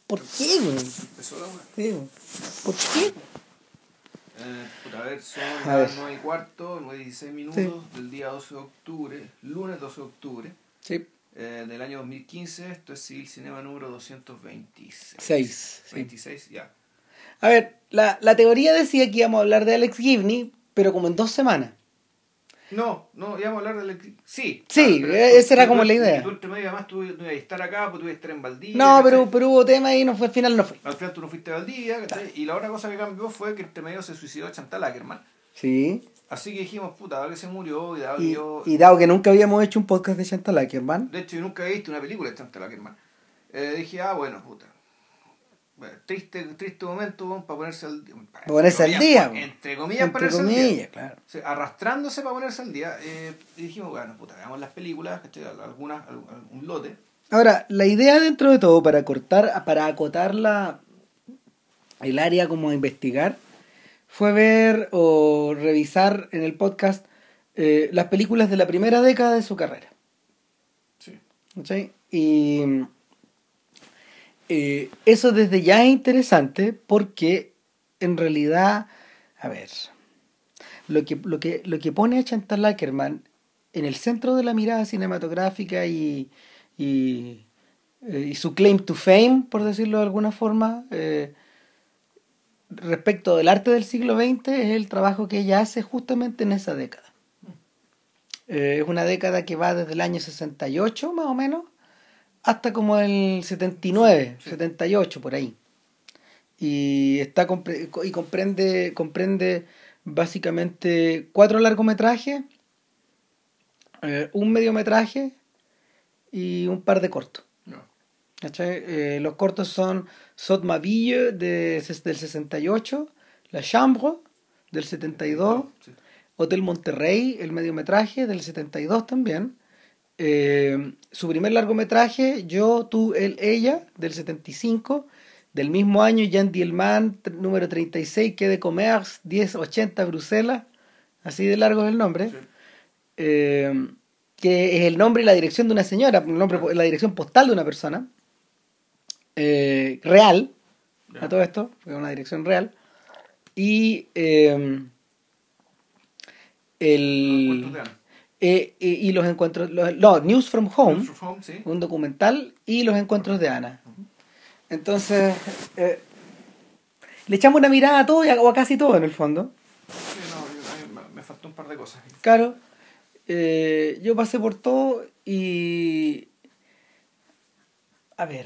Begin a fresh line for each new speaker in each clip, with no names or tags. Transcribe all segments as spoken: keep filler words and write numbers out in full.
¿Por qué, güey?
Empezó la weá.
Sí, ¿por qué?
Eh, puta, a ver, son
A ver.
las nueve y cuarto, nueve y dieciséis minutos
Sí.
del día doce de octubre, lunes doce de octubre
Sí.
eh, del año dos mil quince. Esto es Civil Cinema número doscientos veintiséis.
Seis, sí.
veintiséis, ya.
A ver, la, la teoría decía que íbamos a hablar de Alex Gibney, pero como en dos semanas.
No, no, íbamos a hablar del... Sí,
Sí,
claro,
esa era
tú-
como
tú-
la idea.
Y tú entre medio además tú no ibas a estar acá, pues tú ibas a estar en Valdivia.
No,
¿cachai?
pero, pero hubo tema y no fue, al final no fue.
Al final tú no fuiste a Valdivia, ¿cachai? Y la otra cosa que cambió fue que entre medio se suicidó Chantal Ackerman.
Sí.
Así que dijimos, puta, dado que se murió y dado que
Y,
yo...
y dado que nunca habíamos hecho un podcast de Chantal Ackerman.
De hecho, yo nunca había visto una película de Chantal Ackerman. Eh, dije, ah, bueno, puta. Bueno, triste, triste momento bueno, para ponerse al día.
Para ponerse al día.
Entre comillas,
Entre
ponerse
comillas,
al día.
claro.
O sea, arrastrándose para ponerse al día. Eh, y dijimos, bueno, puta, veamos las películas, ¿cachai? Algunas, algún, un lote.
Ahora, la idea dentro de todo, para cortar, para acotar la, el área como a investigar, fue ver o revisar en el podcast eh, las películas de la primera década de su carrera.
Sí.
¿Sí? Y eh, eso desde ya es interesante porque en realidad, a ver, lo que, lo que, lo que pone a Chantal Ackerman en el centro de la mirada cinematográfica y, y, eh, y su claim to fame, por decirlo de alguna forma, eh, respecto del arte del siglo veinte, es el trabajo que ella hace justamente en esa década. Eh, es una década que va desde el año sesenta y ocho, más o menos, hasta como el setenta y nueve,
Sí, sí.
setenta y ocho, por ahí. Y, está compre- y comprende, comprende básicamente cuatro largometrajes, eh, un mediometraje y un par de cortos.
No.
¿Cachai? Eh, los cortos son Saute ma vie de, del sesenta y ocho, La Chambre del setenta y dos,
Sí.
Hotel Monterrey, el mediometraje del setenta y dos también. Eh, su primer largometraje, Yo, tú, él, ella, del setenta y cinco. Del mismo año, Jean Dielman, tr- número treinta y seis, Quai de Commerce, diez ochenta, Bruselas. Así de largo es el nombre.
Sí.
Eh, que es el nombre y la dirección de una señora, el nombre, la dirección postal de una persona. Eh, real,
Ya.
a todo esto, fue una dirección real. Y eh,
Los encuentros
el...
de Ana.
Eh, eh, y los encuentros, los, no, News from Home,
News from Home, sí.
un documental, y los encuentros de Ana. Entonces, eh, le echamos una mirada a todo y a, o a casi todo en el fondo.
Sí, no, yo- a mí me, me faltó un par de cosas.
Claro, eh, yo pasé por todo y... A ver.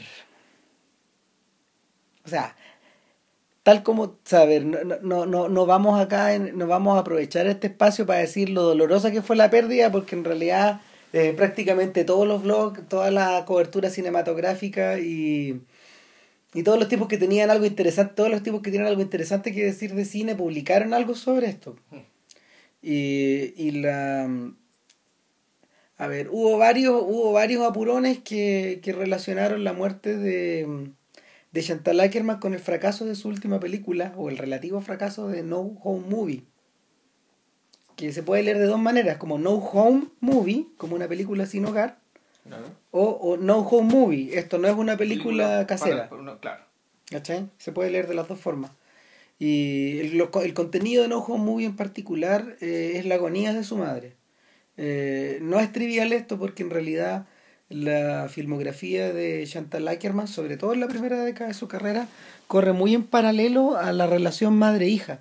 O sea, tal como, saber, no, no, no, no vamos acá, en, no vamos a aprovechar este espacio para decir lo dolorosa que fue la pérdida, porque en realidad eh, prácticamente todos los blogs, toda la cobertura cinematográfica y, y todos los tipos que tenían algo interesante, todos los tipos que tienen algo interesante que decir de cine publicaron algo sobre esto. Y, y la... A ver, hubo varios, hubo varios apurones que, que relacionaron la muerte de, de Chantal Ackerman con el fracaso de su última película, o el relativo fracaso de No Home Movie, que se puede leer de dos maneras, como No Home Movie, como una película sin hogar,
Claro.
o, o No Home Movie, esto no es una película,
Película
casera.
para- para una- claro.
¿Cachai? Se puede leer de las dos formas. Y el, lo- el contenido de No Home Movie en particular eh, es la agonía de su madre. Eh, no es trivial esto porque en realidad la filmografía de Chantal Ackerman, sobre todo en la primera década de su carrera, corre muy en paralelo a la relación madre-hija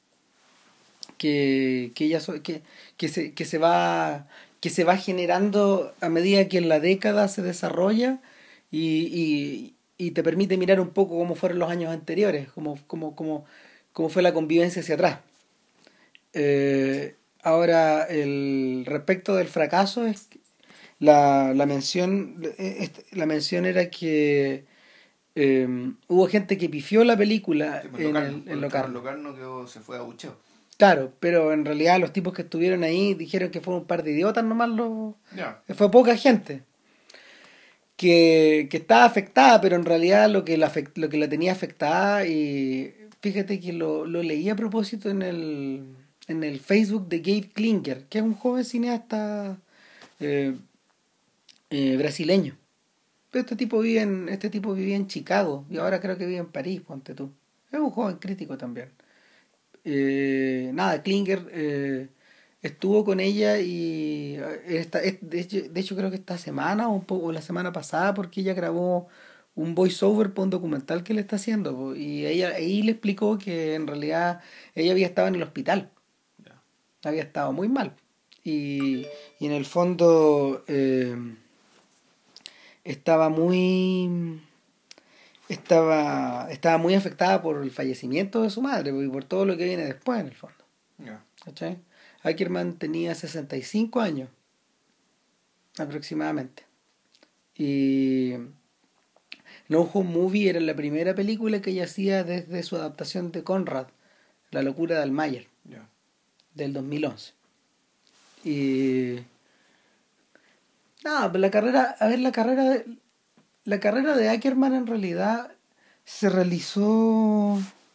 que, que, ella so- que, que, se, que, se va, que se va generando a medida que la década se desarrolla y, y, y te permite mirar un poco cómo fueron los años anteriores, cómo, cómo, cómo, cómo fue la convivencia hacia atrás. Eh, ahora, el respecto del fracaso, es que la, la mención eh, este, la mención era que eh, hubo gente que pifió la película
Sí, pues,
en
local,
el,
no.
en
Por el
local.
local no quedó, se fue a bucheo.
Claro, pero en realidad los tipos que estuvieron ahí dijeron que fue un par de idiotas nomás, los,
Ya.
fue poca gente que, que estaba afectada, pero en realidad lo que la, afect- lo que la tenía afectada, y fíjate que lo, lo leí a propósito en el, en el Facebook de Gabe Klinger, que es un joven cineasta eh, eh, brasileño. Pero este tipo vive en, este tipo vivía en Chicago y ahora creo que vive en París, ponte tú. Es un joven crítico también. Eh, nada, Klinger eh, estuvo con ella y eh, esta, es- de hecho, de hecho creo que esta semana o, un poco, o la semana pasada porque ella grabó un voiceover para un documental que le está haciendo po, y ella ahí le explicó que en realidad ella había estado en el hospital,
Ya.
había estado muy mal y, y en el fondo eh, estaba muy estaba estaba muy afectada por el fallecimiento de su madre po, y por todo lo que viene después en el fondo.
Ya.
¿Cachai? Ackerman tenía sesenta y cinco años aproximadamente. Y No Home Movie era la primera película que ella hacía desde su adaptación de Conrad, La locura de Almayer,
Ya.
del dos mil once. Y nada, pues la carrera, a ver, la carrera de, la carrera de Ackerman en realidad se realizó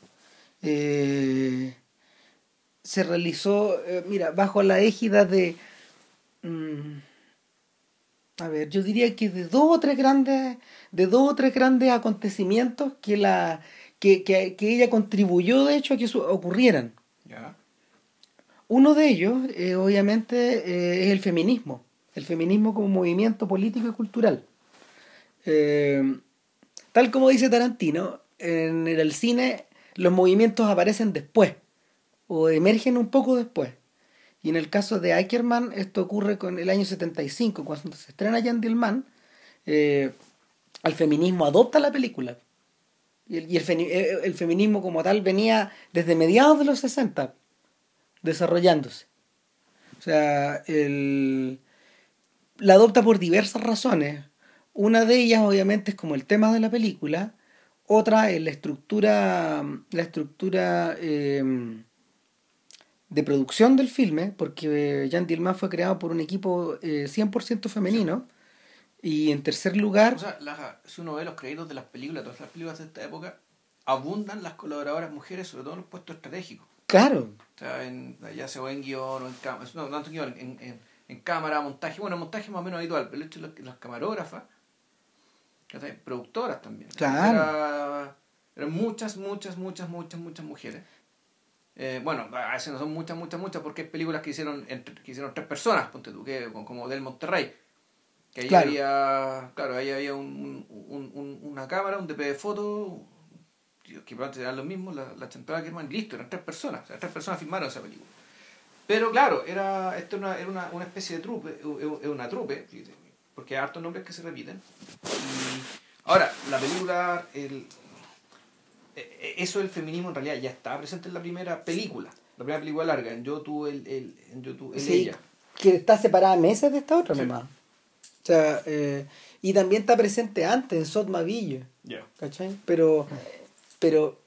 eh, se realizó, eh, mira, bajo la égida de mm, a ver, yo diría que de dos o tres grandes, de dos o tres grandes acontecimientos que la, que, que, que ella contribuyó de hecho a que su- ocurrieran.
Ya.
Uno de ellos, eh, obviamente, eh, es el feminismo, el feminismo como movimiento político y cultural. Eh, Tal como dice Tarantino, en el cine los movimientos aparecen después o emergen un poco después. Y en el caso de Ackerman, esto ocurre con el año setenta y cinco, cuando se estrena Gentleman, eh, al feminismo adopta la película. Y el, y el, feni- eh, el feminismo como tal venía desde mediados de los sesenta desarrollándose. O sea, el, la adopta por diversas razones. Una de ellas obviamente es como el tema de la película. Otra es la estructura, la estructura eh, de producción del filme, porque Jean Dillman fue creado por un equipo eh, cien por ciento
Sí.
femenino. Y en tercer
O
lugar,
sea, la- si uno ve los créditos de las películas, todas las películas de esta época, abundan las colaboradoras mujeres, sobre todo en los puestos estratégicos.
claro,
O sea, en, ya sea en guión o en cámara, no, no tanto en guión, en, en, en cámara, montaje, bueno, montaje más o menos habitual, pero el hecho de las, las camarógrafas, ¿cachai? Productoras también.
claro,
Era, eran muchas, muchas, muchas, muchas, muchas mujeres. Eh, bueno, a veces no son muchas, muchas, muchas, porque hay películas que hicieron, entre- que hicieron tres personas, ponte tú, que, como del Monterrey. Que ahí
claro.
había, claro, ahí había un, un, un- una cámara, un D P de foto, que probablemente eran los mismos, la, la Chantal Ackerman, y listo, eran tres personas, o sea, tres personas filmaron esa película. Pero claro, era, esto era una, era una, una especie de trupe, es es una trupe, fíjate, porque hay hartos nombres que se repiten. Y ahora, la película, el, e- e- eso del feminismo en realidad ya estaba presente en la primera película, la primera película larga, en Yo, tú, el, el, en Yo, tú, el,
Sí,
ella.
que está separada meses de esta otra
Sí.
nomás. O sea, eh, y también está presente antes en Sotma Villa,
Ya.
¿cachai? Pero, pero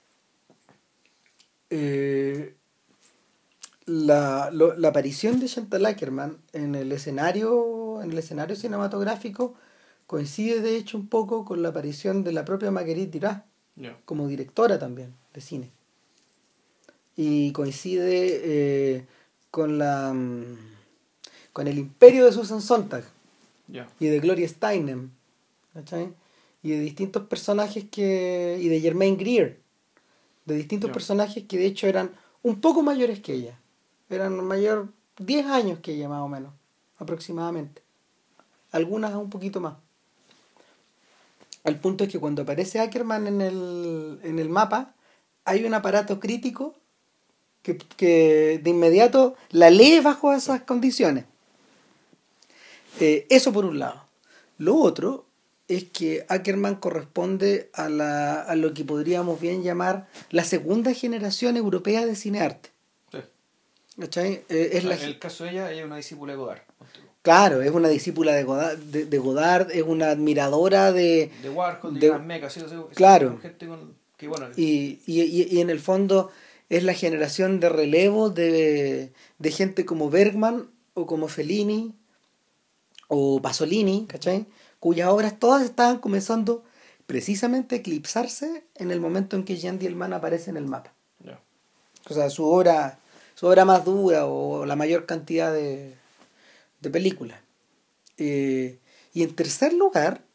eh, la, lo- la aparición de Chantal Ackerman en el escenario, en el escenario cinematográfico coincide de hecho un poco con la aparición de la propia Marguerite Duras
Ya.
como directora también de cine. Y coincide eh, con la mm, con el imperio de Susan Sontag
Ya.
y de Gloria Steinem, ¿cachai? Y de distintos personajes que. Y de Germaine Greer, de distintos
Ya.
personajes que de hecho eran un poco mayores que ella. Eran mayor diez años que ella, más o menos, aproximadamente. Algunas un poquito más. El punto es que cuando aparece Ackerman en el, en el mapa, hay un aparato crítico que, que de inmediato la lee bajo esas condiciones. Eh, eso por un lado. Lo otro es que Ackerman corresponde a, la, a lo que podríamos bien llamar la segunda generación europea de cinearte.
Sí.
¿Cachai? Eh, es
O sea,
la,
en el caso de ella, ella es una discípula de Godard. ponte tú.
claro, es una discípula de Godard, de, de Godard, es una admiradora de...
De Warhol, de
de
Jonas Meca, sí, o sea, ese tipo
claro,
de gente con, que bueno,
y, y, y, y en el fondo es la generación de relevo de, de gente como Bergman o como Fellini o Pasolini, ¿cachai? Cuyas obras todas estaban comenzando precisamente a eclipsarse en el momento en que Jean Dielman aparece en el mapa.
ya.
O sea, su obra, su obra más dura o la mayor cantidad de, de películas. Eh, y en tercer lugar,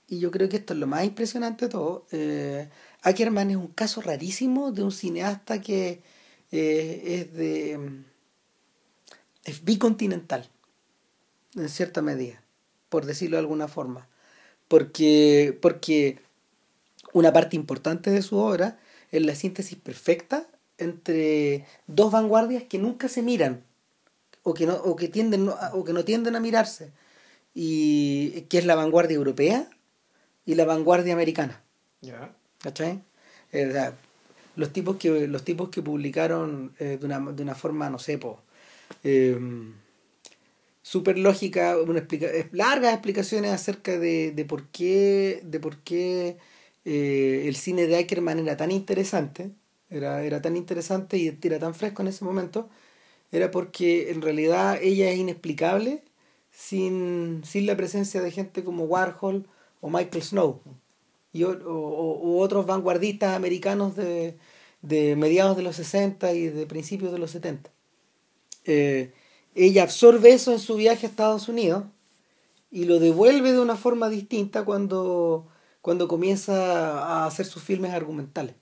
y yo creo que esto es lo más impresionante de todo, eh, Ackerman es un caso rarísimo de un cineasta que eh, es de es bicontinental, en cierta medida, por decirlo de alguna forma. Porque, porque una parte importante de su obra es la síntesis perfecta entre dos vanguardias que nunca se miran o que no, o que tienden no- o que no tienden a mirarse, y que es la vanguardia europea y la vanguardia americana.
Ya.
¿Cachai? Eh, o sea, los tipos que los tipos que publicaron eh, de una de una forma, no sé, po, eh, súper lógica, una explica es- largas explicaciones acerca de, de por qué, de por qué eh, el cine de Ackerman era tan interesante, era, era tan interesante y era tan fresco en ese momento, era porque en realidad ella es inexplicable sin, sin la presencia de gente como Warhol o Michael Snow y, o- o- u otros vanguardistas americanos de, de mediados de los sesenta y de principios de los setenta. Eh, Ella absorbe eso en su viaje a Estados Unidos y lo devuelve de una forma distinta cuando, cuando comienza a hacer sus filmes argumentales.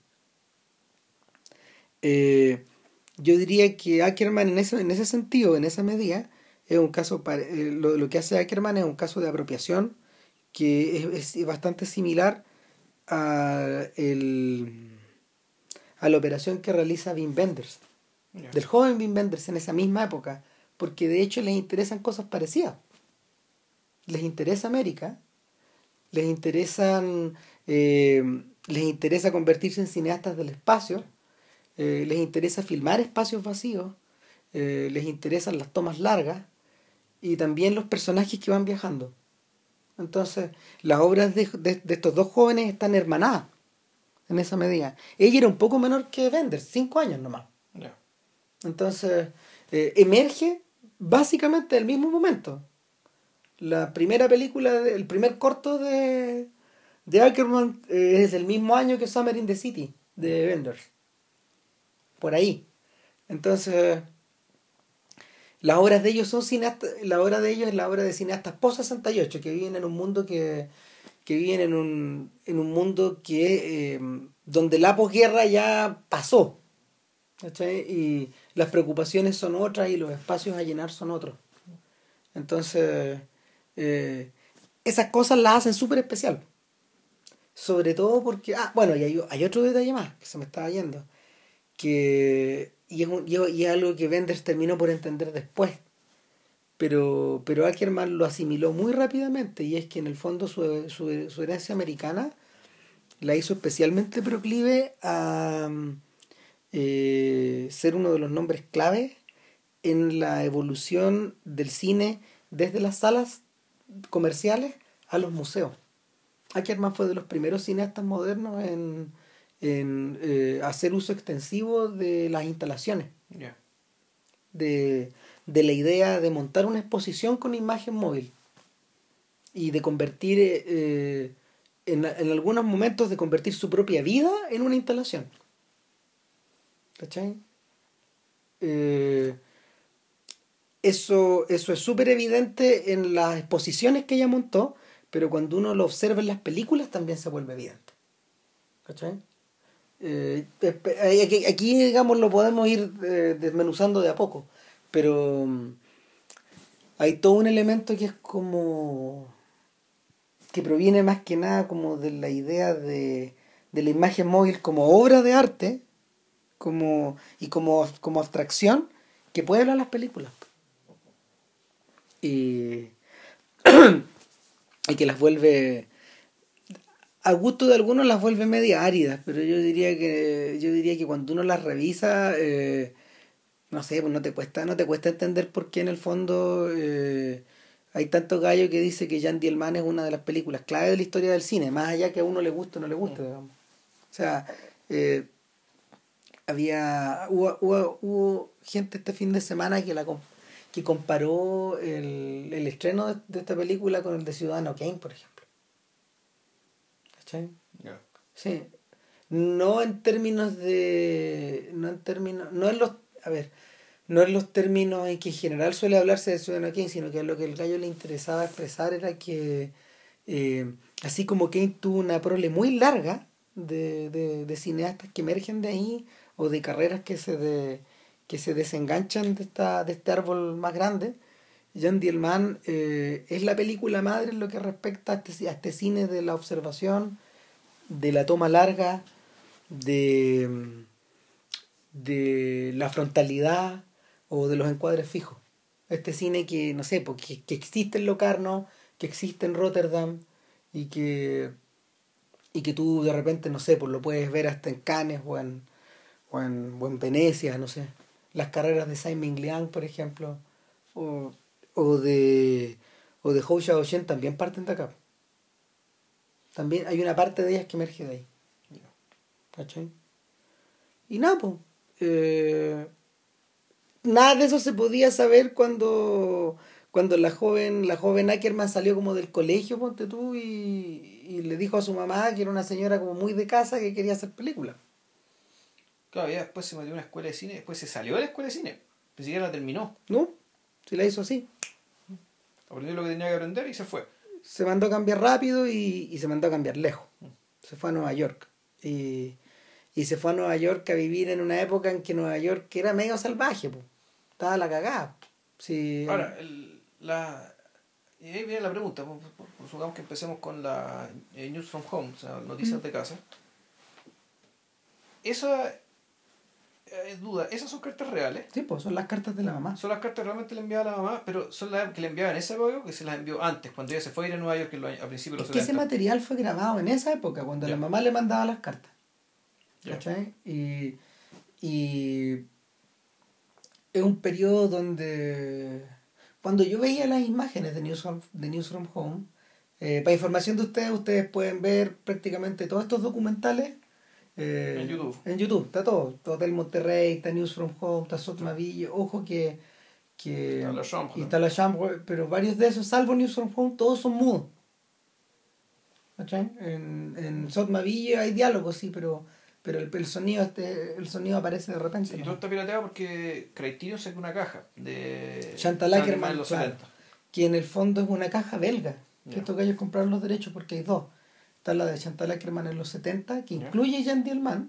Eh, yo diría que Ackerman en ese, en ese sentido, en esa medida, es un caso, pare- eh, lo, lo que hace Ackerman es un caso de apropiación que es, es bastante similar a, el, a la operación que realiza Wim Wenders,
Ya.
del joven Wim Wenders en esa misma época, porque de hecho les interesan cosas parecidas. Les interesa América, les interesan, eh, les interesa convertirse en cineastas del espacio, eh, les interesa filmar espacios vacíos, eh, les interesan las tomas largas y también los personajes que van viajando. Entonces, las obras de, de- de estos dos jóvenes están hermanadas en esa medida. Ella era un poco menor que Wenders, cinco años nomás.
Ya.
Entonces, eh, emerge básicamente del mismo momento. La primera película, de- el primer corto de, de Ackerman eh, es del mismo año que Summer in the City, de Wenders. Por ahí. Entonces, las obras de ellos son cineastas, la obra de ellos es la obra de cineastas post sesenta y ocho, que viven en un mundo que, que viven en un, en un mundo que eh, donde la posguerra ya pasó. ¿Cachai? Y las preocupaciones son otras y los espacios a llenar son otros. Entonces, eh, esas cosas las hacen súper especial. Sobre todo porque, ah, bueno, y hay, hay otro detalle más que se me estaba yendo, que, y es, un- y es- y es algo que Wenders terminó por entender después, pero, pero Ackerman lo asimiló muy rápidamente, y es que en el fondo su, su, su herencia americana la hizo especialmente proclive a eh, ser uno de los nombres clave en la evolución del cine desde las salas comerciales a los museos. Ackerman fue de los primeros cineastas modernos en, en eh, hacer uso extensivo de las instalaciones,
Ya.
de, de la idea de montar una exposición con imagen móvil y de convertir, eh, eh, en, en algunos momentos, de convertir su propia vida en una instalación. ¿Cachai? Eh, Eso, eso es súper evidente en las exposiciones que ella montó, pero cuando uno lo observa en las películas también se vuelve evidente. ¿Cachai? Eh, espe- aquí, aquí, digamos, lo podemos ir eh, desmenuzando de a poco, pero mm, hay todo un elemento que es como, que proviene más que nada como de la idea de, de la imagen móvil como obra de arte, como, y como, como abstracción, que puede hablar las películas. Y, y que las vuelve, a gusto de algunos las vuelve media áridas, pero yo diría que yo diría que cuando uno las revisa, eh, no sé, pues no te cuesta, no te cuesta entender por qué en el fondo eh, hay tanto gallo que dice que Jean Dielman es una de las películas clave de la historia del cine, más allá que a uno le guste o no le guste, digamos. O sea, eh, había hubo, hubo, hubo gente este fin de semana que la com- que comparó el, el estreno de, de esta película con el de Ciudadano Kane, por ejemplo. ¿Cachai?
Ya.
Sí, no en términos de, no en términos, no en los, a ver, no en los términos en que en general suele hablarse de Ciudadano Kane, sino que lo que el gallo le interesaba expresar era que, Eh, así como Kane tuvo una prole muy larga de, de, de cineastas que emergen de ahí o de carreras que se, de, que se desenganchan de, esta, de este árbol más grande. Jean Dielman eh, es la película madre en lo que respecta a este, a este cine de la observación, de la toma larga, de, de la frontalidad o de los encuadres fijos. Este cine que, no sé, porque, que existe en Locarno, que existe en Rotterdam y que, y que tú de repente, no sé, pues lo puedes ver hasta en Cannes o en, o en, o en Venecia, no sé. Las carreras de Simon Liang, por ejemplo, o, o de o de Hou Xiaoxian también parten de acá. También hay una parte de ellas que emerge de ahí. ¿Cachai? Y nada, pues. Eh, nada de eso se podía saber cuando cuando la joven la joven Ackerman salió como del colegio, ponte tú, y, y le dijo a su mamá, que era una señora como muy de casa, que quería hacer películas.
Claro, ya después se metió en una escuela de cine, después se salió de la escuela de cine, ni siquiera la terminó.
¿No? Si la hizo así.
Aprendió lo que tenía que aprender y se fue.
Se mandó a cambiar rápido y, y se mandó a cambiar lejos. Se fue a Nueva York. Y, y se fue a Nueva York a vivir en una época en que Nueva York era medio salvaje, po. Estaba la cagada. Sí.
Ahora, el, la, y ahí viene la pregunta, pues, pues, pues, supongamos que empecemos con la eh, News from Home, o sea, noticias
Mm.
de casa. Esa es duda, ¿esas son cartas reales?
Sí, pues son las cartas de la mamá.
Son las cartas que realmente le enviaba a la mamá, pero son las que le enviaba en esa época o que se las envió antes, cuando ella se fue a ir a Nueva York en los años- a principios de
Es
los
que ese
setenta.
material fue grabado en esa época, cuando
Ya.
la mamá le mandaba las cartas.
Ya.
¿Cachai? Y, y es un periodo donde, cuando yo veía las imágenes de News from, de News from Home, eh, para información de ustedes, ustedes pueden ver prácticamente todos estos documentales eh,
En YouTube.
En YouTube, está todo. Está Hotel Monterrey, está News from Home, está Sotmavillo. Ojo que, que
Está la Chambre.
y está la Chambre, pero varios de esos, salvo News from Home, todos son mudos. ¿Cachai? En, en Sotmavillo hay diálogos, sí, pero, pero el, el sonido este, el sonido aparece de repente.
Y
¿no?
todo está pirateado porque Criterion sacó una caja de
Chantal
Ackerman
Ackerman,
en los
claro,
setenta.
que en el fondo es una caja belga. Que
Ya.
estos gallos compraron los derechos porque hay dos. Está la de Chantal Ackerman en los setenta, que
Ya.
incluye Jean Dielman,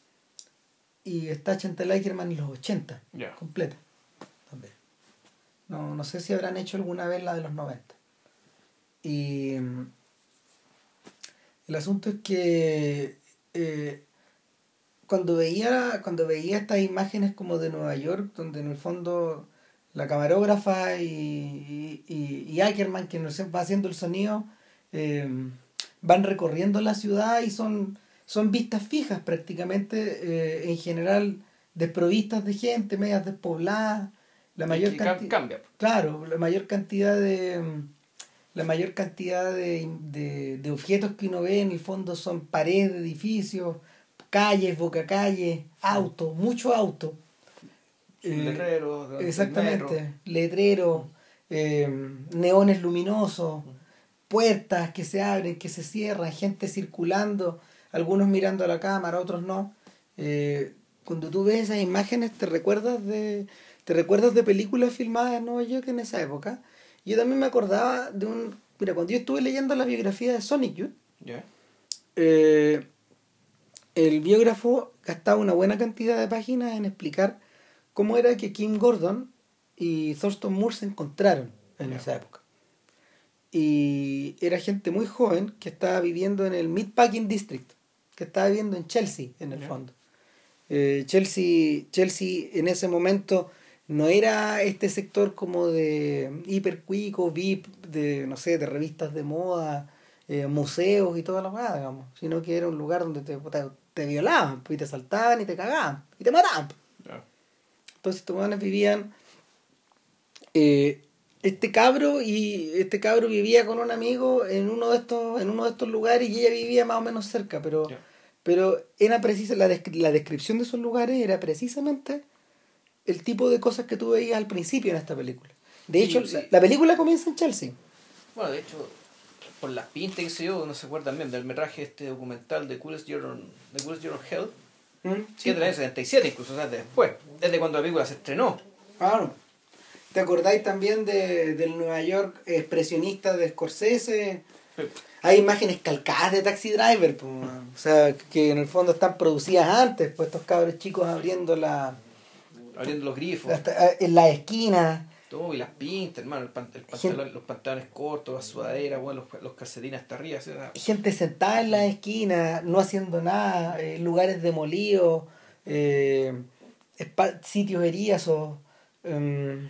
y está Chantal Ackerman en los ochenta,
Ya.
completa. También. No, no sé si habrán hecho alguna vez la de los noventa. Y mm, el asunto es que eh, cuando veía cuando veía estas imágenes como de Nueva York, donde en el fondo la camarógrafa y, y, y Ackerman, que nos va haciendo el sonido, eh, van recorriendo la ciudad y son, son vistas fijas prácticamente, eh, en general desprovistas de gente, medias despobladas, la mayor
Y ca-
cantidad,
cambia.
claro, la mayor cantidad de la mayor cantidad de, de, de objetos que uno ve en el fondo son paredes de edificios, calles, bocacalles, autos, mucho auto.
Sus
Eh,
letreros, del metro.
Exactamente, letreros, eh, neones luminosos, puertas que se abren, que se cierran, gente circulando, algunos mirando a la cámara, otros no. Eh, cuando tú ves esas imágenes te recuerdas de te recuerdas de películas filmadas en Nueva York en esa época. Yo también me acordaba de un... Mira, cuando yo estuve leyendo la biografía de Sonic Youth,
Ya.
eh, el biógrafo gastaba una buena cantidad de páginas en explicar cómo era que Kim Gordon y Thurston Moore se encontraron en
Ya.
esa época. Y era gente muy joven que estaba viviendo en el Meatpacking District, que estaba viviendo en Chelsea, en el
Ya.
fondo. Eh, Chelsea, Chelsea en ese momento no era este sector como de hipercuico, V I P, de, no sé, de revistas de moda, eh, museos y toda la cosa, digamos, sino que era un lugar donde te, te, te violaban, pues, y te saltaban y te cagaban, y te mataban.
Ya.
Entonces estos hueones vivían, eh, este cabro y este cabro vivía con un amigo en uno de estos, en uno de estos lugares, y ella vivía más o menos cerca, pero,
Ya.
pero era precisa, la, descri- la descripción de esos lugares era precisamente el tipo de cosas que tú veías al principio en esta película. De
Sí,
hecho,
sí.
la, la película comienza en Chelsea.
Bueno, de hecho, por las pintas que se yo, no se acuerdan bien del metraje este documental de Coolest Year on, The Coolest Year on Hell, que es del año setenta y siete incluso, o sea, de después, desde cuando la película se estrenó.
Claro. ¿Te acordáis también de, del Nueva York expresionista de Scorsese?
Sí.
Hay imágenes calcadas de Taxi Driver, pues, o sea, que en el fondo están producidas antes, pues estos cabros chicos abriendo la...
Abriendo los grifos.
Hasta, en la esquina.
Todo, y las pintas, hermano, el, pan, el
Gente,
pantalón, los pantalones cortos, las sudaderas, bueno, los, los calcetines hasta arriba. ¿Sí?
Gente sentada en la esquina, no haciendo nada, eh, lugares demolidos, eh, sitios erizos. Um,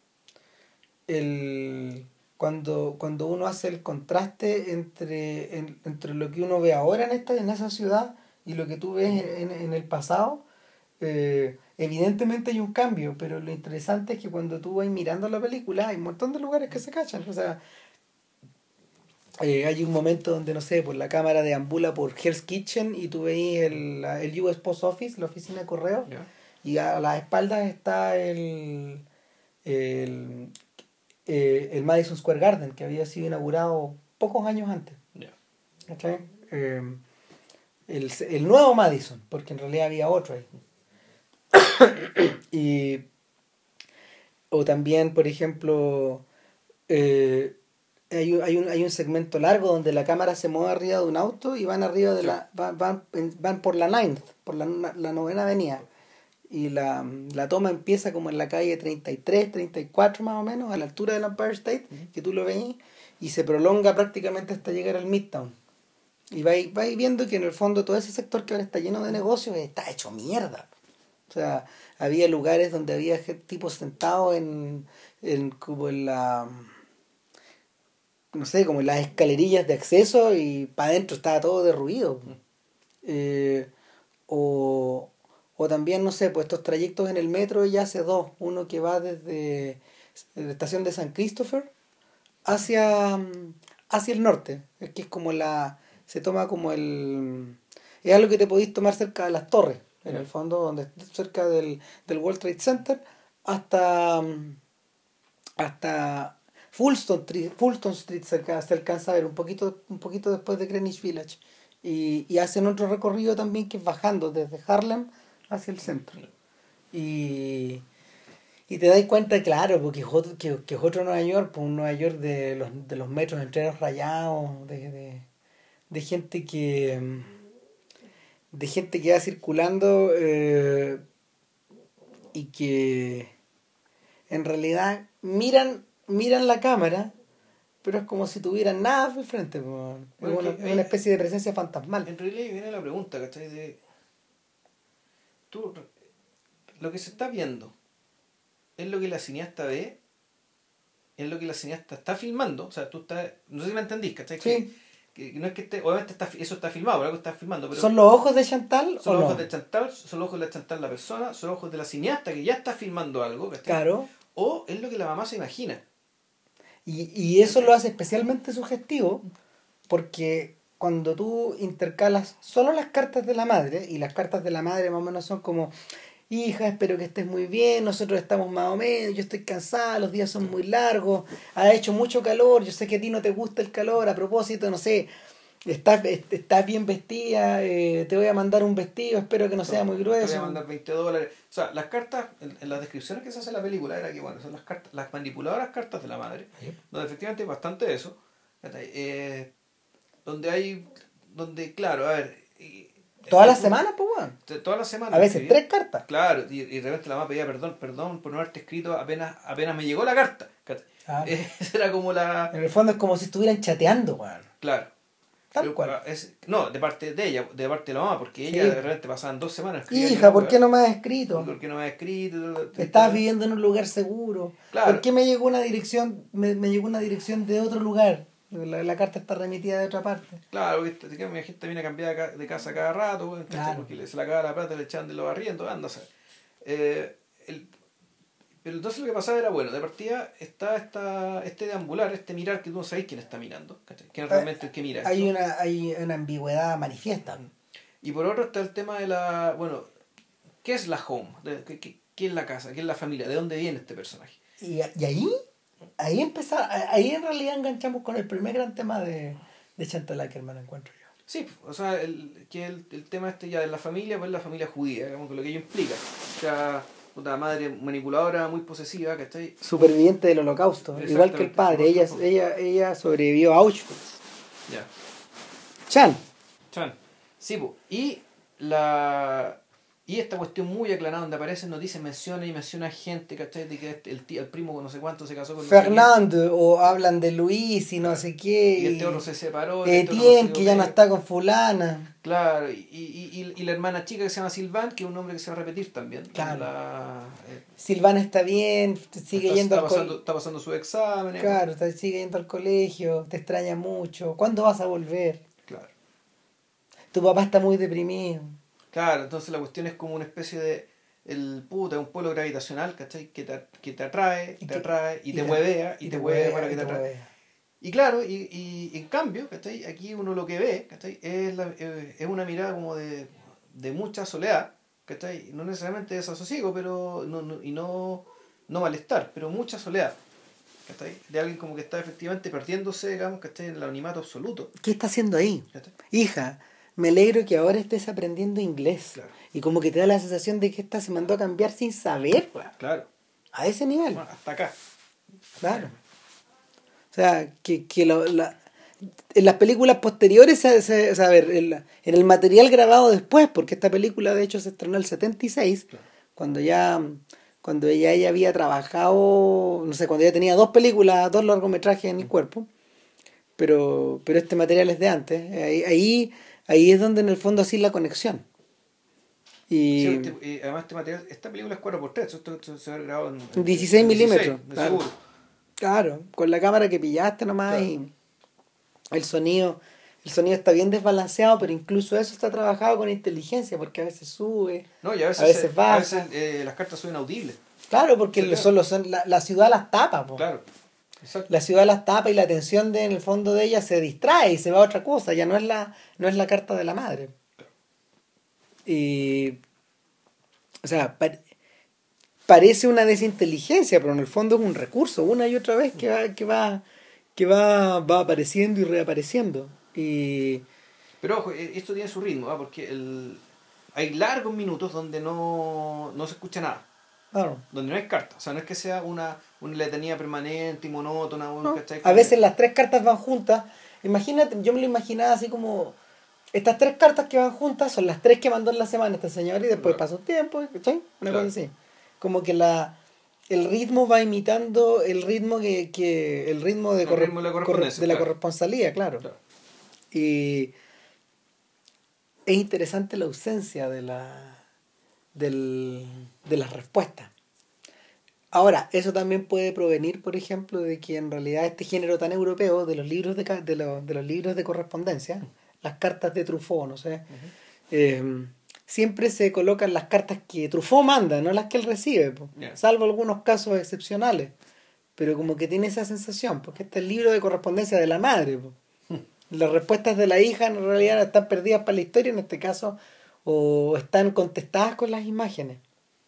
el, cuando, cuando uno hace el contraste entre, en, entre lo que uno ve ahora en, esta, en esa ciudad y lo que tú ves en, en el pasado, eh, evidentemente hay un cambio, pero lo interesante es que cuando tú vas mirando la película hay un montón de lugares que se cachan. O sea, eh, hay un momento donde, no sé, pues la cámara deambula por Hell's Kitchen y tú veis el, el U S Post Office, la oficina de correo,
¿Ya?
y a las espaldas está el, el, eh, el Madison Square Garden, que había sido inaugurado pocos años antes.
¿Ya?
¿Cachai? Eh, el, el nuevo Madison, porque en realidad había otro ahí. Y, o también, por ejemplo, eh, hay, un, hay, un, hay un segmento largo donde la cámara se mueve arriba de un auto y van arriba de la van, van, van por la ninth, por la, la novena avenida. Y la, la toma empieza como en la calle treinta y tres, treinta y cuatro más o menos, a la altura del Empire State, uh-huh. que tú lo ves, y se prolonga prácticamente hasta llegar al Midtown. Y vais, vais viendo que en el fondo todo ese sector que ahora está lleno de negocios está hecho mierda. O sea, había lugares donde había tipos sentados en, en como en la, no sé, como en las escalerillas de acceso y para adentro estaba todo derruido. Eh, o, o también, no sé, pues estos trayectos en el metro ya hace dos. Uno que va desde la estación de San Christopher hacia, hacia el norte. Es que es como la... se toma como el... es algo que te podéis tomar cerca de las torres. En el fondo, donde cerca del, del World Trade Center, hasta hasta Fulton Street, Fulton Street se, se alcanza a ver un poquito, un poquito después de Greenwich Village. Y, y hacen otro recorrido también que es bajando desde Harlem hacia el centro. Y, y te das cuenta, claro, porque es otro, que, que es otro Nueva York, pues un Nueva York de los, de los metros enteros rayados, de, de, de gente que... de gente que va circulando eh, y que en realidad miran miran la cámara, pero es como si tuvieran nada al frente. Bueno, es una, hay, una especie de presencia fantasmal.
En realidad viene la pregunta, ¿cachai? De, tú, lo que se está viendo es lo que la cineasta ve, es lo que la cineasta está filmando. O sea, tú estás, no sé si me entendís, ¿cachai?
Sí.
Que, que no es que esté, obviamente está, eso está filmado, algo está filmando, pero
¿son los ojos de Chantal?
Son
o
los
no?
ojos de Chantal, son los ojos de Chantal la persona, son los ojos de la cineasta que ya está filmando algo, ¿cachai?
Claro.
O es lo que la mamá se imagina.
Y, y eso lo hace especialmente sugestivo porque cuando tú intercalas solo las cartas de la madre, y las cartas de la madre más o menos son como: hija, espero que estés muy bien, nosotros estamos más o menos, yo estoy cansada, los días son muy largos, ha hecho mucho calor, yo sé que a ti no te gusta el calor, a propósito, no sé, estás, estás bien vestida, eh, te voy a mandar un vestido, espero que no sea muy grueso.
Te voy a mandar veinte dólares. O sea, las cartas, en, en las descripciones que se hace en la película, era que, bueno, son las cartas, las manipuladoras cartas de la madre, ¿sí? Donde efectivamente hay bastante de eso, eh, donde hay, donde, claro, a ver...
Todas las semanas, pues, bueno.
Todas las semanas.
A veces
¿sí?
tres cartas.
Claro, y, y de repente la mamá pedía perdón, perdón por no haberte escrito apenas, apenas me llegó la carta.
Ah,
esa era como la...
En el fondo es como si estuvieran chateando, weón.
Claro.
Tal
Pero,
cual.
Es, no, de parte de ella, de parte de la mamá, porque ella
Sí.
de repente pasaban dos semanas.
Hija, ¿por qué no me has escrito?
¿Por qué no me has escrito?
Estabas viviendo en un lugar seguro.
Claro.
¿Por qué me llegó una dirección, me, me llegó una dirección de otro lugar? La, la carta está remitida de otra parte.
Claro, porque mi gente viene a cambiar de casa cada rato, pues,
claro.
Porque se le acaba la plata, le echaban de los arriendos, anda a saber. Eh, el, pero entonces lo que pasaba era, bueno, de partida está esta, este deambular, este mirar que tú no sabes quién está mirando, ¿cachai? ¿Quién es realmente el que mira?
Hay
esto?
una, hay una ambigüedad manifiesta.
Y por otro está el tema de la, bueno, ¿qué es la home? ¿Qué, qué, qué es la casa? ¿Qué es la familia? ¿De dónde viene este personaje?
Y, y ahí, ahí empezar, ahí en realidad enganchamos con el primer gran tema de, de Chantal Akerman, encuentro yo.
Sí, o sea, el, que el, el tema este ya de la familia, pues la familia judía, digamos, que lo que ello implica. O sea, una madre manipuladora, muy posesiva, ¿cachai?
Superviviente del holocausto, igual que el padre. Ella, ella, ella sobrevivió a Auschwitz.
Ya.
Chan.
Chan. Sí, po. Y la... Y esta cuestión muy aclarada donde aparecen noticias, menciona y menciona gente, ¿cachai? De que este- el, tío, el primo con no sé cuánto se casó con no sé quién.
Fernando, o hablan de Luis y no
Claro.
sé qué.
Y este
Y
otro se separó, y este otro
Etienne,
consiguió
que ya no
pega.
está con fulana.
Claro, y, y, y, y la hermana chica que se llama Sylvain, que es un nombre que se va a repetir también.
Claro.
La, eh,
Silvana está bien, sigue
está,
yendo
está
al
pasando,
colegio.
está pasando sus exámenes.
Claro, está- sigue yendo al colegio, te extraña mucho. ¿Cuándo vas a volver?
Claro.
Tu papá está muy deprimido.
Claro, entonces la cuestión es como una especie de. El puta, un polo gravitacional, ¿cachai? Que te, que te atrae,
Y
te
que-
atrae, y,
y
te
te-
huevea, y,
y
te
te
huevea
huevea,
para que
y
te
te
atrae.
huevea.
Y claro, y, y en cambio, ¿cachai? Aquí uno lo que ve, ¿cachai? Es, la, eh, es una mirada como de, de mucha soledad, ¿cachai? No necesariamente desasosiego, pero no, no, y no, no malestar, pero mucha soledad, ¿cachai? De alguien como que está efectivamente perdiéndose, digamos, ¿cachai? En el anonimato absoluto,
¿Qué está haciendo ahí?
¿cachai?
Hija, me alegro que ahora estés aprendiendo inglés.
Claro,
Y como que te da la sensación de que esta se mandó a cambiar sin saber, weón.
claro.
A ese nivel.
Bueno, hasta acá.
Claro. O sea, que, que lo- la- en las películas posteriores, se- se- o sea, a ver, en, la- en el material grabado después, porque esta película de hecho se estrenó en el setenta y seis,
Claro.
cuando ya cuando ella, ella había trabajado, no sé, cuando ya tenía dos películas, dos largometrajes en el cuerpo, pero, pero este material es de antes. Ahí, ahí, ahí es donde en el fondo así la conexión.
Sí,
Y
este- eh, además este material, esta película es cuatro por tres, esto, esto se va a haber grabado en, en-
dieciséis
en
milímetros,
dieciséis, de
claro.
seguro.
claro, con la cámara que pillaste nomás
Claro.
y el sonido, el sonido está bien desbalanceado, pero incluso eso está trabajado con inteligencia, porque a veces sube,
No, y a veces,
a veces
se-
baja.
a veces eh, las cartas son inaudibles.
Claro, porque
Sí,
lo-
claro.
solo son, la, la ciudad las tapa, po.
Claro, exacto.
La ciudad las tapa y la atención de, en el fondo de ella se distrae y se va a otra cosa, ya no es la, no es la carta de la madre. Y, o sea, pa- parece una desinteligencia, pero en el fondo es un recurso, una y otra vez que va, que va, que va, va apareciendo y reapareciendo. Y
Pero ojo, eh, esto tiene su ritmo, ¿ah? Porque el... hay largos minutos donde no, no se escucha nada,
claro,
donde no hay carta. O sea, no es que sea una, una letanía permanente y monótona,
¿no?
¿cachai?
A veces las tres cartas van juntas. Imagínate, yo me lo imaginaba así como estas tres cartas que van juntas son las tres que mandó en la semana este señor y después
Claro.
pasa un tiempo, ¿cachai? Una
Claro.
cosa así. Como que la el ritmo va imitando el ritmo que, que el ritmo de,
El
corre-
ritmo de la
corre-
correspondencia,
de la
claro.
corresponsalía, claro.
Claro.
Y es interesante la ausencia de la del, de las respuestas. Ahora, eso también puede provenir, por ejemplo, de que en realidad este género tan europeo de los libros de, ca- de, los, de los libros de correspondencia, las cartas de Truffaut, no sé, eh, siempre se colocan las cartas que Truffaut manda, no las que él recibe, po.
Yeah.
Salvo algunos casos excepcionales. Pero como que tiene esa sensación, porque este es el libro de correspondencia de la madre, po. Las respuestas de la hija en realidad están perdidas para la historia en este caso, o están contestadas con las imágenes.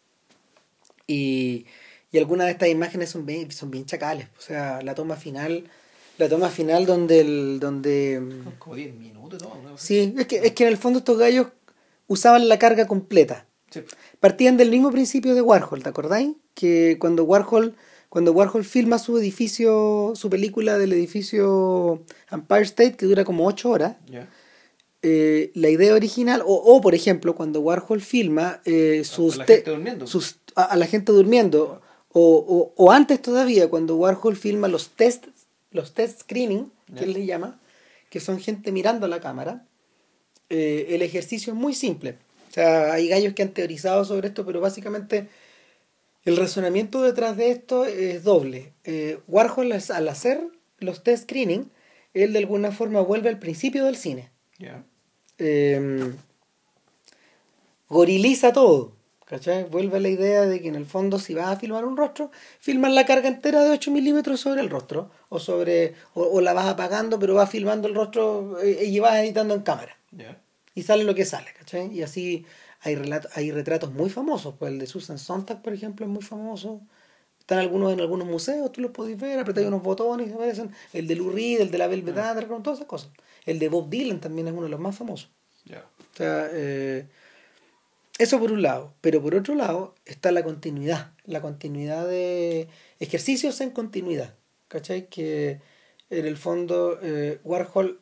Y, y algunas de estas imágenes son bien, son bien chacales. O sea, la toma final, la toma final donde el, donde
Son como diez minutos, ¿no? Una cosa
sí, es que, es que en el fondo estos gallos usaban la carga completa.
así. Sí.
Partían del mismo principio de Warhol, ¿te acordáis? Que cuando Warhol, cuando Warhol filma su edificio, su película del edificio Empire State, que dura como ocho horas,
Ya.
eh, la idea original, o, o por ejemplo, cuando Warhol filma eh, sus
a la
te-
gente durmiendo.
sus- a, a la gente durmiendo, o, o, o antes todavía, cuando Warhol filma los test, los test screening, que
Ya.
él le llama, que son gente mirando a la cámara, eh, el ejercicio es muy simple. O sea, hay gallos que han teorizado sobre esto, pero básicamente el razonamiento detrás de esto es doble. Eh, Warhol, al al hacer los test screening, él de alguna forma vuelve al principio del cine.
Ya.
Eh, goriliza todo. ¿Cachai? Vuelve a la idea de que en el fondo si vas a filmar un rostro, filmas la carga entera de ocho milímetros sobre el rostro, o sobre o, o la vas apagando, pero vas filmando el rostro eh, y vas editando en cámara.
Ya.
Y sale lo que sale, ¿cachai? Y así hay, relatos, hay retratos muy famosos, pues el de Susan Sontag, por ejemplo, es muy famoso. Están algunos en algunos museos, tú los podés ver, apretáis unos botones y aparecen. El de Lou Reed, el de la Velvet Underground, todas esas cosas. El de Bob Dylan también es uno de los más famosos.
Ya.
O sea, eh, eso por un lado. Pero por otro lado está la continuidad. La continuidad de ejercicios en continuidad. ¿Cachai? Que en el fondo eh, Warhol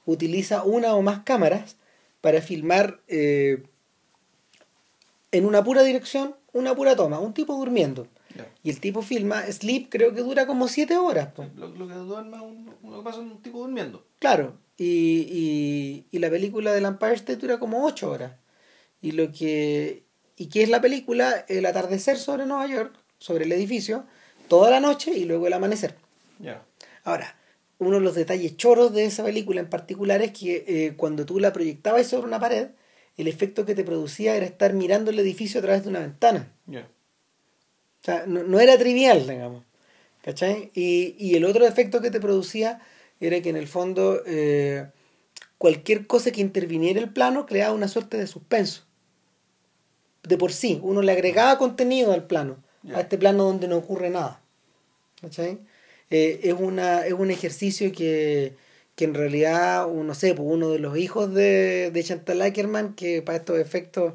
utiliza una o más cámaras para filmar eh, en una pura dirección, una pura toma, un tipo durmiendo.
Ya.
Y el tipo filma, Sleep creo que dura como siete horas. Po.
Lo, lo que duerma un, lo que pasa es un tipo durmiendo.
Claro, y, y, y la película del Empire State dura como ocho horas. Y lo que y qué es la película, el atardecer sobre Nueva York, sobre el edificio, toda la noche y luego el amanecer.
Ya.
Ahora, uno de los detalles choros de esa película en particular es que eh, cuando tú la proyectabas sobre una pared, el efecto que te producía era estar mirando el edificio a través de una ventana.
Ya.
O sea, no, no era trivial, digamos. ¿Cachai? Y, y el otro efecto que te producía era que en el fondo eh, cualquier cosa que interviniera el plano creaba una suerte de suspenso. De por sí, uno le agregaba contenido al plano,
Ya.
a este plano donde no ocurre nada. ¿Cachai? Eh, es, una, es un ejercicio que, que en realidad, uno, no sé, pues uno de los hijos de, de Chantal Akerman, que para estos efectos,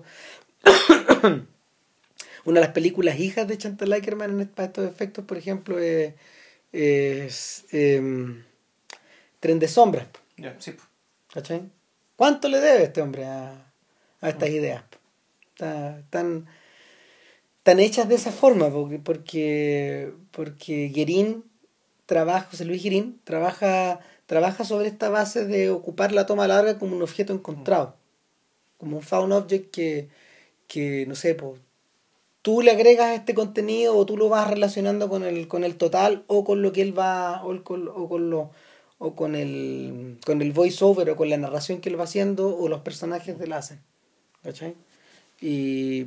una de las películas hijas de Chantal Akerman en- para estos efectos, por ejemplo, es, es em, Tren de Sombras.
Ya. Sí, pues.
¿Cachai? ¿Cuánto le debe este hombre a, a estas
Mm.
ideas? Ta- Tan, tan hechas de esa forma, porque, porque, porque Guérin trabaja, José Luis Guérin trabaja, trabaja sobre esta base de ocupar la toma larga como un objeto
Mm.
encontrado, como un found object que, que no sé, pues, tú le agregas este contenido o tú lo vas relacionando con el, con el total o con lo que él va, o con, o con lo o con el con el voiceover o con la narración que él va haciendo o los personajes que él hacen. ¿Cachai? Y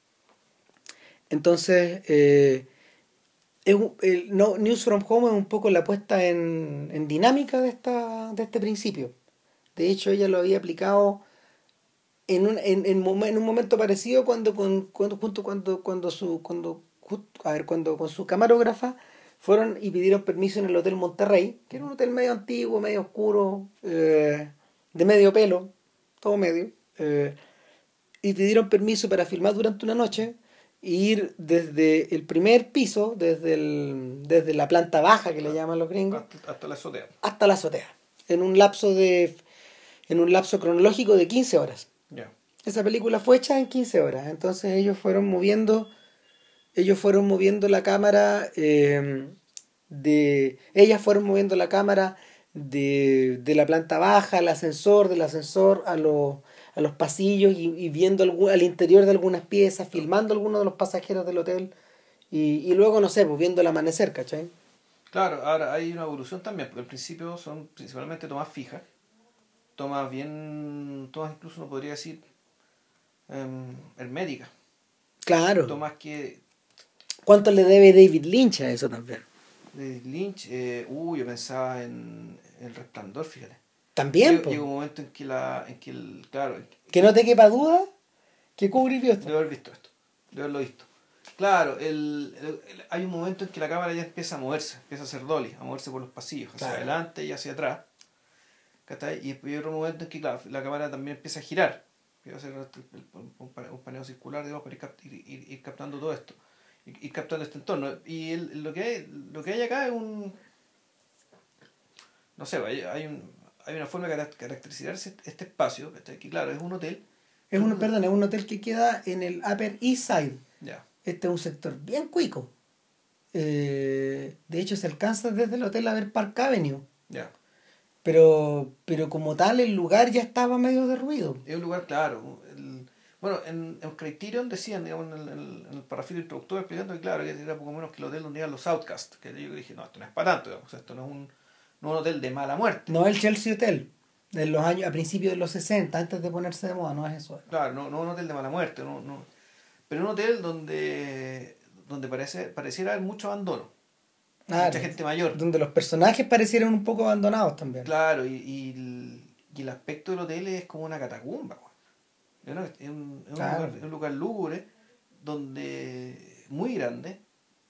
entonces eh, es un- el, no, News from Home es un poco la puesta en, en dinámica de esta de este principio. De hecho, ella lo había aplicado en un, en, en, momen- en un momento parecido cuando con, cuando junto cuando cuando su cuando ju- a ver cuando con su camarógrafa fueron y pidieron permiso en el Hotel Monterrey, que era un hotel medio antiguo, medio oscuro, eh, de medio pelo, todo medio, eh, y pidieron permiso para filmar durante una noche e ir desde el primer piso, desde el, desde la planta baja que le llaman los gringos,
Hasta, hasta la azotea.
hasta la azotea, en un lapso de en un lapso cronológico de quince horas.
Ya.
Esa película fue hecha en quince horas, entonces ellos fueron moviendo, ellos fueron moviendo la cámara eh, de, ellas fueron moviendo la cámara de, de la planta baja al ascensor, del ascensor a los, a los pasillos y, y viendo algún, al interior de algunas piezas, filmando a algunos de los pasajeros del hotel y, y luego, no sé, pues viendo el amanecer, ¿cachai?
Claro, ahora hay una evolución también, porque al principio son principalmente tomas fijas, tomas bien, tomas incluso uno podría decir em, herméticas,
Claro.
tomas que
¿Cuánto le debe David Lynch a eso también?
de Lynch, eh, uh, yo pensaba en El Resplandor, fíjate.
También,
Llega,
pues.
llega un momento en que la, en que el, claro, en
Que no te quepa duda que Kubrick vio esto.
de haber visto esto, de haberlo visto. Claro, el, el- el- hay un momento en que la cámara ya empieza a moverse, empieza a hacer dolly, a moverse por los pasillos, hacia
Claro.
adelante y hacia atrás. ¿Cachai? Y después hay otro momento en que claro, la cámara también empieza a girar, empieza a hacer el- el- un, pa- un paneo circular, digamos, para ir, cap- ir- ir- ir captando todo esto, ir, ir captando este entorno. Y el- lo, que hay, lo que hay acá es un, no sé, hay, hay, un, hay una forma de carac- caracterizar este, este espacio, ¿cachai? Que claro, es un hotel.
Es un, perdón, es un hotel que queda en el Upper East Side.
Ya,
Este es un sector bien cuico. Eh, de hecho, se alcanza desde el hotel a ver Park Avenue.
ya.
Pero, pero como tal, el lugar ya estaba medio derruido.
Es un lugar claro. El, bueno, en, en Criterion decían, digamos, en el, en el, en el parrafilo introductorio explicando que claro, que era poco menos que el hotel donde iban los outcasts. Que yo dije, no, esto no es para tanto, digamos, esto no es un, no es un hotel de mala muerte.
No el Chelsea Hotel, de los años, a principios de los sesenta antes de ponerse de moda, no es eso.
Claro, no, no es un hotel de mala muerte, no, no, pero un hotel donde, donde parece, pareciera haber mucho abandono.
Claro,
Mucha gente mayor.
donde los personajes parecieron un poco abandonados también.
Claro, y, y, el, y el aspecto del hotel es como una catacumba. Güey. Es, una- es un, es un
Claro.
lugar, es un lugar lúgubre, donde muy grande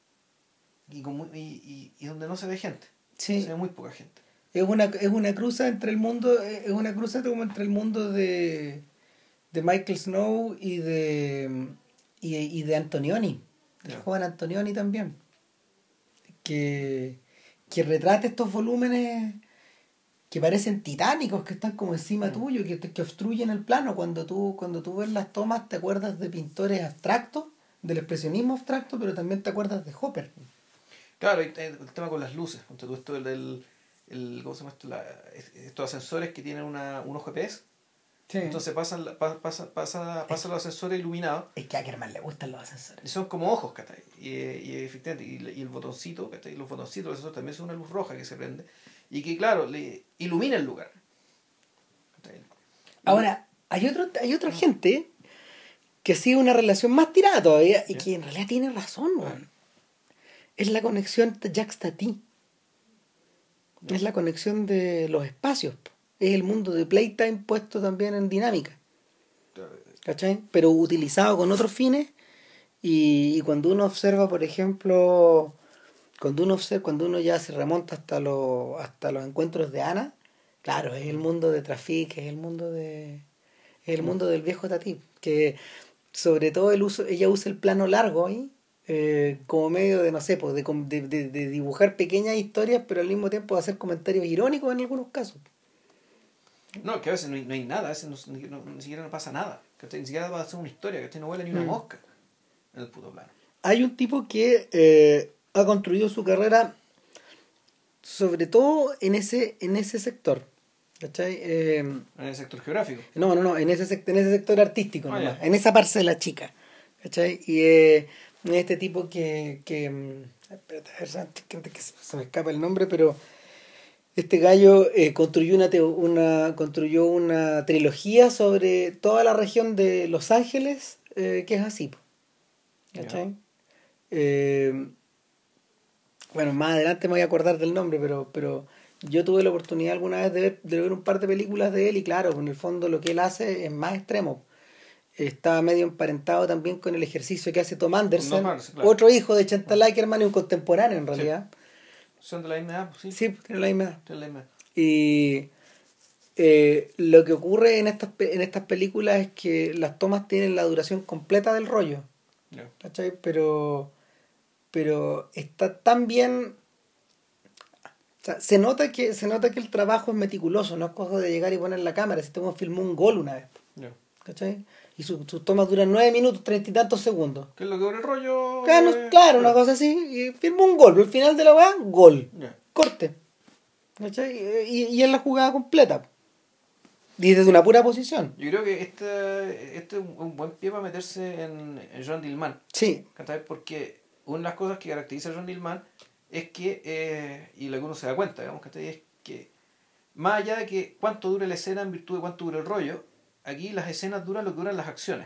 y, con muy- y, y, y donde no se ve gente.
Sí.
Se ve muy poca gente.
Es una, es una cruza entre el mundo, es una cruza como entre el mundo de, de Michael Snow y de y, y de Antonioni, del
Ya.
joven Antonioni también. Que, que retrata estos volúmenes que parecen titánicos, que están como encima
Mm.
tuyo, que, te- que obstruyen el plano. Cuando tú, cuando tú ves las tomas, te acuerdas de pintores abstractos, del expresionismo abstracto, pero también te acuerdas de Hopper.
Claro, y el, el tema con las luces, ponte tú esto del, del- el, ¿cómo se llama esto? La- es- estos ascensores que tienen una, unos G P S,
Sí.
entonces pasan, la- pa- pasa, pasa, pasan los ascensores iluminados
Es que a Ackerman le gustan los ascensores.
y son como ojos, ¿cachai? Y, y efectivamente, y, y el botoncito, ¿cachai? Los botoncitos del ascensor también son una luz roja que se prende y que, claro, le ilumina el lugar. ¿Cachai?
Ahora, hay otro, hay otra gente que sigue una relación más tirada todavía y
¿Ya?
que en realidad tiene razón,
Ah,
weón. Es la conexión Jacques Tati.
¿ya?
Es la conexión de los espacios. Po. Es el mundo de Playtime puesto también en dinámica.
Claro,
¿Cachai? Pero utilizado con otros fines. Y, y cuando uno observa, por ejemplo, cuando uno observa, cuando uno ya se remonta hasta los, hasta los encuentros de Ana, claro, es el mundo de Traffic, es el mundo de. Es el
mm.
mundo del viejo Tati. Que sobre todo el uso, ella usa el plano largo ahí, eh, como medio de, no sé, pues, de, com- de, de- de dibujar pequeñas historias, pero al mismo tiempo de hacer comentarios irónicos en algunos casos.
No, que a veces no hay, no hay nada, a veces no, ni, no- ni siquiera no pasa nada, ¿cachai? Ni siquiera va a ser una historia, ¿cachai? No huele ni una
Mm.
mosca en el puto plano.
Hay un tipo que eh, ha construido su carrera sobre todo en ese, en ese sector. ¿Cachai? Eh,
En el sector geográfico.
no, no, no, en ese, sect- en ese sector artístico
Ah,
nomás,
ya.
en esa parcela chica. ¿Cachai? Y eh, este tipo que... que mm, espérate, a ver, antes que, antes que se se me escapa el nombre, pero este gallo eh, construyó una, teo- una construyó una trilogía sobre toda la región de Los Ángeles, eh, que es así, po, ¿cachai? Eh, bueno, más adelante me voy a acordar del nombre, pero, pero yo tuve la oportunidad alguna vez de ver, de ver un par de películas de él y claro, en el fondo lo que él hace es más extremo. Está medio emparentado también con el ejercicio que hace Tom Anderson,
No, claro.
otro hijo de Chantal Akerman y un contemporáneo en
Sí.
realidad.
Son de la misma edad, pues sí.
Sí, tiene la misma edad.
Son de la misma edad.
Y eh, lo que ocurre en estas, pe- en estas películas es que las tomas tienen la duración completa del rollo,
Ya.
¿cachai? Pero, pero está tan bien... O sea, se nota que, se nota que el trabajo es meticuloso, no es cosa de llegar y poner la cámara. Si tengo filmó un gol una vez,
Ya.
¿cachai? Y su- sus tomas duran nueve minutos, treinta y tantos segundos.
¿Qué es lo que dura el rollo?
Claro,
Eh,
claro, una
bueno.
cosa así, y filmó un gol, pero al final de la weá, gol.
Ya.
Corte. ¿Cachai? Y, y es la jugada completa. Y desde una pura posición.
Yo creo que este, este es un, un buen pie para meterse en, en John Dillman.
Sí,
¿Cachai? Porque una de las cosas que caracteriza a John Dillman es que, eh, y lo que uno se da cuenta, digamos, ¿cachai? Es que más allá de que cuánto dure la escena en virtud de cuánto dure el rollo, aquí las escenas duran lo que duran las acciones.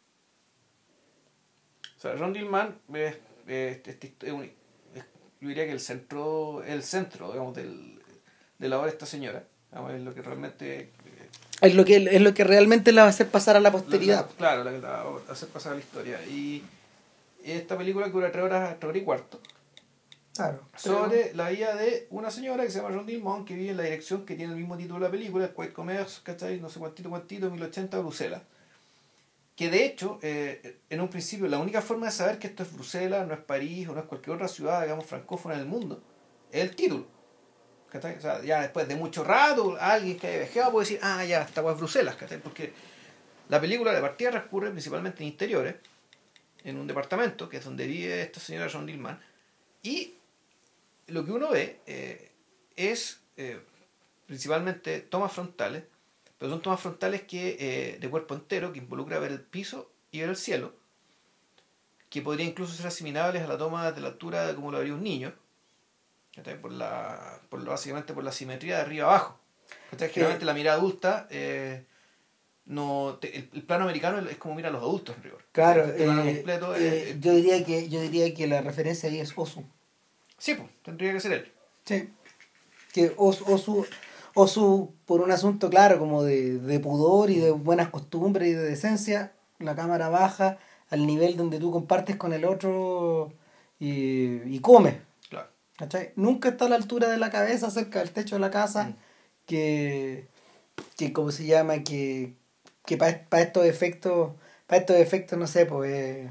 O sea, John Dillman es, es, es- es un- es- yo diría que el centro, el centro, digamos, del, de la obra de esta señora. Digamos, es lo que realmente... eh,
es lo que, es lo que realmente la va a hacer pasar a la
La-
posteridad.
la- claro, la que la va a hacer pasar la historia. Y esta película que dura tres horas, tres horas y cuarto,
Claro.
sobre la vida de una señora que se llama John Dillman, que vive en la dirección que tiene el mismo título de la película, el Quiet Commerce, ¿cachai? No sé cuántito, cuántito, mil ochenta, Bruselas. Que de hecho, eh, en un principio, la única forma de saber que esto es Bruselas, no es París o no es cualquier otra ciudad, digamos, francófona del mundo, es el título. ¿Cachai? O sea, ya después de mucho rato, alguien que haya viajado puede decir, ah, ya, esta es Bruselas, ¿cachai? Porque la película de partida transcurre principalmente en interiores, en un departamento, que es donde vive esta señora John Dillman, y lo que uno ve eh, es eh, principalmente tomas frontales, pero son tomas frontales que eh, de cuerpo entero, que involucra ver el piso y ver el cielo, que podría incluso ser asimilables a la toma de la altura de como lo haría un niño, ¿cachai? Por la, por, básicamente por la simetría de arriba abajo. ¿Cachai? Generalmente
Eh,
la mirada adulta, eh, no te- el, el plano americano es como mira a los adultos en rigor.
Claro,
Este plano
eh,
completo es-
eh,
es-
yo diría que yo diría que la referencia ahí es Osu.
sí, pues, tendría que ser él.
Sí. Que Osu, Osu, Osu, por un asunto claro como de, de pudor y de buenas costumbres y de decencia, la cámara baja al nivel donde tú compartes con el otro y, y comes.
Claro.
¿Cachai? Nunca está a la altura de la cabeza, cerca del techo de la casa,
Mm.
que, que ¿cómo se llama? Que, que para estos efectos, para estos efectos, no sé, pues eh,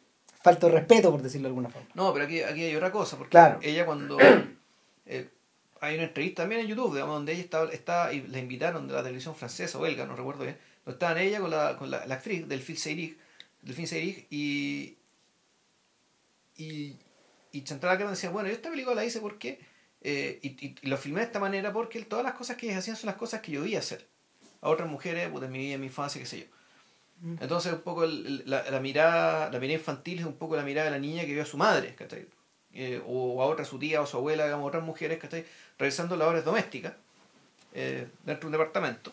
falta de respeto, por decirlo de alguna forma.
No, pero aquí, aquí hay otra cosa, porque
Claro.
ella cuando... eh, hay una entrevista también en YouTube, digamos, donde ella estaba, está, y la invitaron de la televisión francesa o belga, no recuerdo bien, donde estaban ella con la, con la, la actriz del Phil Seyrig, del Phil Seyrig, y, y, y Chantal Akerman decía, bueno, yo esta película la hice porque, eh, y, y, y lo filmé de esta manera porque todas las cosas que ellas hacían son las cosas que yo vi hacer a otras mujeres, pues, de mi vida, en mi infancia, qué sé yo. Entonces un poco el, la, la mirada la mirada infantil es un poco la mirada de la niña que ve a su madre, ¿cachai? Eh, o a otra, su tía o su abuela, digamos, otras mujeres, ¿cachai? Realizando labores domésticas eh, dentro de un departamento.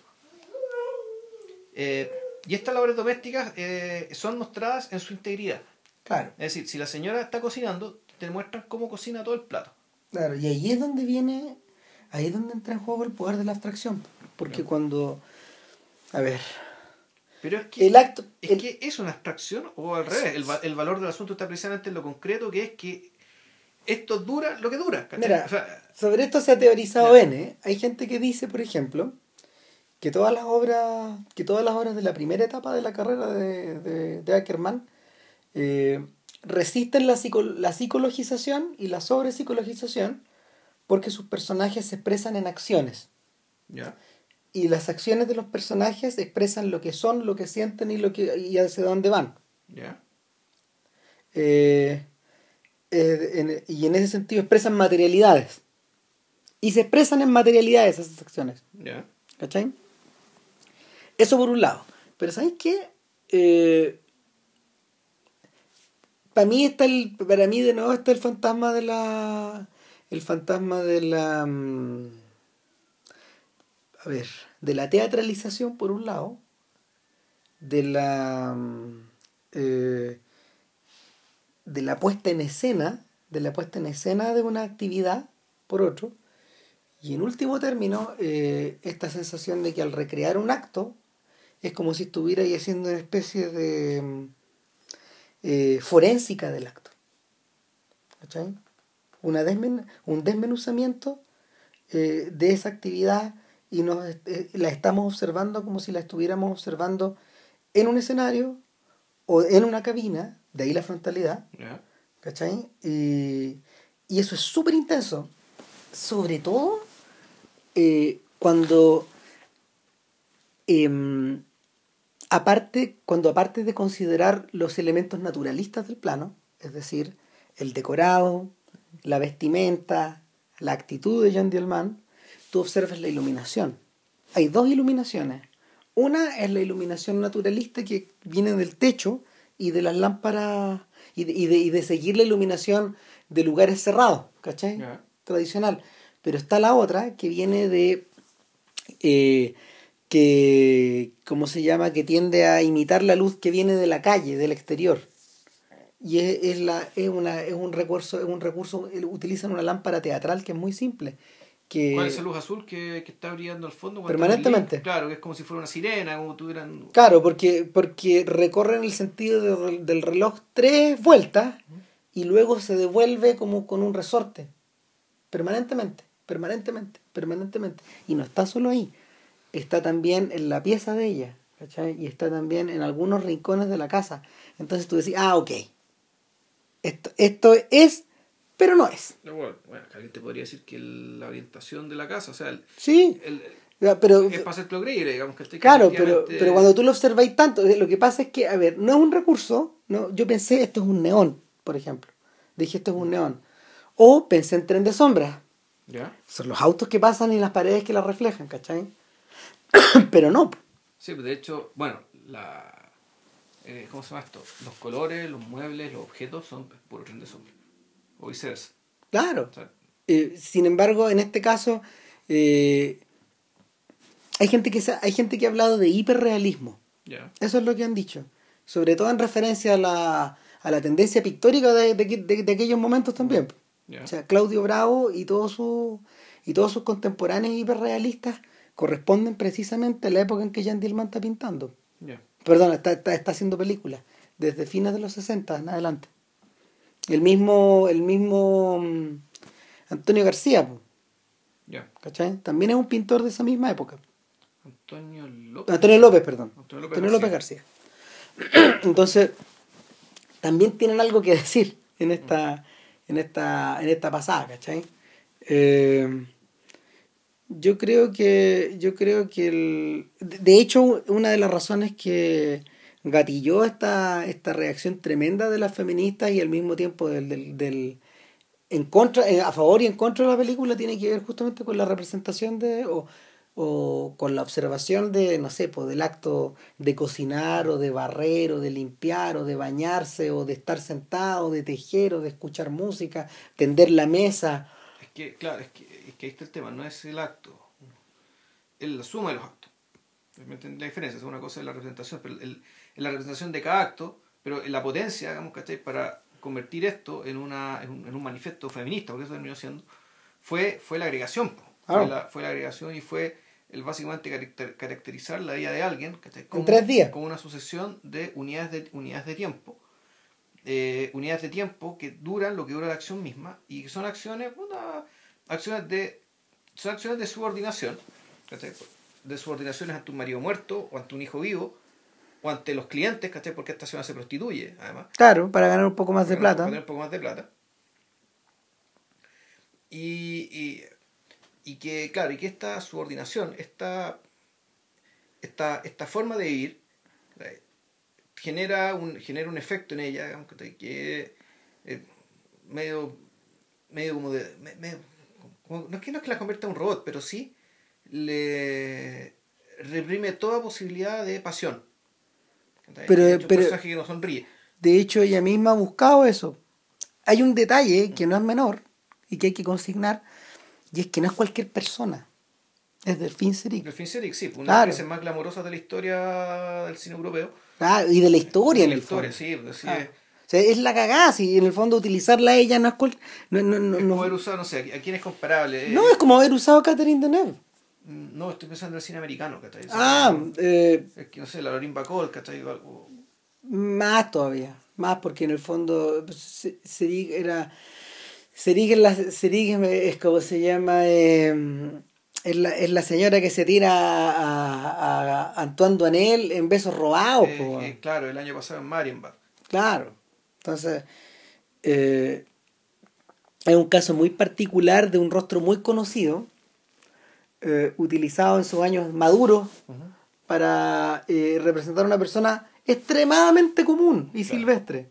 Eh, y estas labores domésticas eh, son mostradas en su integridad.
Claro.
Es decir, si la señora está cocinando, te muestran cómo cocina todo el plato.
Claro, y ahí es donde viene, ahí es donde entra en juego el poder de la abstracción. Porque claro. cuando, a ver...
Pero es que,
el acto,
es,
el,
que es una abstracción o al revés. El, el valor del asunto está precisamente en lo concreto, que es que esto dura lo que dura. ¿Cachai?
Mira,
o sea,
sobre esto se ha teorizado N. ¿eh? Hay gente que dice, por ejemplo, que todas las obras, que todas las obras de la primera etapa de la carrera de, de, de Ackerman eh, resisten la, psico, la psicologización y la sobrepsicologización porque sus personajes se expresan en acciones.
¿ya?
Y las acciones de los personajes expresan lo que son, lo que sienten y lo que y hacia dónde van.
¿Ya?
Eh, eh, en, y en ese sentido expresan materialidades. Y se expresan en materialidades esas acciones.
¿Ya?
¿Cachai? Eso por un lado. Pero ¿sabes qué? Eh, para mí está el. Para mí de nuevo está el fantasma de la. El fantasma de la. Um, a ver, de la teatralización por un lado, de la eh, de la puesta en escena, de la puesta en escena de una actividad por otro, y en último término, eh, esta sensación de que al recrear un acto es como si estuviera ahí haciendo una especie de eh, forénsica del acto. ¿Cachai? Una desmen- un desmenuzamiento eh, de esa actividad y nos eh, la estamos observando como si la estuviéramos observando en un escenario o en una cabina, de ahí la frontalidad,
¿Ya?
¿cachai? Y, y eso es súper intenso, sobre todo eh, cuando eh, aparte, cuando aparte de considerar los elementos naturalistas del plano, es decir, el decorado, la vestimenta, la actitud de Jean Dielman, tú observas la iluminación. Hay dos iluminaciones. Una es la iluminación naturalista que viene del techo y de las lámparas y de, y de, y de seguir la iluminación de lugares cerrados, ¿cachai?
¿Ya?
Tradicional. Pero está la otra que viene de eh, que, ¿cómo se llama? Que tiende a imitar la luz que viene de la calle, del exterior. Y es, es, la, es, una, es un recurso, es un recurso, utilizan una lámpara teatral que es muy simple. Que
¿Cuál es esa luz azul que, que está brillando al fondo?
Permanentemente.
Claro, que es como si fuera una sirena, como tuvieran...
Claro, porque, porque recorren el sentido de, del reloj tres vueltas y luego se devuelve como con un resorte. Permanentemente, permanentemente, permanentemente. Y no está solo ahí. Está también en la pieza de ella, ¿cachai? Y está también en algunos rincones de la casa. Entonces tú decís, ah, ok. Esto, esto es, pero no es.
Bueno, bueno, alguien te podría decir que el, la orientación de la casa, o sea, el,
sí,
el,
pero,
es para hacerlo creíble, digamos que estoy
claro, pero, pero cuando tú lo observáis tanto, lo que pasa es que, a ver, no es un recurso, no, yo pensé, esto es un neón, por ejemplo. Dije, esto es un neón. O pensé en tren de sombras.
¿Ya?
Son los autos que pasan y las paredes que las reflejan, ¿cachai? Pero no.
Sí, de hecho, bueno, la eh, ¿cómo se llama esto? Los colores, los muebles, los objetos son puro tren de sombra. O viceversa.
Claro.
O sea,
eh, sin embargo, en este caso, eh, hay gente que se, hay gente que ha hablado de hiperrealismo.
¿ya?
Eso es lo que han dicho. Sobre todo en referencia a la, a la tendencia pictórica de, de, de, de aquellos momentos también.
¿ya?
O sea, Claudio Bravo y todos sus y todos sus contemporáneos hiperrealistas corresponden precisamente a la época en que Jean Dielman está pintando.
¿ya?
Perdón, está, está, está haciendo películas. Desde fines de los sesenta en adelante. El mismo, el mismo um, Antonio García,
¿ya?
¿cachai? También es un pintor de esa misma época.
Antonio López.
Antonio López, perdón.
Antonio López,
Antonio López García. García. Entonces, también tienen algo que decir en esta, en esta, en esta pasada, ¿cachai? Eh, Yo creo que, yo creo que el, de de hecho, una de las razones que gatilló esta, esta reacción tremenda de las feministas y al mismo tiempo del, del, del- en contra, eh, a favor y en contra de la película tiene que ver justamente con la representación de, o, o con la observación de, no sé, pues del acto de cocinar o de barrer o de limpiar o de bañarse o de estar sentado, de tejer o de escuchar música, tender la mesa.
Es que, claro, es que, es que ahí está el tema, no es el acto, es la suma de los actos. ¿Me entiendes la diferencia? Es una cosa de la representación, pero el, en la representación de cada acto, pero en la potencia, digamos, ¿cachai? Para convertir esto en, una, en, un, en un manifiesto feminista, porque eso terminó siendo, fue, fue la agregación, po. fue,
Claro,
la, fue la agregación y fue el básicamente caracter- caracterizar la vida de alguien, ¿cachai?
en
como,
tres días.
como una sucesión de unidades de, unidades de tiempo, eh, unidades de tiempo que duran lo que dura la acción misma y que son acciones, puta, acciones de, son acciones de subordinación, ¿cachai? De subordinaciones ante un marido muerto o ante un hijo vivo o ante los clientes, ¿cachai? Porque esta señora se prostituye, además,
Claro, para ganar un poco más
para
de
ganar, para
plata.
tener un poco más de plata. Y, y, y que, claro, y que esta subordinación, esta, esta, esta forma de vivir, eh, genera un, genera un efecto en ella, digamos, que, que eh, medio, medio como de... me- medio- como- no es que no es que la convierta en un robot, pero sí le reprime toda posibilidad de pasión. ¿Cachai? De
Pero,
hecho, un
pero
personaje que no sonríe.
de hecho ella misma ha buscado eso. Hay un detalle que no es menor y que hay que consignar, y es que no es cualquier persona, es Delphine Seyrig.
Delphine Seyrig, sí, una de las
Claro,
actrices más glamorosas de la historia del cine europeo.
claro, y de la
Y
historia
de
en
la
el
historia,
fondo.
sí, pues, sí
Claro.
es,
O sea, es la cagada, si en el fondo utilizarla a ella no es cual- no, no, no,
es como
no,
haber usado, no sé, ¿a quién es comparable?
no es
Eh,
como haber usado a Catherine Deneuve.
no, estoy pensando en el cine americano, ¿cachai? El cine
Ah,
americano,
eh,
es que no sé, la Lorin Bacall, ¿cachai? O algo-
más todavía, más porque en el fondo pues, Se- Seyrig era Seyrig es, la, Seyrig es, es como se llama, eh, es, la, es la señora que se tira a, a, a Antoine Duanel en besos robados, po,
eh,
weón.
eh, claro, el año pasado en Marienbad.
Claro. Entonces, eh, es un caso muy particular de un rostro muy conocido, eh, utilizado en sus años maduros
Ujú.
para eh, representar a una persona extremadamente común y
Claro.
silvestre.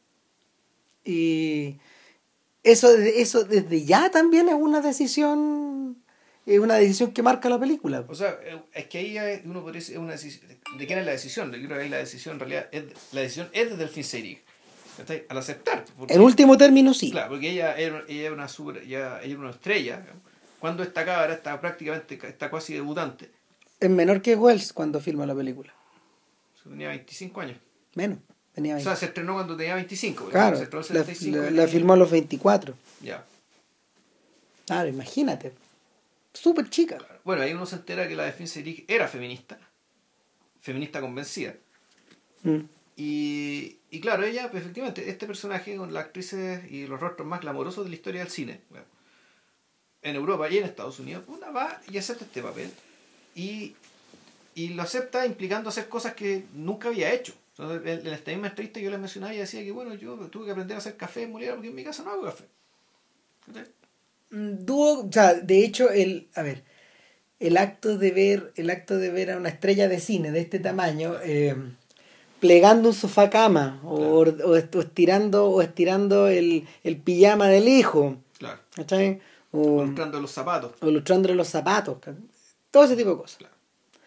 Y eso, eso desde ya también es una decisión, es una decisión que marca la película.
O sea, eh, es que ahí hay- uno podría decir, es una decisión, ¿de quién es la decisión? Yo creo que ahí la decisión en realidad es, la decisión es de Delphine Seyrig, ¿cachai? Al aceptar,
En
porque,
último término, sí.
claro, porque ella era, ella era una super, ella, ella era una estrella, ¿no? Cuando esta cabra está prácticamente, está casi debutante,
Es menor que Wells cuando filma la película.
tenía veinticinco años.
Menos, tenía
O sea,
veinte.
se estrenó cuando tenía veinticinco, porque se
Claro,
estrenó en el
la,
setenta y cinco
la,
y
la
tenía...
filmó a los veinticuatro.
Ya.
Claro, imagínate. Súper chica.
Bueno, ahí uno se entera que la Delphine Seyrig era feminista, feminista convencida.
Mm.
Y, y claro, ella, pues, efectivamente, este personaje con las actrices y los rostros más glamorosos de la historia del cine, bueno, en Europa y en Estados Unidos, una va y acepta este papel y, y lo acepta implicando hacer cosas que nunca había hecho. Entonces, en, en esta misma entrevista yo les mencionaba y decía que bueno, yo tuve que aprender a hacer café en Moliera porque en mi casa no hago café. ¿Entendés?
Mm, Dúo, o sea, de hecho, el, a ver, el acto de ver, el acto de ver a una estrella de cine de este tamaño,
Claro,
eh, plegando un sofá cama, o,
claro,
o, est- o estirando, o estirando el, el pijama del hijo,
claro.
¿cachai?
O
O,
lustrando los zapatos.
o lustrándole los zapatos, ¿cachai? Todo ese tipo de cosas.
Claro,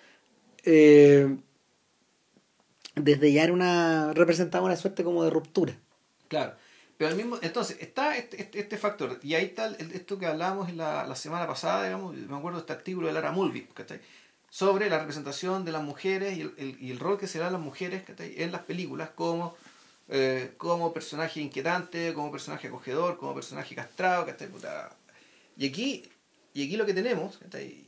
Eh, desde ya era una, representaba una suerte como de ruptura.
claro. Pero al mismo, entonces, está este, este, este factor, y ahí está el- esto que hablábamos en la, la semana pasada, digamos, me acuerdo de este artículo de Lara Mulvey, ¿cachai? Sobre la representación de las mujeres y el, el- y el rol que se da a las mujeres, ¿cachai? En las películas como, eh, como personaje inquietante, como personaje acogedor, como personaje castrado, ¿cachai? Puta. Y aquí, y aquí lo que tenemos, ¿cachai?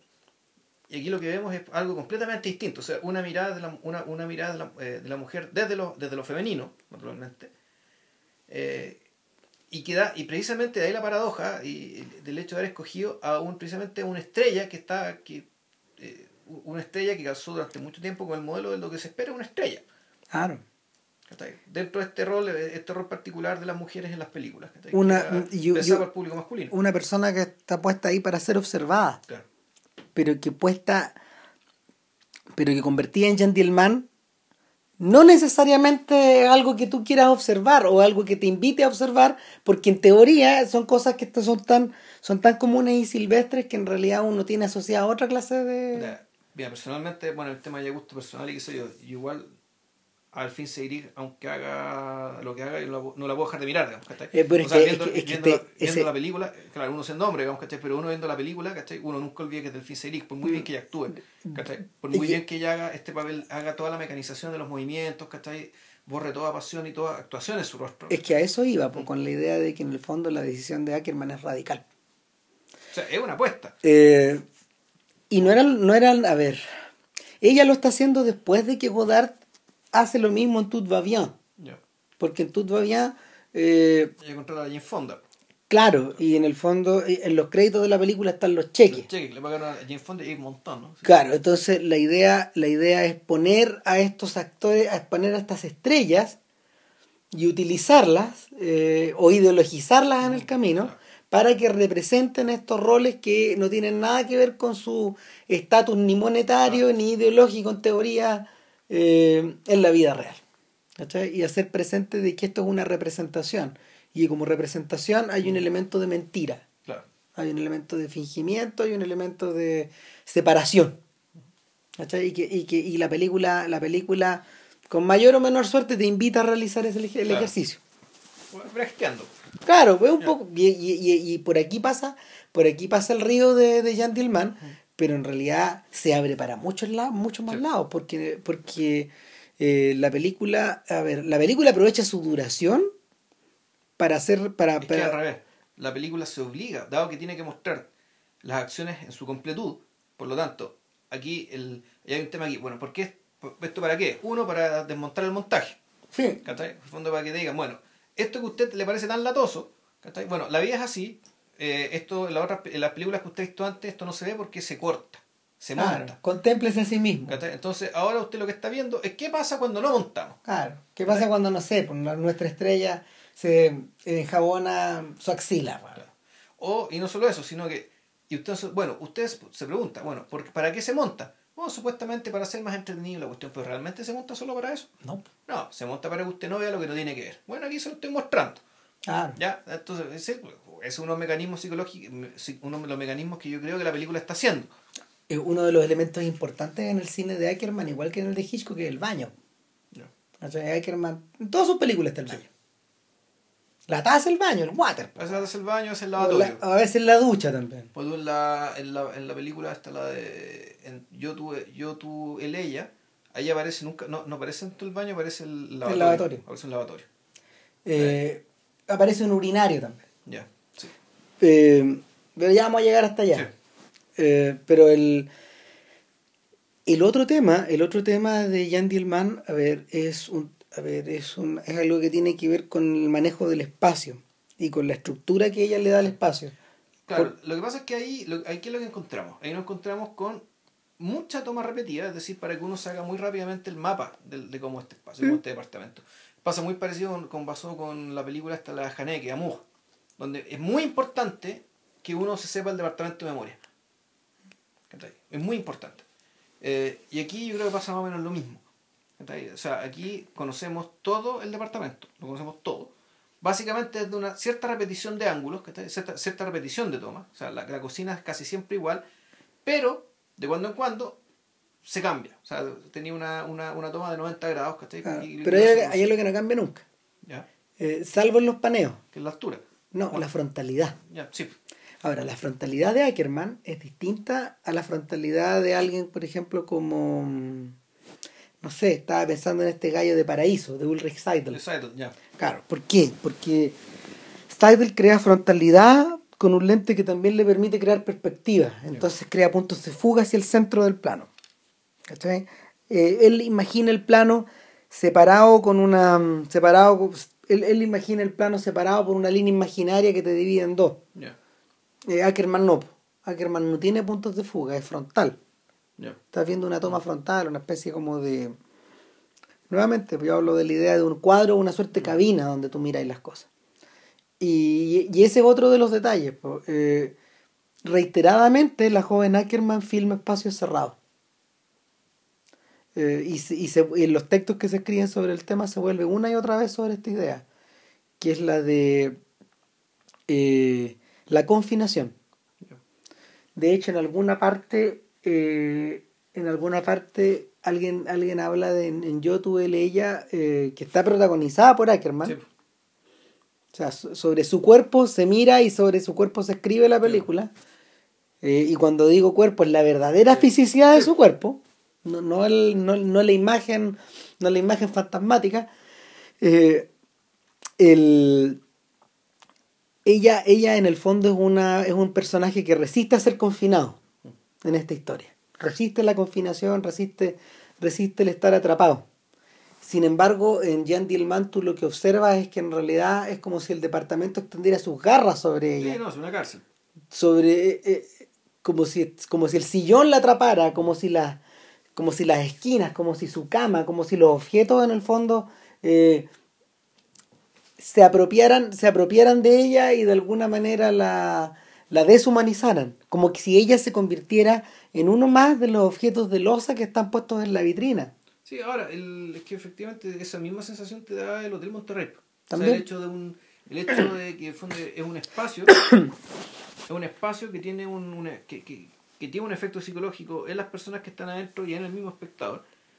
Y aquí lo que vemos es algo completamente distinto, o sea, una mirada de la, una, una mirada de la, eh, de la mujer desde lo, desde lo femenino, naturalmente, eh, y, que da- y precisamente de ahí la paradoja y, del hecho de haber escogido a un precisamente una estrella que está que, eh, una estrella que calzó durante mucho tiempo con el modelo de lo que se espera de una estrella,
Claro.
¿cachai? Dentro de este rol eh, este rol particular de las mujeres en las películas, ¿cachai? Que
Una,
era
y- y-
pensado para el público masculino,
una persona que está puesta ahí para ser observada.
claro.
pero que puesta, pero que convertida en gentleman, no necesariamente algo que tú quieras observar o algo que te invite a observar, porque en teoría son cosas que son tan, son tan comunes y silvestres que en realidad uno tiene asociada a otra clase de...
Mira, mira, personalmente, bueno, el tema de gusto personal y qué sé yo, yo igual al fin seguir, aunque haga lo que haga, yo no la, no la puedo dejar de mirar, digamos, ¿cachai?
Eh, pero
O
es
sea,
que,
viendo,
es que, es que
viendo, la,
este-
viendo
ese...
la película, claro, uno sin nombre, digamos, ¿cachai? Pero uno viendo la película, ¿cachai? Uno nunca olvida que es Delphine Seyrig, por muy bien que ella actúe, ¿cachai? Por
es
muy
que-
bien que ella haga este papel, haga toda la mecanización de los movimientos, ¿cachai? Borre toda pasión y toda actuación en su rostro.
Es que a eso iba, pues,
Mm.
con la idea de que en el fondo la decisión de Ackerman es radical.
O sea, es una apuesta.
Eh, y no eran, no eran, a ver, ella lo está haciendo después de que Godard hace lo mismo en Tout va bien,
Ya.
porque en Tout va bien, eh,
Ella controla a Jane Fonda.
claro, y en el fondo, eh, en los créditos de la película están los cheques.
Los cheques que le pagaron a Jane Fonda y Yves Montand, ¿no? Sí.
Claro, entonces la idea, la idea es poner a estos actores, a poner a estas estrellas y utilizarlas eh, o ideologizarlas en el camino
Claro.
para que representen estos roles que no tienen nada que ver con su estatus ni monetario ni ideológico en teoría eh, en la vida real. ¿Cachai? Y hacer presente de que esto es una representación y como representación hay un elemento de mentira,
Claro.
hay un elemento de fingimiento, hay un elemento de separación. ¿Cachai? Y que, y que y la película, la película con mayor o menor suerte te invita a realizar ese, el
Claro.
ejercicio.
Bueno, brexteando.
Claro, pues un
Ya.
poco. Y, y, y, y por aquí pasa, por aquí pasa el río de, de Jean Dillman, pero en realidad se abre para muchos lados, muchos más
Sí.
lados, porque, porque eh, la película, a ver, la película aprovecha su duración para hacer, para,
Es que al
para
revés, la película se obliga, dado que tiene que mostrar las acciones en su completud, por lo tanto, aquí el, hay un tema aquí, bueno, ¿por qué? ¿Esto para qué? Uno, para desmontar el montaje,
sí,
¿cachai? En el fondo para que te digan, bueno, esto que a usted le parece tan latoso, ¿cachai? Bueno, la vida es así, eh, esto en, la otra, en las películas que usted ha visto antes, esto no se ve porque se corta, se
claro,
monta,
contémplese a sí mismo.
¿cachai? Entonces, ahora usted lo que está viendo es qué pasa cuando no montamos.
Claro. ¿Qué pasa cuando, no sé, pues, la- nuestra estrella se enjabona su axila? Bueno.
O, y no solo eso, sino que, y usted, bueno, usted se pregunta, bueno, ¿por, ¿para qué se monta? Bueno, supuestamente para hacer más entretenido la cuestión, pero ¿realmente se monta solo para eso?
No.
No, se monta para que usted no vea lo que no tiene que ver. Bueno, aquí se lo estoy mostrando.
Claro.
¿Ya? Entonces, ese es uno de los mecanismos psicológicos, uno de los mecanismos que yo creo que la película está haciendo.
Es uno de los elementos importantes en el cine de Ackerman, igual que en el de Hitchcock, que es el baño.
Ya.
O sea, Ackerman, en todas sus películas está el baño. La taza, el baño, el water.
A veces hace el baño, hace el
O
lavatorio.
la- a veces la ducha también.
Pues en la, en la, en la película está la de en Yo tuve, yo tu el ella, ahí aparece nunca, no, no aparece en todo el baño, aparece el lavatorio.
lavatorio.
Aparece un lavatorio.
Eh, aparece un urinario también.
Ya, sí.
Eh, pero ya vamos a llegar hasta allá.
Sí.
Eh, pero el, el otro tema, el otro tema de Jean Dillman, a ver, es un, a ver, es un, es algo que tiene que ver con el manejo del espacio y con la estructura que ella le da al espacio.
Claro, lo que pasa es que ahí, lo, ahí ¿qué es lo que encontramos? Ahí nos encontramos con mucha toma repetida, es decir, para que uno se haga muy rápidamente el mapa de, de cómo este espacio, cómo este departamento. Pasa muy parecido con, con pasó con la película esta, la de Haneke, Amour, donde es muy importante que uno se sepa el departamento de memoria. ¿Cachai? Es muy importante. Eh, y aquí yo creo que pasa más o menos lo mismo. ¿Cachai? O sea, aquí conocemos todo el departamento, lo conocemos todo. Básicamente es de una cierta repetición de ángulos, ¿cachai? Cierta, cierta repetición de tomas. O sea, la, la cocina es casi siempre igual, pero de cuando en cuando se cambia. O sea, tenía una, una, una toma de noventa grados, ¿cachai?
Claro,
Y-
pero
y-
hay, hay algo que no cambia nunca,
¿Ya?
eh, salvo en los paneos.
Que es la altura.
No,
Bueno.
la frontalidad.
Ya, sí.
Ahora, la frontalidad de Ackerman es distinta a la frontalidad de alguien, por ejemplo, como... mm, no sé, estaba pensando en este gallo de Paraíso, de Ulrich Seidel.
El Seidel, ya.
Claro, ¿por qué? Porque Seidel crea frontalidad con un lente que también le permite crear perspectiva. Entonces crea puntos de fuga hacia el centro del plano. ¿Cachai? Eh, él imagina el plano separado con una... mm, separado él, él imagina el plano separado por una línea imaginaria que te divide en dos.
Ya.
Eh, Ackerman no. Ackerman no tiene puntos de fuga, es frontal.
Ya.
Estás viendo una toma frontal, una especie como de... Nuevamente, yo hablo de la idea de un cuadro, una suerte de cabina donde tú miras las cosas. Y, y ese es otro de los detalles. po. Eh, reiteradamente la joven Ackerman filma espacios cerrados. Eh, y, se- y, se- y los textos que se escriben sobre el tema se vuelven una y otra vez sobre esta idea, que es la de eh, la confinación. De hecho, en alguna parte, eh, en alguna parte, alguien, alguien habla de en, en Yo tuve ella, eh, que está protagonizada por Ackerman.
Sí,
O sea, so- sobre su cuerpo se mira y sobre su cuerpo se escribe la
sí,
película. Eh, y cuando digo cuerpo, es la verdadera
sí.
fisicidad de
Sí.
su cuerpo, no, no, el- no, no la imagen, no la imagen fantasmática. Eh, el, ella, ella en el fondo es una, es un personaje que resiste a ser confinado en esta historia. Resiste la confinación, resiste, resiste el estar atrapado. Sin embargo, en Jean Dielman tú lo que observas es que en realidad es como si el departamento extendiera sus garras sobre
Sí,
ella.
no, es una cárcel.
Sobre eh, eh, como si como si el sillón la atrapara, como si las como si las esquinas, como si su cama, como si los objetos en el fondo eh, se apropiaran se apropiaran de ella y de alguna manera la la deshumanizaran, como que si ella se convirtiera en uno más de los objetos de loza que están puestos en la vitrina.
Sí, ahora, el, es que efectivamente esa misma sensación te da el Hotel Monterrey. O sea, el
También.
hecho de un el hecho de que en fondo es un espacio es un espacio que tiene un una- que, que, que tiene un efecto psicológico en las personas que están adentro y en el mismo espectador,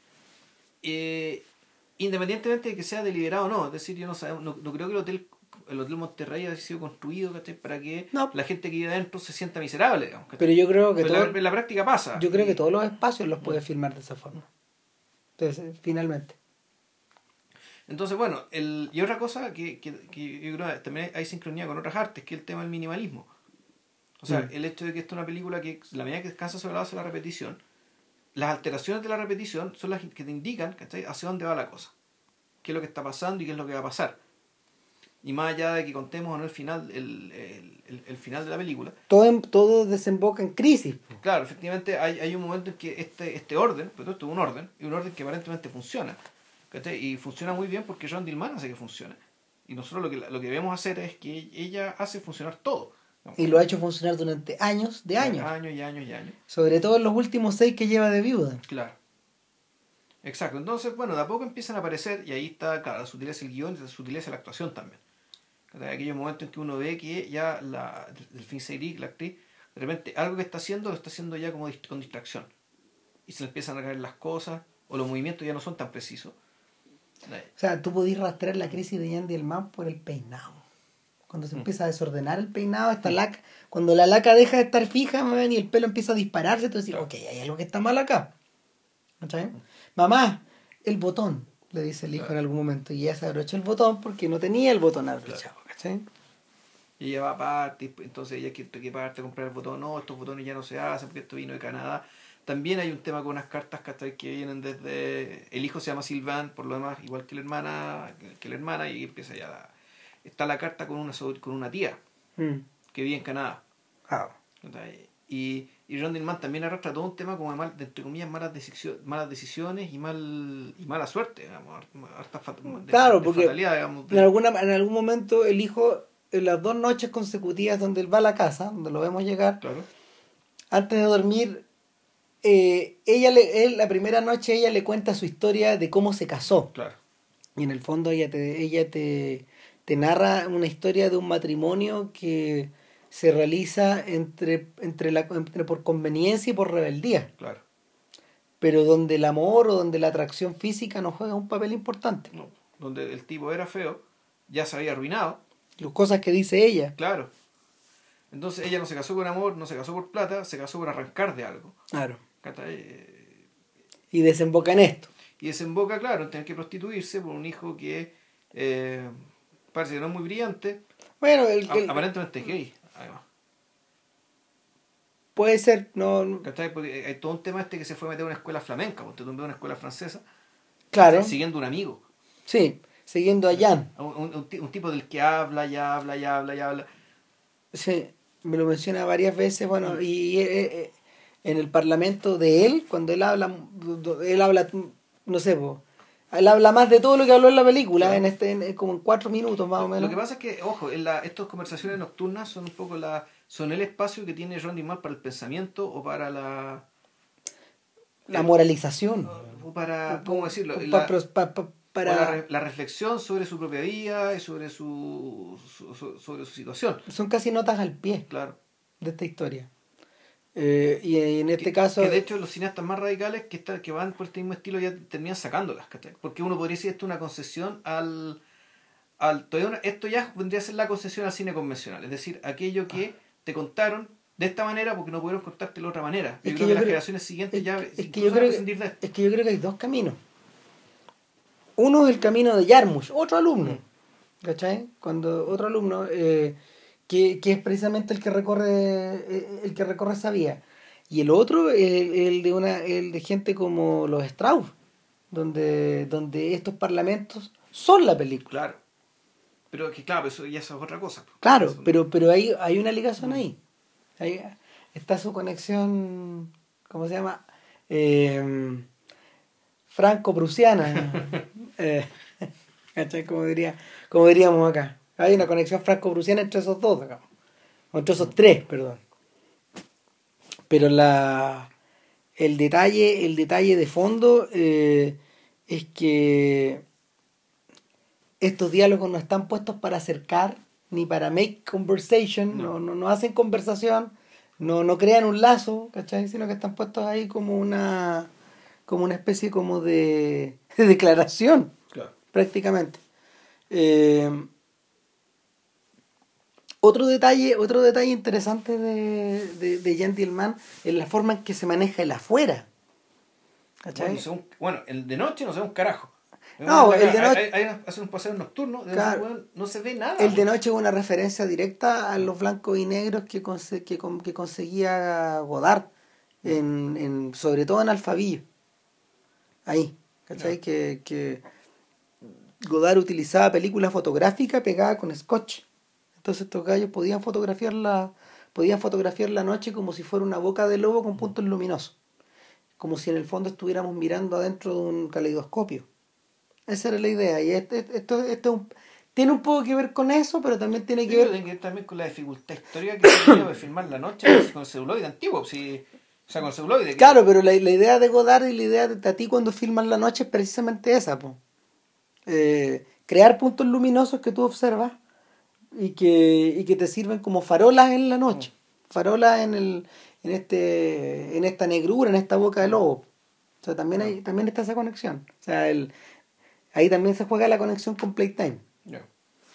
eh, independientemente de que sea deliberado o no. Es decir, yo no, sab- no, no creo que el hotel el hotel Monterrey haya sido construido, ¿cachai?, para que
No,
la gente que vive adentro se sienta miserable, digamos, ¿cachai?
pero yo creo que
Pero en la,
todo
en la práctica pasa.
yo creo que
y-
todos los espacios los puedes filmar de esa forma. Entonces, finalmente.
Entonces, bueno, el, y otra cosa que, que, que yo creo que también hay sincronía con otras artes, que es el tema del minimalismo. O sea,
Mm.
el hecho de que esto es una película que, la medida que descansa sobre la base de la repetición, las alteraciones de la repetición son las que te indican, ¿cachai?, hacia dónde va la cosa, qué es lo que está pasando y qué es lo que va a pasar. Y más allá de que contemos o no el final, el, el, el, el final de la película,
Todo, en- todo desemboca en crisis.
claro, efectivamente hay, hay un momento en que este, este orden, pero esto es un orden, y un orden que aparentemente funciona, ¿cachai? Y funciona muy bien porque John Dillman hace que funcione. Y nosotros lo que, lo que debemos hacer es que ella hace funcionar todo. ¿No?
Y lo ha hecho funcionar durante años de años.
Años y años y años.
Sobre todo en los últimos seis que lleva de viuda.
Claro. Exacto. Entonces, bueno, de a poco empiezan a aparecer, y ahí está, claro, la sutileza del guión y la sutileza de la actuación también. Hay aquellos momentos en que uno ve que ya la Delphine Seyrig, la actriz, de repente algo que está haciendo lo está haciendo ya como dist- con distracción. Y se le empiezan a caer las cosas, o los movimientos ya no son tan precisos.
O sea, tú podías rastrear la crisis de Jan Dielman por el peinado. Cuando se
Mm.
empieza a desordenar el peinado, esta laca, cuando la laca deja de estar fija, man, y el pelo empieza a dispararse, tú decís,
Claro.
ok, hay algo que está mal acá. ¿Cachai? Mamá, el botón, le dice el hijo
Claro.
en algún momento, y ella se abrocha el botón porque no tenía el botón abrochado, ¿cachai?
Y ella va a parte, entonces ella quiere que parte a comprar el botón. No, estos botones ya no se hacen porque esto vino de Canadá. También hay un tema con unas cartas, ¿cachai?, que vienen desde... El hijo se llama Sylvain, por lo demás, igual que la hermana, que la hermana, y empieza ya... la- Está la carta con una, sobre- con una tía
Mm.
que vive en Canadá.
Ah.
¿Cachai? Y, y Ron Dillman también arrastra todo un tema como de, mal, de entre comillas, malas, decisiones malas decisiones y mal y mala suerte, digamos, harta fat- de,
Claro,
de
porque
fatalidad, digamos, de-
En, alguna, en algún momento el hijo, en las dos noches consecutivas donde él va a la casa, donde lo vemos llegar,
claro,
antes de dormir, eh, ella le, él, la primera noche ella le cuenta su historia de cómo se casó.
claro,
Y en el fondo ella te, ella te, te narra una historia de un matrimonio que se realiza entre, entre, la, entre por conveniencia y por rebeldía,
claro.
pero donde el amor o donde la atracción física no juega un papel importante.
No, donde el tipo era feo, ya se había arruinado,
Las cosas que dice ella.
claro. Entonces ella no se casó por amor, no se casó por plata, se casó por arrancar de algo.
Claro.
¿Cachai? Eh,
Y desemboca en esto.
Y desemboca, claro, en tener que prostituirse por un hijo que eh, parece que no es muy brillante,
Bueno, el,
a-
el-
aparentemente es gay, además.
puede ser, no, no-
¿Cachai? Porque hay todo un tema este que se fue a meter a una escuela flamenca, porque tú en una escuela francesa,
claro,
siguiendo un amigo.
sí, siguiendo a Jan.
Un, un- un ti- un tipo del que habla, ya habla, ya habla, ya habla.
Sí, me lo menciona varias veces, bueno, y eh, eh, en el parlamento de él, cuando él habla, él habla, no sé, po, Él habla más de todo lo que habló en la película,
Claro.
en este en, como en cuatro minutos más o menos.
Lo que pasa es que, ojo, en la, estas conversaciones nocturnas son un poco la, son el espacio que tiene Ron Mal para el pensamiento o para la,
La
el,
moralización.
o para,
Pa-
¿cómo decirlo?
pa-
La,
pa- pa-
o la,
para
re- la reflexión sobre su propia vida y sobre su, su- su- sobre su situación.
Son casi notas al pie
Claro.
de esta historia. Eh, y en este
Que,
caso,
que de hecho los cineastas más radicales que están, que van por este mismo estilo ya terminan sacándolas, ¿cachai? Porque uno podría decir esto es una concesión al, al todavía una- esto ya vendría a ser la concesión al cine convencional, es decir, aquello que te contaron de esta manera porque no pudieron contarte de otra manera. Yo
es
creo
que
que
yo
las
creo,
generaciones siguientes
es,
ya
que- es que
incluso
yo
van a
creo
prescindir de esto.
es que yo creo que hay dos caminos. Uno es el camino de Yarmush, otro alumno,
Mm.
¿cachai? Cuando otro alumno eh, que, que es precisamente el que recorre eh, el que recorre esa vía. Y el otro, el, el de una el de gente como los Strauss, donde donde estos parlamentos son la película.
Claro. Pero que claro, eso ya eso es otra cosa.
Claro,
Eso-
pero pero hay hay una ligación
Mm.
ahí. Ahí está su conexión, ¿cómo se llama? Eh, franco-prusiana. eh, ¿cachai? Como diría, como diríamos acá. Hay una conexión franco-prusiana entre esos dos, digamos. O entre esos tres, perdón. Pero la el detalle, el detalle de fondo eh, es que estos diálogos no están puestos para acercar ni para make conversation, no,
No.
no, no hacen conversación, no, no crean un lazo, ¿cachai? Sino que están puestos ahí como una como una especie como de, de declaración,
Claro.
prácticamente. Eh, otro detalle, otro detalle interesante de, de, de Gentleman es la forma en que se maneja el afuera. ¿Cachai?
Bueno, no sé un- bueno, el de noche no se ve un carajo.
No,
Hay-
el de
hay-
noche-
hay- hay- hacen un paseo nocturno, de
Claro.
ese weón no se ve nada.
El de
weón.
noche es una referencia directa a los blancos y negros que, conse- que, con- que conseguía Godard, en, en, sobre todo en Alfabillo. Ahí, ¿cachai?
Ya.
Que, que Godard utilizaba película fotográfica pegada con scotch. Entonces estos gallos podían fotografiar la, podían fotografiar la noche como si fuera una boca de lobo con puntos luminosos. Como si en el fondo estuviéramos mirando adentro de un caleidoscopio. Esa era la idea. Y este, esto, esto es un- tiene un poco que ver con eso, pero también tiene
Yo
que
creo
ver...
que tiene que ver también con la dificultad histórica que se tenía de filmar la noche con celuloide antiguo. Si, o sea, con celuloide. que-
Claro, pero la, la idea de Godard y la idea de ti cuando filman la noche es precisamente esa, po. Eh, crear puntos luminosos que tú observas y que, y que te sirven como farolas en la noche, farolas en el en este en esta negrura, en esta boca de lobo. O sea, también hay también está esa conexión. O sea, el, ahí también se juega la conexión con Playtime.
Ya.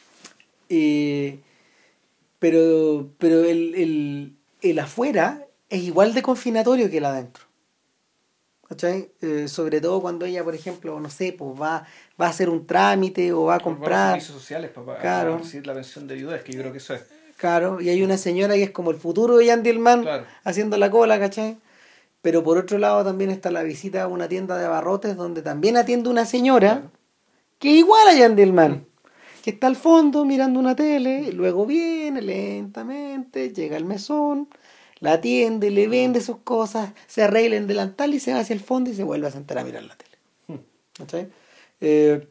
Eh, pero pero el, el, el afuera es igual de confinatorio que el adentro. ¿Cachai? Eh, sobre todo cuando ella, por ejemplo, no sé, pues va, va a hacer un trámite o va a
Por- por los
comprar.
servicios sociales para,
Claro.
para recibir la pensión de viudez, que yo creo que eso es.
Claro, y hay una señora que es como el futuro de Jan Dielman
Claro.
haciendo la cola, ¿cachai? Pero por otro lado también está la visita a una tienda de abarrotes donde también atiende una señora
Claro.
que es igual a Jan Dielman, que está al fondo mirando una tele, y luego viene lentamente, llega al mesón, la atiende, le vende sus cosas, se arregla en delantal y se va hacia el fondo y se vuelve a sentar a mirar la tele. ¿Cachai? Eh,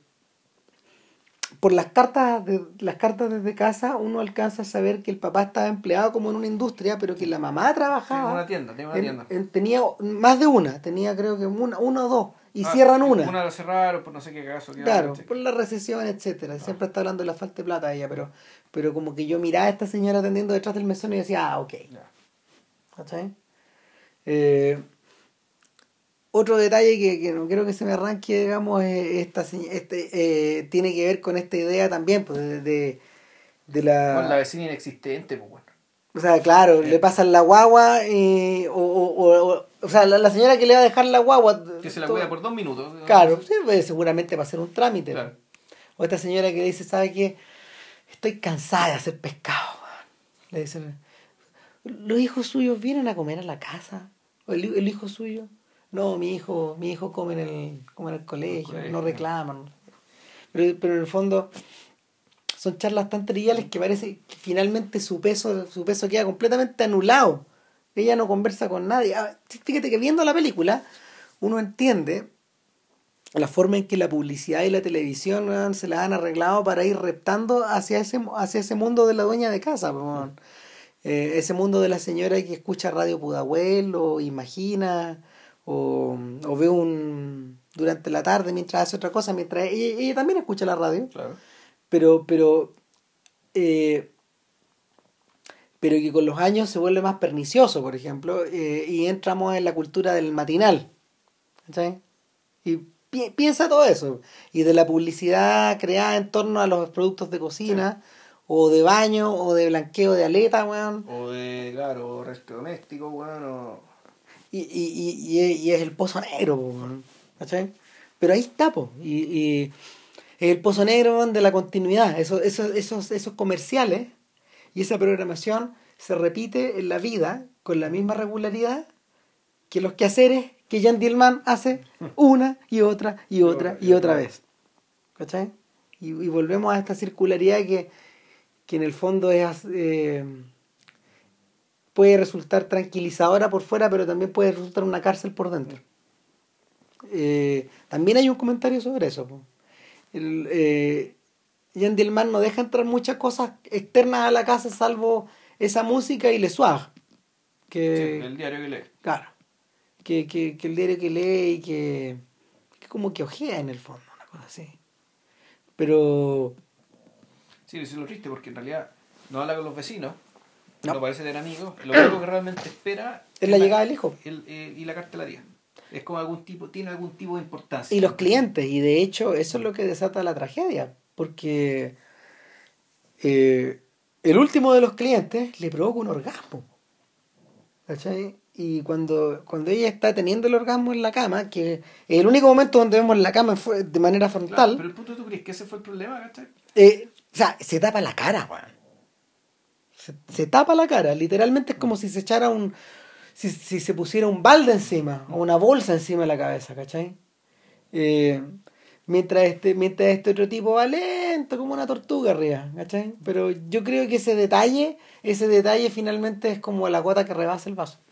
por las cartas de las cartas desde casa uno alcanza a saber que el papá estaba empleado como en una industria, pero que la mamá
Tiene
trabajaba
una tienda, tiene una
en-
tienda.
en- tenía más de una, tenía creo que una, una o dos, y
Ah,
cierran una.
Una la cerraron por no sé qué caso. que
Claro,
era,
por la recesión, etcétera. Siempre está hablando de la falta de plata ella, pero, pero como que yo miraba a esta señora atendiendo detrás del mesón y decía, ah, ok.
Ya.
¿Cachai? Eh, otro detalle que, que no quiero que se me arranque, digamos, es esta, se- este, eh, tiene que ver con esta idea también, pues, de, de, de la...
Bueno, la vecina inexistente, pues bueno.
O sea, claro,
Eh.
le pasan la guagua, eh, o, o, o, o, o sea, la, la señora que le va a dejar la guagua...
Que se la
todo-
cuida por dos minutos.
Claro, sí, pues, seguramente va a ser un trámite.
Claro.
O esta señora que dice, ¿sabe qué? Estoy cansada de hacer pescado. Le dicen, ¿los hijos suyos vienen a comer a la casa? ¿O el, el hijo suyo? No, mi hijo, mi hijo come en el, come en el colegio,
colegio.
no reclaman. Pero, pero en el fondo son charlas tan triviales que parece que finalmente su peso, su peso queda completamente anulado. Ella no conversa con nadie. Ah, fíjate que viendo la película uno entiende la forma en que la publicidad y la televisión, weón, se la han arreglado para ir reptando hacia ese, hacia ese mundo de la dueña de casa, pues, weón. Eh, ese mundo de la señora que escucha Radio Pudahuel o imagina o, o ve un durante la tarde mientras hace otra cosa, mientras ella, ella también escucha la radio,
Claro.
pero pero eh, pero que con los años se vuelve más pernicioso, por ejemplo, eh, y entramos en la cultura del matinal, ¿cachai? Y pi- piensa todo eso, y de la publicidad creada en torno a los productos de
Sí.
cocina, o de baño, o de blanqueo de aleta, weón.
O de, claro, resto doméstico, weón, o...
Y, y, y, y, es y es el pozo negro, po, weón, ¿cachai? Pero ahí está, po, y, y es el pozo negro, weón, de la continuidad, esos, esos, esos, esos comerciales y esa programación se repite en la vida con la misma regularidad que los quehaceres que Jan Dielman hace una y otra y otra y otra vez. ¿Cachai? Y, y volvemos a esta circularidad que, que en el fondo es eh, puede resultar tranquilizadora por fuera, pero también puede resultar una cárcel por dentro. Eh, también hay un comentario sobre eso. Po. El, eh, Jan Dielman no deja entrar muchas cosas externas a la casa salvo esa música y Le Soir. Que,
Sí, el diario que lee.
Claro. Que, que, que el diario que lee y que, que como que ojea en el fondo, una cosa así. Pero
Sí, eso es lo triste, porque en realidad no habla con los vecinos,
no,
no parece tener amigos, lo único que realmente espera
es la llegada del hijo.
el, el- y la cartelería. Es como algún tipo, tiene algún tipo de importancia.
Y los clientes, y de hecho eso es lo que desata la tragedia, porque eh, el último de los clientes le provoca un orgasmo. ¿Cachai? Y cuando, cuando ella está teniendo el orgasmo en la cama, que es el único momento donde vemos la cama fue- de manera
Claro,
frontal,
pero el punto, ¿tú crees que ese fue el problema, cachai?
eh, o sea, se tapa la cara, weón. Se, se tapa la cara, literalmente es como si se echara un, si, si se pusiera un balde encima o una bolsa encima de la cabeza, ¿cachai? Eh, mientras este mientras este otro tipo va lento como una tortuga arriba, ¿cachai? Pero yo creo que ese detalle, ese detalle finalmente es como la gota que rebasa el vaso,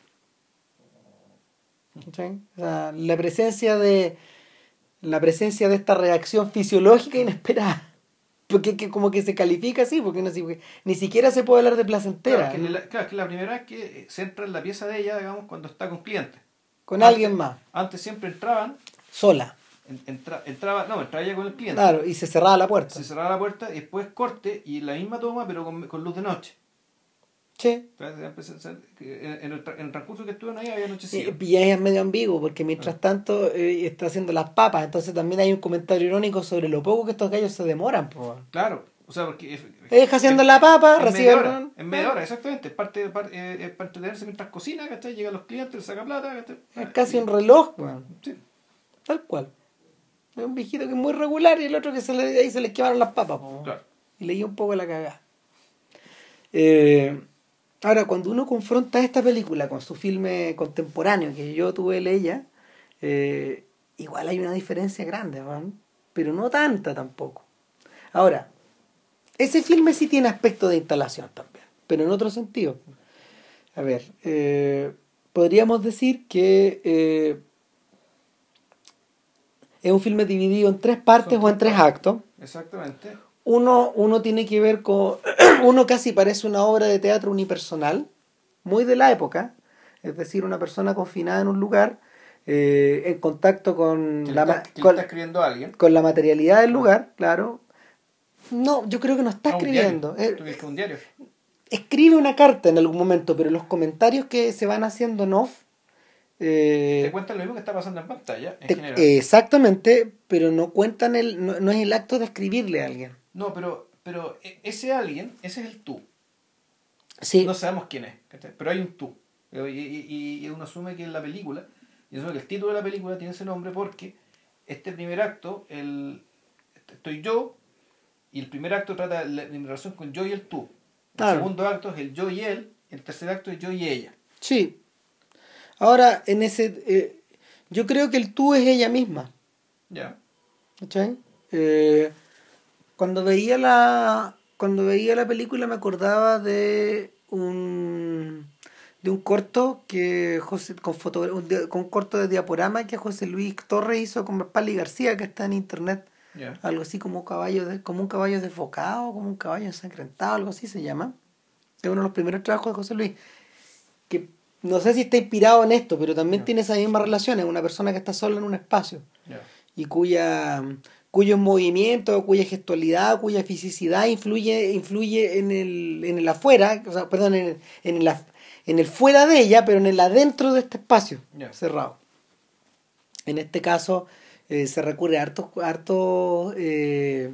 ¿cachai? O sea, la presencia de la presencia de esta reacción fisiológica inesperada. Porque que como que se califica así, porque no, si- ni siquiera se puede hablar de placentera,
Claro, que,
¿no?
la, claro, que la primera vez que se entra en la pieza de ella, digamos, cuando está con clientes.
Con
Antes,
alguien más,
antes siempre entraban,
sola,
en- entra, entraba, no, entraba ella con el cliente.
claro, y se cerraba la puerta.
Se cerraba la puerta y después corte y la misma toma, pero con, con luz de noche.
Sí.
Entonces, En en el, tra- en el transcurso que estuve ahí había
Y,
anochecido.
y ahí es medio ambiguo, porque mientras tanto eh, está haciendo las papas, entonces también hay un comentario irónico sobre lo poco que estos gallos se demoran, po.
Claro, o sea, porque... es-
Deja haciendo
en-
la papa,
en
recibe
media
el
hora,
ron.
en media hora, exactamente. Es parte, de- par- eh, es para entretenerse mientras cocina, ¿cachai? Llegan los clientes, le saca plata, ¿cachai?
Es casi un reloj, weón.
Sí.
Tal cual. Es un viejito que es muy regular y el otro que se le, ahí se le quemaron las papas, po.
Claro.
Y le dio un poco la cagada. Eh, ahora, cuando uno confronta esta película con su filme contemporáneo, que yo tuve ella, eh, igual hay una diferencia grande, ¿no? Pero no tanta tampoco. Ahora, ese filme sí tiene aspecto de instalación también, pero en otro sentido. A ver, eh, podríamos decir que eh, es un filme dividido en tres partes
Son
o en
tres
tres
partes.
actos.
Exactamente.
Uno, uno tiene que ver con... Uno casi parece una obra de teatro unipersonal, muy de la época, es decir, una persona confinada en un lugar, eh, en contacto con
Que,
la,
le
ma-
está, que le
con,
está escribiendo a alguien.
con la materialidad del lugar, claro. No, yo creo que no está
A un
escribiendo.
diario.
Eh,
¿Tú crees que es un diario?
escribe una carta en algún momento, pero los comentarios que se van haciendo en off... eh,
Te cuentan lo mismo que está pasando en pantalla, en
te-
general.
eh, exactamente, pero no cuentan el... No, no es el acto de escribirle a alguien.
No, pero, pero e- ese alguien, ese es el tú.
Sí.
No sabemos quién es, ¿cachai? Pero hay un tú. Y, y- y uno asume que en la película, y asume que el título de la película tiene ese nombre porque este primer acto, el, estoy yo, y el primer acto trata de la, de mi relación con yo y el tú. El
Claro.
segundo acto es el yo y él, el tercer acto es yo y ella.
Sí. Ahora, en ese... eh, yo creo que el tú es ella misma.
Ya.
¿Cachai? Eh, cuando veía la... Cuando veía la película me acordaba de un... de un corto que José, con, foto, un, con un corto de diaporama que José Luis Torres hizo con Pali García, que está en internet.
Yeah.
Algo así como un caballo de, como un caballo desbocado, como un caballo ensangrentado, algo así se llama. Es uno de los primeros trabajos de José Luis, que no sé si está inspirado en esto, pero también
Yeah.
tiene esas mismas relaciones. Una persona que está sola en un espacio
Yeah.
y cuya cuyos movimientos, cuya gestualidad, cuya fisicidad influye influye en el en el afuera, o sea, perdón, en el, en el, en el fuera de ella, pero en el adentro de este espacio
Yeah.
cerrado. En este caso eh, se recurre a hartos hartos eh,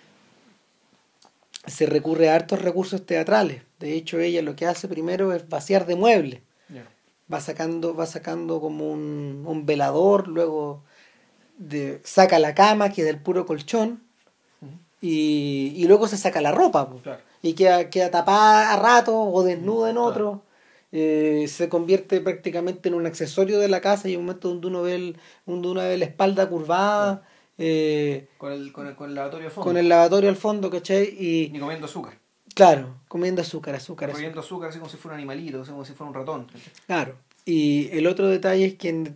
se recurre a hartos recursos teatrales. De hecho, ella lo que hace primero es vaciar de muebles.
Yeah.
Va sacando va sacando como un, un velador, luego de, saca la cama, que es del puro colchón,
Uh-huh.
y, y luego se saca la ropa, po,
Claro.
y queda, queda tapada a rato o desnuda en
Claro.
otro. Eh, se convierte prácticamente en un accesorio de la casa y hay un momento donde uno ve, el, donde uno ve la espalda curvada,
Claro.
eh,
Con el, con el, con el lavatorio de fondo.
con el lavatorio al fondo, ¿cachai? Y
Ni comiendo azúcar.
claro, comiendo azúcar, azúcar,
Comiendo
azúcar.
azúcar así como si fuera un animalito, así como si fuera un ratón.
Claro. Y el otro detalle es que en,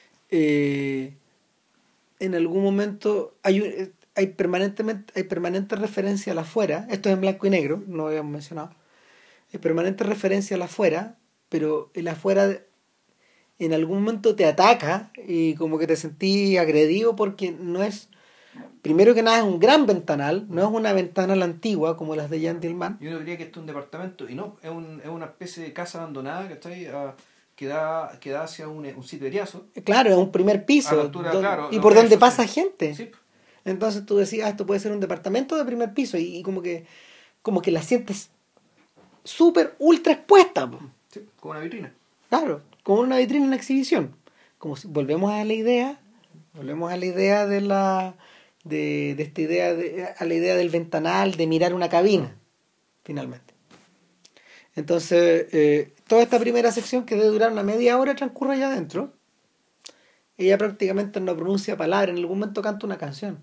eh, en algún momento hay un- hay permanentemente hay permanente referencia a la afuera. Esto es en blanco y negro, no lo habíamos mencionado. Hay permanente referencia a la afuera, pero el afuera en algún momento te ataca y como que te sentís agredido porque no es, primero que nada es un gran ventanal, no es una ventanal antigua como las de Jan Dillman.
Yo diría que esto es un departamento y no, es, un, es una especie de casa abandonada, ¿cachai? Ah, que, da, que da hacia un, un sitio eriazo.
Claro, es un primer
A
piso
la altura,
don-
claro,
y
los
por donde
versos,
pasa
sí.
gente.
Sí.
Entonces tú decías, ah, esto puede ser un departamento de primer piso y, y como que como que la sientes súper ultra expuesta, po.
Sí, como una vitrina.
Claro, como una vitrina en exhibición. Como si volvemos a la idea, volvemos a la idea de la de, de esta idea de, a la idea del ventanal, de mirar una cabina, finalmente. Entonces, eh, toda esta primera sección que debe durar una media hora transcurre allá adentro. Ella prácticamente no pronuncia palabras, en algún momento canta una canción.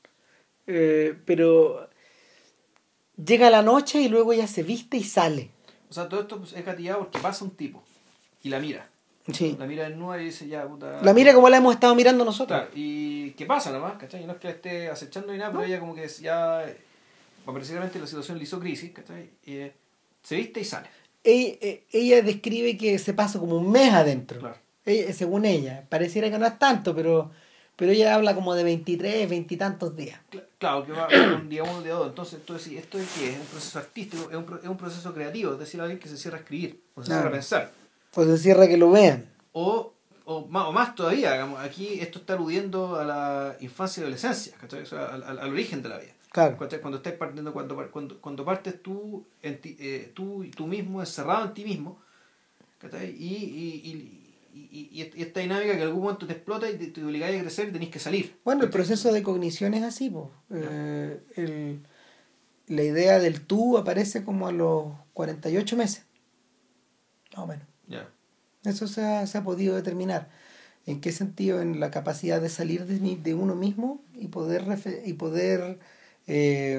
Eh, pero llega la noche y luego ella se viste y sale.
O sea, todo esto pues, es gatillado porque pasa un tipo y la mira.
Sí.
La mira desnuda y dice, ya, puta.
La mira como la hemos estado mirando nosotros.
Claro, y ¿qué pasa nomás? ¿Cachai? Y no es que la esté acechando ni nada, pero
No.
ella como que ya, precisamente la situación le hizo crisis, ¿cachai? Y, eh, se viste y sale.
Ella, eh, ella describe que se pasa como un mes adentro.
Claro.
Ella, según ella. Pareciera que no es tanto, pero, pero ella habla como de veintitrés, veinte y tantos días.
Cl- Claro, que va, va un día uno, un día dos. Entonces, tú decís, ¿esto es qué? ¿Es un proceso artístico? ¿Es un, pro- es un proceso creativo? Es decir, alguien que se cierra a escribir, o se cierra
Claro.
a pensar.
Pues se cierra que lo vean.
O, o, más, o más todavía, digamos, aquí esto está aludiendo a la infancia y adolescencia, ¿cachai? O sea, al, al, al origen de la vida.
Claro.
¿Cachai? Cuando estás partiendo, cuando, cuando, cuando partes tú, en ti, eh, tú, tú mismo, encerrado en ti mismo, ¿cachai? Y, y, y, y, y, y esta dinámica que en algún momento te explota y te, te obligáis a crecer y tenés que salir.
Bueno, el
¿cachai?
proceso de cognición es así, pues. Eh, el, la idea del tú aparece como a los cuarenta y ocho meses. Más o menos.
Ya.
Eso se ha, se ha podido determinar. ¿En qué sentido? En la capacidad de salir de, mi- de uno mismo y poder, refe- y poder eh,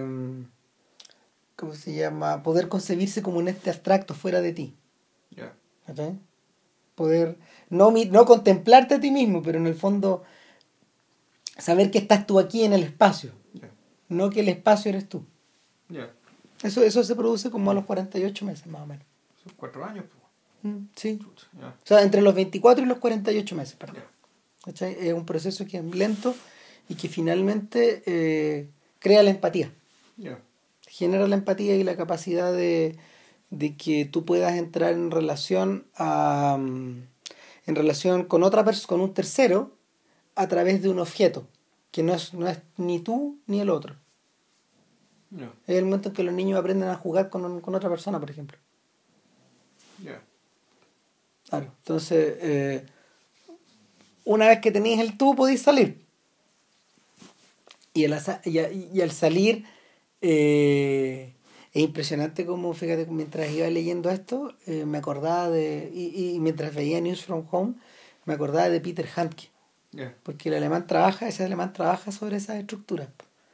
¿cómo se llama? Poder concebirse como un ente abstracto fuera de ti.
Ya.
¿Cachai? Poder no, mi- no contemplarte a ti mismo, pero en el fondo saber que estás tú aquí en el espacio,
Ya.
no que el espacio eres tú.
Ya.
Eso, eso se produce como a los cuarenta y ocho meses más o menos.
Son cuatro años, pues.
Mm, sí.
Chucha, ya.
O sea, entre los veinticuatro y los cuarenta y ocho meses, perdón.
Ya.
¿Cachai? Es un proceso que es lento y que finalmente eh, crea la empatía.
Ya.
Genera la empatía y la capacidad de, de que tú puedas entrar en relación a, mm, en relación con otra persona, con un tercero, a través de un objeto, que no es, no es ni tú ni el otro.
Ya.
Es el momento en que los niños aprenden a jugar con, un- con otra persona, por ejemplo.
Ya.
Claro. Entonces, eh, una vez que tenéis el tú, podéis salir. Y al, asa- y a- y al salir, eh, es impresionante como, fíjate, mientras iba leyendo esto, eh, me acordaba de, y, y mientras veía News from Home, me acordaba de Peter Handke,
Ya.
porque el alemán trabaja, ese alemán trabaja sobre esas estructuras.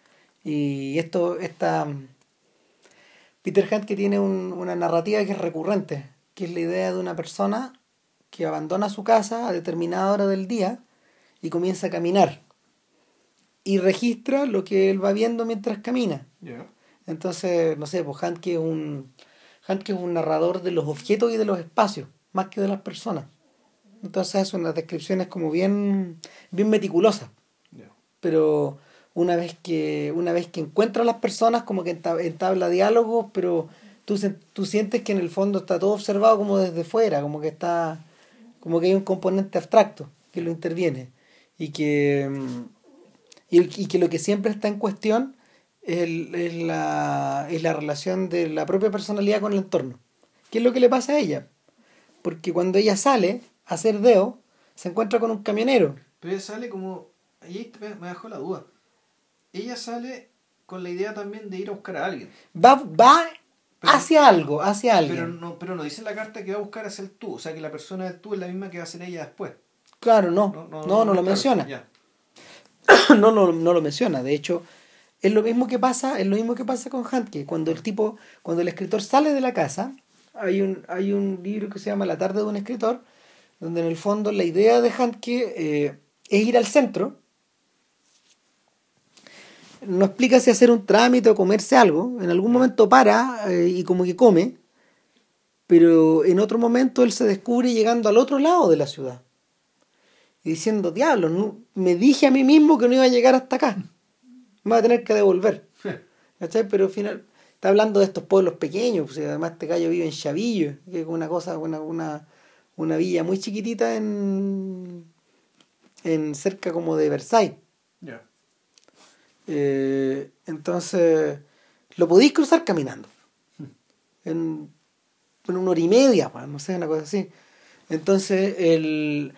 Y esto, esta, Peter Handke tiene un- una narrativa que es recurrente, que es la idea de una persona que abandona su casa a determinada hora del día y comienza a caminar. Y registra lo que él va viendo mientras camina.
Yeah.
Entonces, no sé, pues Handke es un Handke es un narrador de los objetos y de los espacios, más que de las personas. Entonces hace unas descripciones como bien, bien meticulosas.
Yeah.
Pero una vez que una vez que encuentra a las personas, como que enta- entabla diálogos, pero tú, se- tú sientes que en el fondo está todo observado como desde fuera, como que está como que hay un componente abstracto que lo interviene y que mm, y, el- y que lo que siempre está en cuestión es, el- es la, es la relación de la propia personalidad con el entorno. ¿Qué es lo que le pasa a ella? Porque cuando ella sale a hacer deo, se encuentra con un camionero.
Pero ella sale como... Ahí me, me dejó la duda. Ella sale con la idea también de ir a buscar a alguien.
Va, va
Pero,
hacia algo, hacia
pero
alguien.
no pero no dice en la carta que va a buscar hacia el tú. O sea, que la persona del tú es la misma que va a ser ella después.
Claro, no.
No, no,
No, no,
no,
lo
claro,
menciona.
ya.
no, no, no lo menciona. De hecho, es lo mismo que pasa, es lo mismo que pasa con Handke. Cuando el tipo, cuando el escritor sale de la casa, hay un, hay un libro que se llama La tarde de un escritor, donde en el fondo la idea de Handke eh, es ir al centro. No explica si hacer un trámite o comerse algo. En algún momento para eh, y como que come, pero en otro momento él se descubre llegando al otro lado de la ciudad y diciendo, diablo, no, me dije a mí mismo que no iba a llegar hasta acá, me voy a tener que devolver. ¿Cachai? Pero al final está hablando de estos pueblos pequeños, pues, y además este gallo vive en Chavillo, que es una cosa, una, una, una villa muy chiquitita en, en cerca como de Versailles.
Ya.
Eh, entonces, lo podéis cruzar caminando. En, en una hora y media, pues, no sé, una cosa así. Entonces, el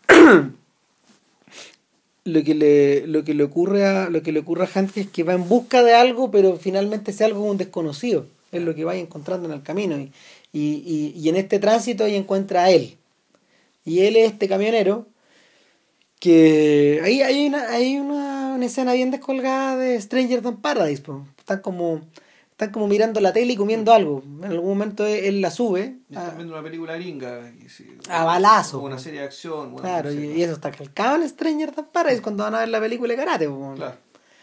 lo que le lo que le ocurre a lo que le ocurre a Hunt es que va en busca de algo, pero finalmente ese algo es un desconocido, es lo que vaya encontrando en el camino y, y, y, y en este tránsito ahí encuentra a él, y él es este camionero que ahí hay una hay una, una escena bien descolgada de Stranger Than Paradise, po. Están como están como mirando la tele y comiendo algo, en algún momento él, él la sube
Y
a,
están viendo una película gringa. Y sí,
a balazo,
o una
po.
serie de acción. Bueno,
Claro,
no sé,
y,
¿no?
y eso está calcado en Stranger Than Paradise cuando van a ver la película de karate, po.
Claro.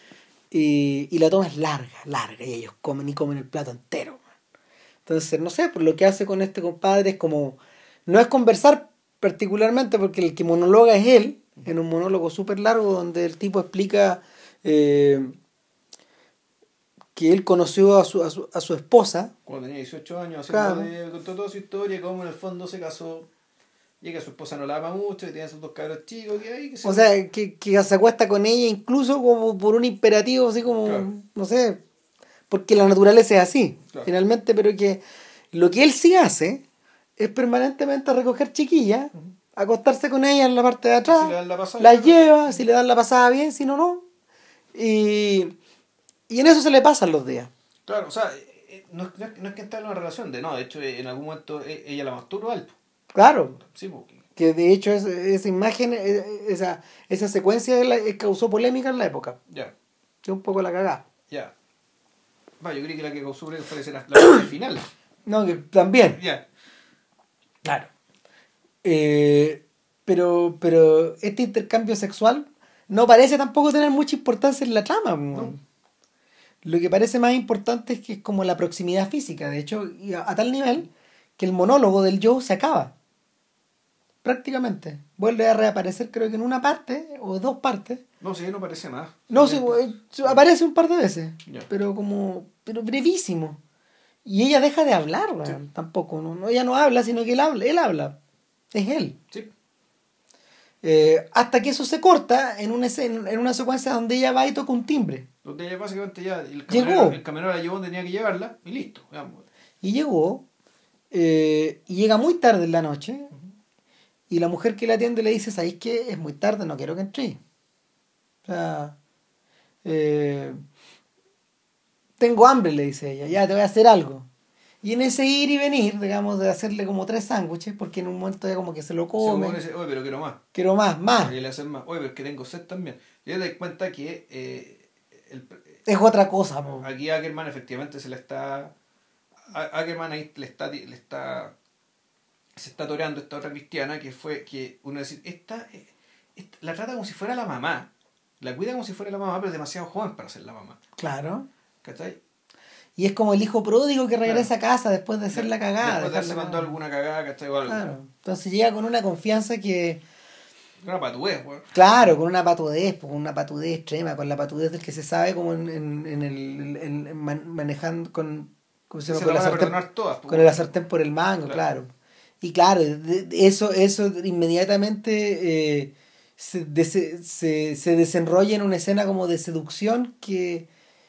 Y, y la toma es larga, larga, y ellos comen y comen el plato entero. Entonces, no sé, por lo que hace con este compadre es como, no es conversar particularmente porque el que monologa es él, en un monólogo súper largo donde el tipo explica eh, que él conoció a su, a su, a su esposa.
Cuando tenía dieciocho años, haciendo
Claro.
de, contó toda su historia, cómo en el fondo se casó, y que su esposa no la ama mucho, que tiene sus dos cabros chicos, que ahí que se...
O sea, que, que se acuesta con ella incluso como por un imperativo, así como,
Claro.
no sé, porque la naturaleza es así,
Claro.
finalmente, pero que lo que él sí hace es permanentemente recoger chiquillas, acostarse con ellas en la parte de atrás,
Si le dan la pasada,
las
claro.
lleva, si le dan la pasada bien, si no, no. Y, y en eso se le pasan los días.
Claro, o sea, eh, eh, no, es- no es no es que está en una relación, de no, de hecho, eh, en algún momento eh, ella la masturba a él.
Claro,
Sí, porque...
que de hecho es- esa imagen, eh, esa, esa secuencia de la- eh, causó polémica en la época.
Ya,
Es un poco la cagada.
ya. Va, yo creí que la que causó polémica fue la escena- la parte final.
No, que también.
Ya.
Claro. Eh, pero, pero este intercambio sexual no parece tampoco tener mucha importancia en la trama, po.
No.
Lo que parece más importante es que es como la proximidad física, de hecho, y a, a tal nivel que el monólogo del yo se acaba, prácticamente. Vuelve a reaparecer creo que en una parte o dos partes.
No, sí, no parece más.
No, sí,
Realmente.
eh, aparece un par de veces,
Ya.
pero como, pero brevísimo. Y ella deja de hablar, weón,
Sí.
tampoco, no, no, ella no habla, sino que él habla, él habla, es él.
Sí.
Eh, hasta que eso se corta en una, escena- en una secuencia donde ella va y toca un timbre.
Donde ella básicamente ya el
Llegó.
camionero, el camionero la llevó donde tenía que llevarla y listo. Digamos.
Y llegó, eh, y llega muy tarde en la noche, y la mujer que la atiende le dice, ¿sabéis qué? Es muy tarde, no quiero que entré. O sea, eh, tengo hambre, le dice ella, ya te voy a hacer algo. Y en ese ir y venir, digamos, de hacerle como tres sándwiches, porque en un momento ya como que se lo
Se
come,
pone ese, oye, pero quiero más.
quiero más, más.
Y le hacen más. Oye, pero es que tengo sed también. Y te das cuenta que eh, el,
Es otra cosa, po.
aquí a Ackerman efectivamente se le está... A Ackerman ahí le está, le está se está toreando esta otra cristiana que fue que uno dice, esta, esta la trata como si fuera la mamá, la cuida como si fuera la mamá, pero es demasiado joven para ser la mamá.
Claro.
¿Cachai?
Y es como el hijo pródigo que regresa
Claro.
a casa después de hacer la cagada.
Después de haberse
dejarla
mandado
cagada.
alguna cagada, ¿cachai? O algo.
Claro. Entonces llega con una confianza que...
Una patudez, weón.
Claro, con una patudez, con una patudez extrema, con la patudez del que se sabe como en, en, en el en, en man- manejando con, ¿cómo se llama?
Se
Con
la
la
van a
sartén,
perdonar todas,
con el sartén por el mango,
Claro.
claro. Y claro, de- de- eso, eso inmediatamente eh, se, dese- se, se desenrolla en una escena como de seducción que,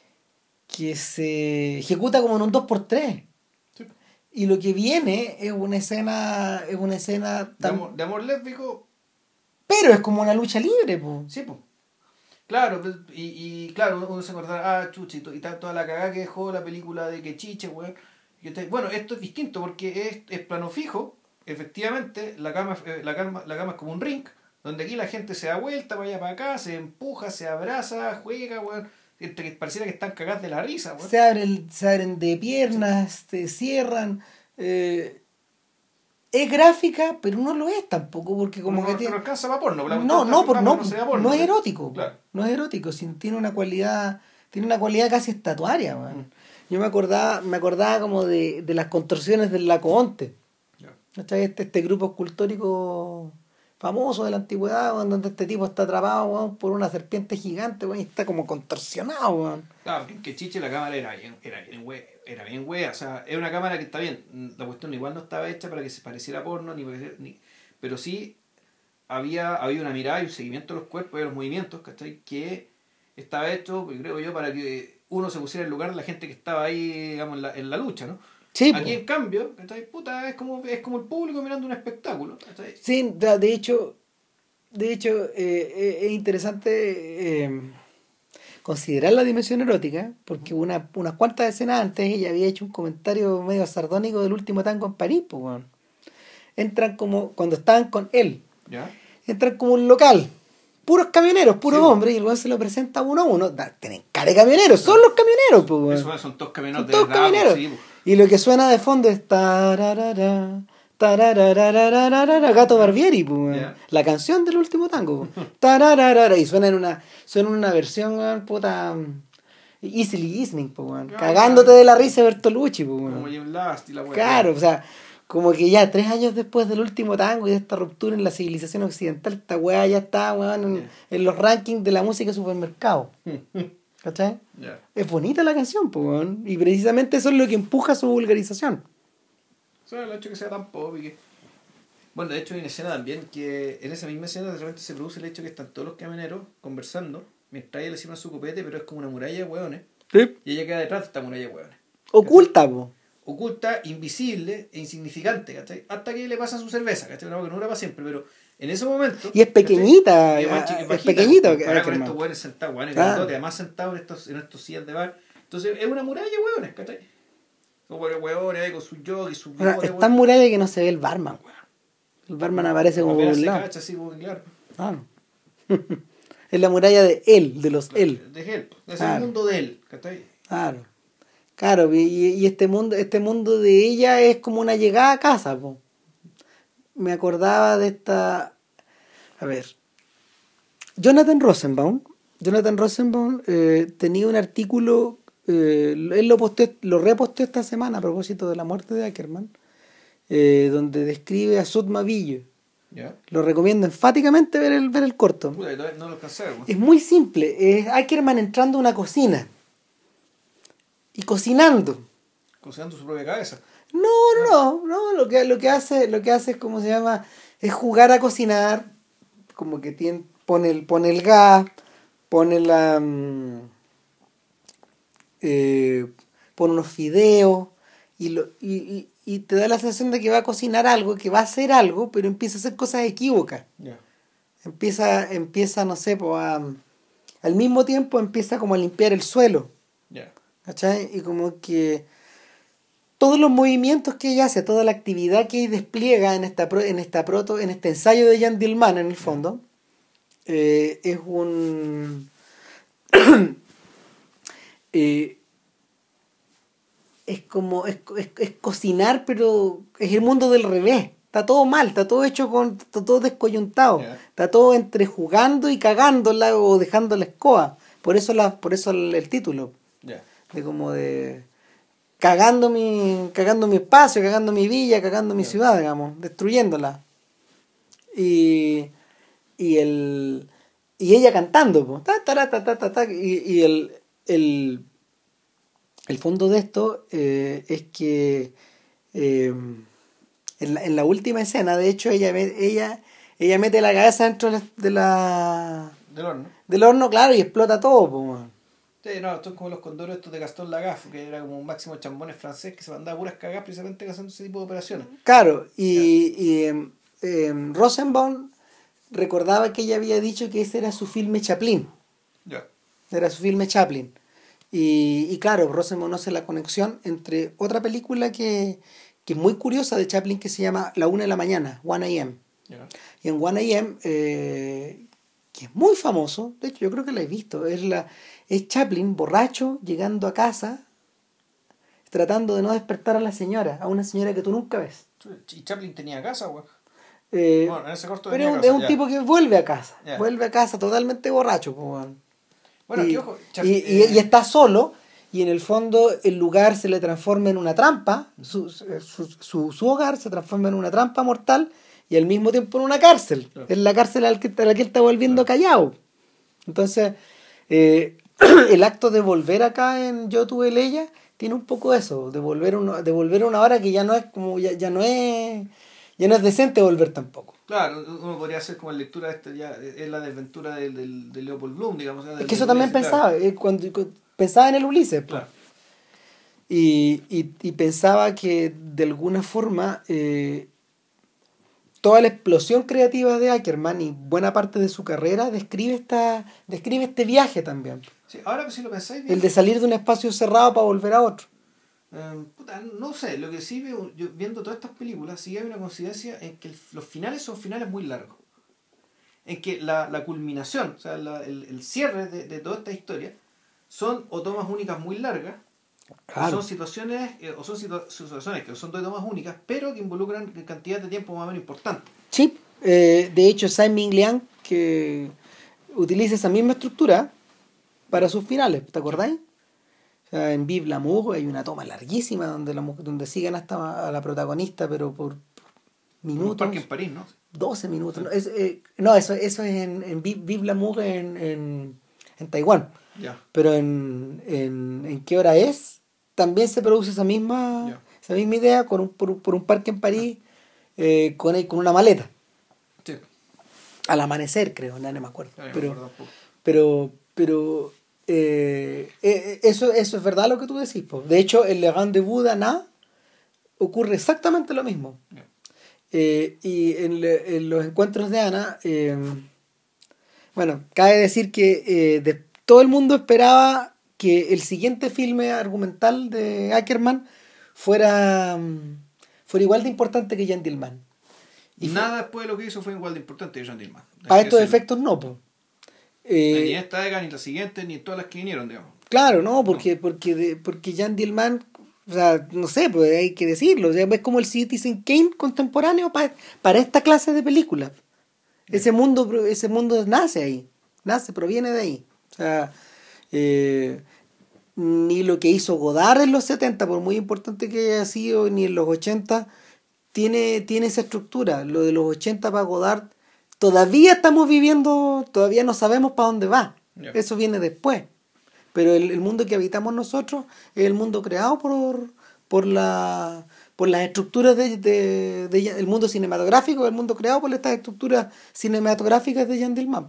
que se ejecuta como en un dos por tres.
Sí.
Y lo que viene es una escena, es una escena
De
tan...
amor, de amor lésbico,
Pero es como una lucha libre, pues.
sí, pues. Claro, pues, y, y claro, uno se acordará, ah, chuchito, y tal, toda la cagada que dejó la película de que chiche, weón. Y está- Bueno, esto es distinto porque es, es plano fijo, efectivamente, la cama, eh, la, cama, la cama es como un ring, donde aquí la gente se da vuelta, vaya para acá, se empuja, se abraza, juega, weón. Entre que pareciera que están cagadas de la risa, weón.
Se abren, se abren de piernas, se cierran. eh, es gráfica, pero no lo es tampoco, porque como
no,
que
no,
tiene...
no alcanza para porno, la
No,
cuestión está
no, por,
filmada
no,
para que no sea porno,
no es
¿sí?
erótico.
Claro.
No es erótico, sin- tiene una cualidad, tiene una cualidad casi estatuaria, man.
Mm.
Yo me acordaba, me acordaba como de, de las contorsiones del Laocoonte.
Ya.
¿Cachai? Este, este grupo escultórico famoso de la antigüedad, weón, donde este tipo está atrapado, weón, por una serpiente gigante, weón, y está como contorsionado, weón.
Claro, que, que chiche la cámara era bien, era bien wea, era bien wea, o sea, es una cámara que está bien, la cuestión igual no estaba hecha para que se pareciera a porno, ni, ni pero sí había, había una mirada y un seguimiento de los cuerpos y de los movimientos, ¿cachai? Que estaba hecho, creo yo, para que uno se pusiera en lugar de la gente que estaba ahí, digamos, en la, en la lucha, ¿no?
Sí,
Aquí
po.
en cambio, ¿cachai? Puta, es como, es como el público mirando un espectáculo, ¿cachai?
Sí, de de hecho, de hecho eh, eh, es interesante eh, considerar la dimensión erótica, porque una, unas cuantas escenas antes ella había hecho un comentario medio sardónico del último tango en París, pues, weón. Entran como, cuando estaban con él,
¿Ya?
entran como un local, puros camioneros, puros
Sí,
hombres, y el weón se lo presenta uno a uno. Da- tienen cara de camioneros, son los camioneros, pues, weón.
Esos son todos camioneros
Son
de
todos
verdad,
camioneros.
pues, sí, pues.
Y lo que suena de fondo es tararara, tarararararara, Gato Barbieri, pues, weón.
Ya.
La canción del último tango, pues. Tarararara, y suena en una, suena en una versión, weón, puta, easily listening, pues, weón.
Claro,
Cagándote
claro.
de la risa de Bertolucci, pues, weón.
Como Jim Last y la wea.
Claro, o sea, como que ya tres años después del último tango y de esta ruptura en la civilización occidental, esta weá ya está, weón, en,
Yeah.
en los rankings de la música de supermercado. ¿Cachai?
Ya.
Es bonita la canción, pues, weón. Y precisamente eso es lo que empuja su vulgarización.
O sea, el hecho que sea tan pop y que... Bueno, de hecho hay una escena también que en esa misma escena de repente se produce el hecho que están todos los camioneros conversando mientras ella le sirve su copete, pero es como una muralla de hueones
Sí.
y ella queda detrás de esta muralla de hueones.
Oculta, po.
Oculta, invisible e insignificante, ¿cachai? Hasta que le pasa su cerveza, ¿cachai? Una cosa que no dura para siempre, pero en ese momento...
Y es pequeñita,
¿cachai? Y más
ah,
chiqui-
es
bajita,
pequeñito,
comparada con
Ackerman.
estos hueones sentados, hueones
Ah.
grandotes, además sentados en estos, en estos sillas de bar. Entonces es una muralla de hueones, ¿cachai? Son hueones hueones ahí con sus jogging, sus
O sea,
bigotes,
es tan muralla que no se ve el barman, weón. El barman aparece como por
apenas
un
se
lado.
cacha, así como, claro.
Claro. Es la muralla de él, de los él.
De él, es
Claro.
el mundo de él, ¿cachai?
Claro. Claro, y, y este mundo, este mundo de ella es como una llegada a casa, po. Me acordaba de esta. A ver. Jonathan Rosenbaum. Jonathan Rosenbaum eh, tenía un artículo. Eh, él lo posteó, lo reposteó esta semana a propósito de la muerte de Ackerman. Eh, donde describe a Sud Mavillo.
¿Ya?
Lo recomiendo enfáticamente ver el, ver el corto.
Puta, y todavía no lo alcancé, weón.
Es muy simple. Es Ackerman entrando a una cocina y cocinando.
Cocinando su propia cabeza.
No, no, no, no. Lo que, lo que hace, lo que hace es como se llama, es jugar a cocinar. Como que tiene, pone el, pone el gas, pone la, mm, eh, pone unos fideos y, lo, y, y, y te da la sensación de que va a cocinar algo, que va a hacer algo, pero empieza a hacer cosas equívocas.
Ya.
Empieza, empieza, no sé, pues, a, al mismo tiempo empieza como a limpiar el suelo,
Ya.
¿cachai? Y como que todos los movimientos que ella hace, toda la actividad que ella despliega en esta, pro- en esta proto, en este ensayo de Jan Dillman, en el fondo, eh, es un eh, es como es, es, es cocinar, pero es el mundo del revés. está todo mal, está todo hecho con, está todo descoyuntado,
Yeah.
está todo entre jugando y cagándola o dejando la escoba. Por eso la, por eso el, el título,
Ya.
de como de cagando mi, cagando mi espacio, cagando mi villa, cagando mi
Yeah.
ciudad, digamos, destruyéndola. Y, y el y ella cantando, po, ta, ta, ta, ta, ta, ta, y, y el, el el fondo de esto eh, es que eh, en, la, en la última escena, de hecho, ella me- ella ella mete la cabeza dentro de la, de la-
Del horno.
del horno, claro, y explota todo, po, weón.
Sí, no, esto es como los condoros estos de Gastón Lagaffe, que era como un máximo chambones francés que se mandaba puras cagadas precisamente haciendo ese tipo de operaciones.
Claro, y, y em, em, Rosenbaum recordaba que ella había dicho que ese era su filme Chaplin,
Ya.
era su filme Chaplin. Y, y claro, Rosenbaum hace la conexión entre otra película que, que es muy curiosa de Chaplin que se llama La una de la mañana, one a m.
Ya.
Y en one a m, eh, que es muy famoso, de hecho yo creo que la he visto, es, la, es Chaplin borracho llegando a casa tratando de no despertar a la señora, a una señora que tú nunca ves.
Y Chaplin tenía casa, weón.
Eh,
Bueno, en ese corto
pero
tenía
es un,
casa.
es un
ya.
tipo que vuelve a casa,
Ya.
vuelve a casa totalmente borracho, pues, weón.
Bueno,
y,
aquí ojo. Chap-
y, y-
eh,
y está solo y en el fondo el lugar se le transforma en una trampa, su, su, su, su hogar se transforma en una trampa mortal y al mismo tiempo en una cárcel,
Claro.
es la cárcel a la que, a la que él está volviendo
Claro.
callado. Entonces, eh, el acto de volver acá en Yo tuve Leia tiene un poco eso, de volver, uno, de volver a una hora que ya no es como ya, ya no es ya no es decente volver tampoco.
Claro, uno podría hacer como en lectura esta ya, es la desventura del, del, de Leopold Bloom, digamos.
Es que eso también pensaba, eh, cuando, cuando pensaba en el Ulises, pues.
Claro.
Y, y, y pensaba que de alguna forma eh, toda la explosión creativa de Ackerman y buena parte de su carrera describe esta describe este viaje también,
Sí, ahora que si lo pensáis bien,
el de salir de un espacio cerrado para volver a otro.
eh, puta, no sé, lo que sí veo, yo viendo todas estas películas, sí hay una coincidencia en que el- los finales son finales muy largos. En que la, la culminación, o sea, la- el, el cierre de, de toda esta historia, son o tomas únicas muy largas,
Claro.
o son situaciones, eh, o son situa- situaciones que son dos tomas únicas, pero que involucran cantidad de tiempo más o menos importante.
Sí, eh, de hecho Simon Liang que utiliza esa misma estructura para sus finales, ¿te acordáis? O sea, en Vive l'Amour hay una toma larguísima donde la mu- donde siguen hasta a la protagonista, pero por
En un
minutos.
parque en París, ¿no?
doce minutos. No, es, eh, no eso, eso es en, en Vi- Vive l'Amour en, en, en Taiwán.
Ya.
Pero en, en, en ¿qué hora es? También se produce esa misma,
Ya.
esa misma idea con un, por, un- por un parque en París eh, con, con una maleta.
Sí,
Al amanecer, creo, no, no me acuerdo.
ya me
Pero,
acuerdo un poco.
pero, pero eh, eh, eso, eso es verdad lo que tú decís. Po. De hecho, en Le Rendez-vous d'Anna ocurre exactamente lo mismo.
Ya.
Eh, y en, le- en los encuentros de Ana, eh, bueno, cabe decir que eh, de, todo el mundo esperaba que el siguiente filme argumental de Ackerman fuera, mm, fuera igual de importante que Gentleman.
Y
Y fue-
nada después de lo que hizo fue igual de importante que John Dillman.
para estos efectos no, po.
Ni
Eh,
en esta década, ni en la siguiente, ni en todas las que vinieron, digamos.
claro, no, porque, porque, de, porque Jean Dillman, o sea, no sé, pues hay que decirlo, o sea, es como el Citizen Kane contemporáneo pa- para esta clase de películas. Ese mundo, ese mundo nace ahí, nace, proviene de ahí. O sea, eh, ni lo que hizo Godard en los setenta, por muy importante que haya sido, ni en los ochenta, tiene, tiene esa estructura. Lo de los ochenta para Godard, todavía estamos viviendo, todavía no sabemos para dónde va.
Ya.
Eso viene después. Pero el, el mundo que habitamos nosotros es el mundo creado por, por, la, por las estructuras de, de, de el mundo cinematográfico, el mundo creado por estas estructuras cinematográficas de Jean Dillman.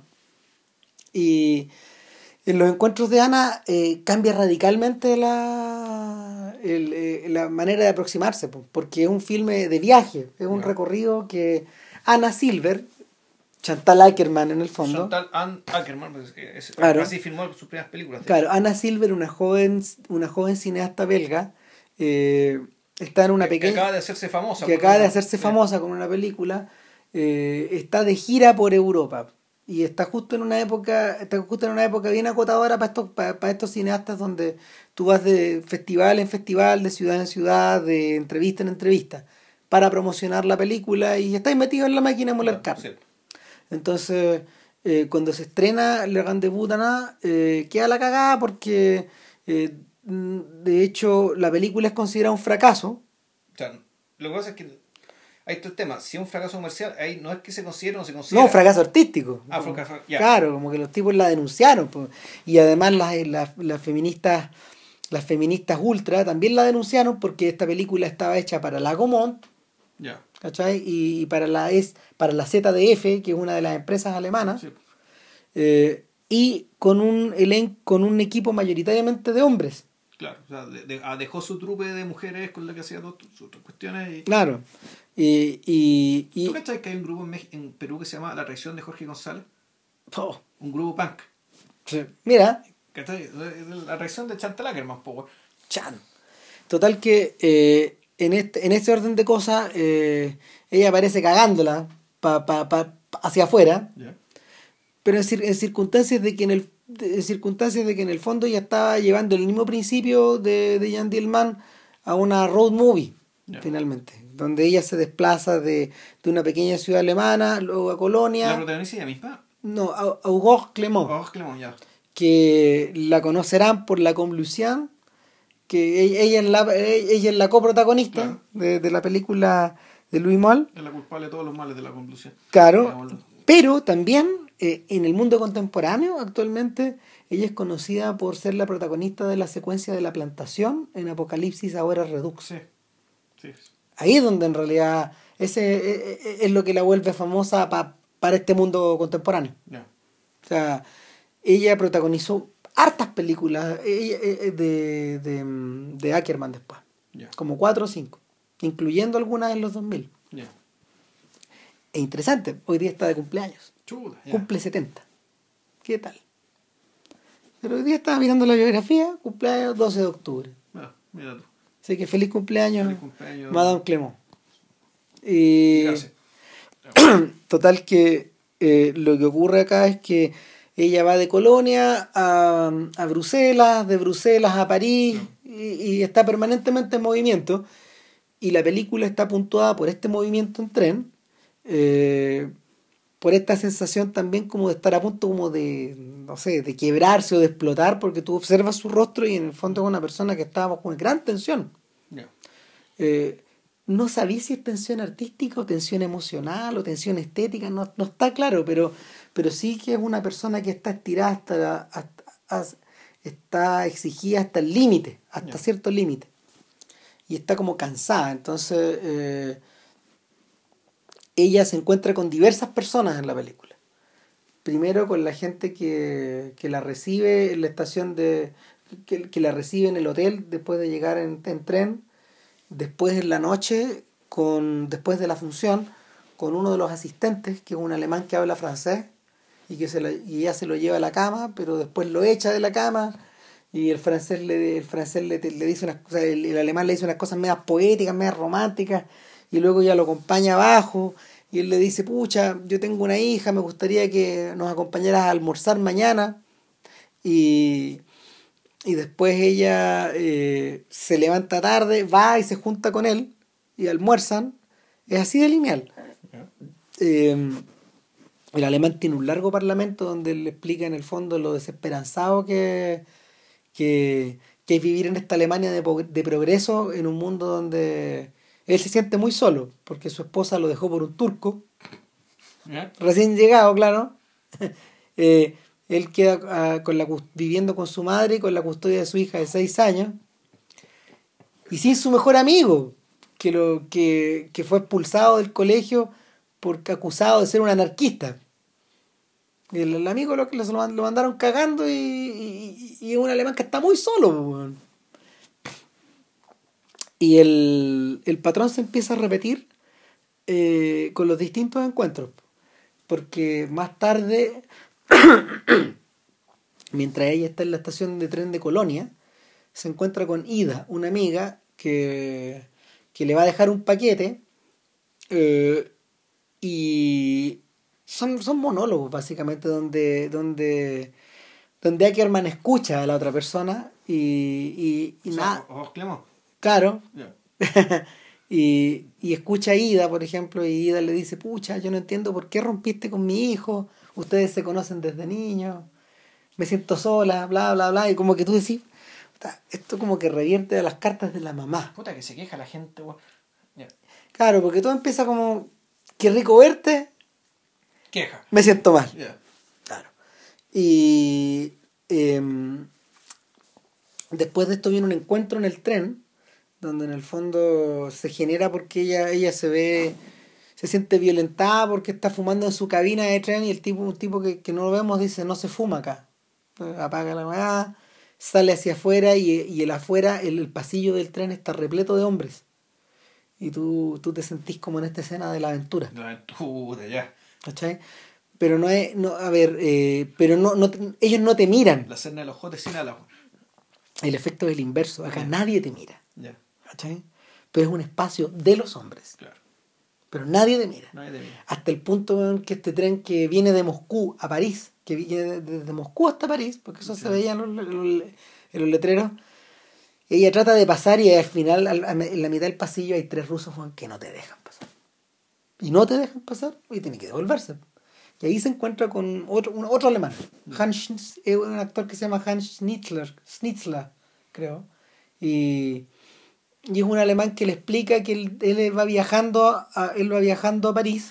Y en los encuentros de Ana eh, cambia radicalmente la, el, eh, la manera de aproximarse, po, porque es un filme de viaje, es un
Ya.
recorrido que Anna Silver, Chantal Ackerman en el fondo,
Chantal Ann Ackerman, pues, es-
Claro.
así filmó sus primeras películas. de
claro, Anna Silver, una joven, una joven cineasta belga, eh, está en una
que, que
pequeña...
acaba de hacerse famosa.
que
por
acaba de
una-
hacerse
sí.
famosa con una película, eh, está de gira por Europa y está justo en una época, está justo en una época bien acotadora para estos, para, para estos cineastas donde tú vas de festival en festival, de ciudad en ciudad, de entrevista en entrevista. para promocionar la película y estáis metidos en la máquina de moler
Claro,
carne.
sí.
Entonces, eh, cuando se estrena Le Rendezvous d'Anna, eh, queda la cagada porque, eh, mm, de hecho, la película es considerada un fracaso.
O sea, lo que pasa es que ahí está el tema. Si es un fracaso comercial, ahí no es que se considere o no se
No,
considera.
un fracaso artístico.
Ah,
Como-
fracaso, ya.
Claro, como que los tipos la denunciaron. Po. Y además las, las, las feministas las feministas ultra también la denunciaron porque esta película estaba hecha para la Gaumont,
Ya.
¿cachai? Y, y para la es para la Z D F, que es una de las empresas alemanas,
Sí.
eh, y con un elen con un equipo mayoritariamente de hombres.
Claro. O sea, de- de- ah, dejó su trupe de mujeres con la que hacía todas sus otras cuestiones. Y...
Claro. Y, y, y-
¿Tú cachai que hay un grupo en, Mex- en Perú que se llama La Traición de Jorge González?
oh,
Un grupo punk.
sí. Mira,
¿Cachai? La traición de Chantal Ackerman, po, weón.
chan. Total que eh, en este en este orden de cosas eh, ella aparece cagándola pa, pa, pa, hacia afuera,
Ya.
pero en, cir- en circunstancias de que en el de- en circunstancias de que en el fondo ella estaba llevando el mismo principio de, de Jean Dielman a una road movie,
Ya.
finalmente, donde ella se desplaza de, de una pequeña ciudad alemana, luego a
La
Colonia,
protagonista ella misma.
no, a a Auguste Clément,
Oh, Clemón, ya.
que la conocerán por la Conlusión, que ella, ella es la ella es la coprotagonista
Claro.
de, de la película de Louis Malle,
Es la culpable de todos los males de la conclusión.
claro,
Digámoslo.
pero también eh, en el mundo contemporáneo actualmente ella es conocida por ser la protagonista de la secuencia de la plantación en Apocalipsis ahora Redux.
Sí. Sí.
Ahí es donde en realidad ese eh, eh, es lo que la vuelve famosa pa- para este mundo contemporáneo.
Ya.
O sea, ella protagonizó hartas películas ella, eh, de, de, mm, de Ackerman después,
Ya.
como cuatro o cinco, incluyendo algunas en los dos mil.
Ya.
Es interesante, hoy día está de cumpleaños,
Chuta. Ya.
cumple setenta. ¿Qué tal? Pero hoy día estaba mirando la biografía, cumpleaños doce de octubre.
Ah, mira tú.
Así que feliz cumpleaños,
Feliz cumpleaños.
Madame Clément. Y
Gracias.
total que eh, lo que ocurre acá es que ella va de Colonia a, a Bruselas, de Bruselas a París,
No.
y, y está permanentemente en movimiento. Y la película está puntuada por este movimiento en tren, eh, por esta sensación también como de estar a punto como de, no sé, de quebrarse o de explotar, porque tú observas su rostro y en el fondo es una persona que está bajo una gran tensión.
Ya.
Eh, no sabía si es tensión artística o tensión emocional o tensión estética, no, no está claro, pero, pero sí que es una persona que está estirada hasta, la- hasta- hasta- está exigida hasta el límite, hasta
Ya.
cierto límite. Y está como cansada. Entonces, eh, ella se encuentra con diversas personas en la película. Primero con la gente que, que la recibe en la estación de... Que, que la recibe en el hotel después de llegar en, en tren. Después en la noche, con después de la función, con uno de los asistentes, que es un alemán que habla francés, y que se la- y ella se lo lleva a la cama, pero después lo echa de la cama, y el francés le, el francés le, le dice unas cosas, el, el alemán le dice unas cosas medias poéticas, medias románticas, y luego ella lo acompaña abajo, y él le dice, pucha, yo tengo una hija, me gustaría que nos acompañaras a almorzar mañana, y y después ella eh, se levanta tarde, va y se junta con él y almuerzan. Es así de lineal.
Ya.
Eh, el alemán tiene un largo parlamento donde le explica en el fondo lo desesperanzado que, que, que es vivir en esta Alemania de, po- de progreso en un mundo donde él se siente muy solo porque su esposa lo dejó por un turco
Ya.
recién llegado, claro. Eh, él queda ah, con la, cus- viviendo con su madre y con la custodia de su hija de seis años. Y sin su mejor amigo, que, lo, que, que fue expulsado del colegio porque acusado de ser un anarquista. El, el amigo lo, lo, lo mandaron cagando y, y, y es un alemán que está muy solo. Weón. Y el, el patrón se empieza a repetir eh, con los distintos encuentros. Porque más tarde, mientras ella está en la estación de tren de Colonia, se encuentra con Ida, una amiga que, que le va a dejar un paquete, eh, y son, son monólogos básicamente donde, donde, donde Ackerman escucha a la otra persona y, y, y
O sea,
nada,
ojos Clemón.
claro,
Ya.
Y, y escucha a Ida, por ejemplo, y Ida le dice, pucha, yo no entiendo por qué rompiste con mi hijo, ustedes se conocen desde niños, me siento sola, bla, bla, bla, y como que tú decís, puta, esto como que revierte a las cartas de la mamá.
Puta que se queja la gente, weón. Yeah.
Claro, porque todo empieza como, qué rico verte,
Queja.
me siento mal.
Yeah.
Claro. Y eh, después de esto viene un encuentro en el tren, donde en el fondo se genera porque ella, ella se ve, se siente violentada porque está fumando en su cabina de tren y el tipo, un tipo que, que no lo vemos dice, no se fuma acá. Entonces, apaga la weá, sale hacia afuera y, y el afuera, el, el pasillo del tren está repleto de hombres. Y tú, tú te sentís como en esta escena de la aventura.
La aventura, ya.
¿Cachai? Pero no es, no, a ver, eh, pero no, no, ellos no te miran.
La escena de los jotes sin ala, weón.
El efecto es el inverso. Acá
Ya.
nadie te mira.
Ya.
¿Cachai? Pero es un espacio de los hombres.
Claro.
Pero nadie te mira.
Nadie te mira.
Hasta el punto en que este tren que viene de Moscú a París, que viene desde Moscú hasta París, porque eso se veía en los, en los- en los letreros, ella trata de pasar y al final, al- en la mitad del pasillo, hay tres rusos weón, que no te dejan pasar. Y no te dejan pasar y tiene que devolverse. Y ahí se encuentra con otro, un- otro alemán. Hans, Schn- eh, un actor que se llama Hans Schnitzler, Schnitzler creo. Y, y es un alemán que le explica que él, él va viajando a, él va viajando a París.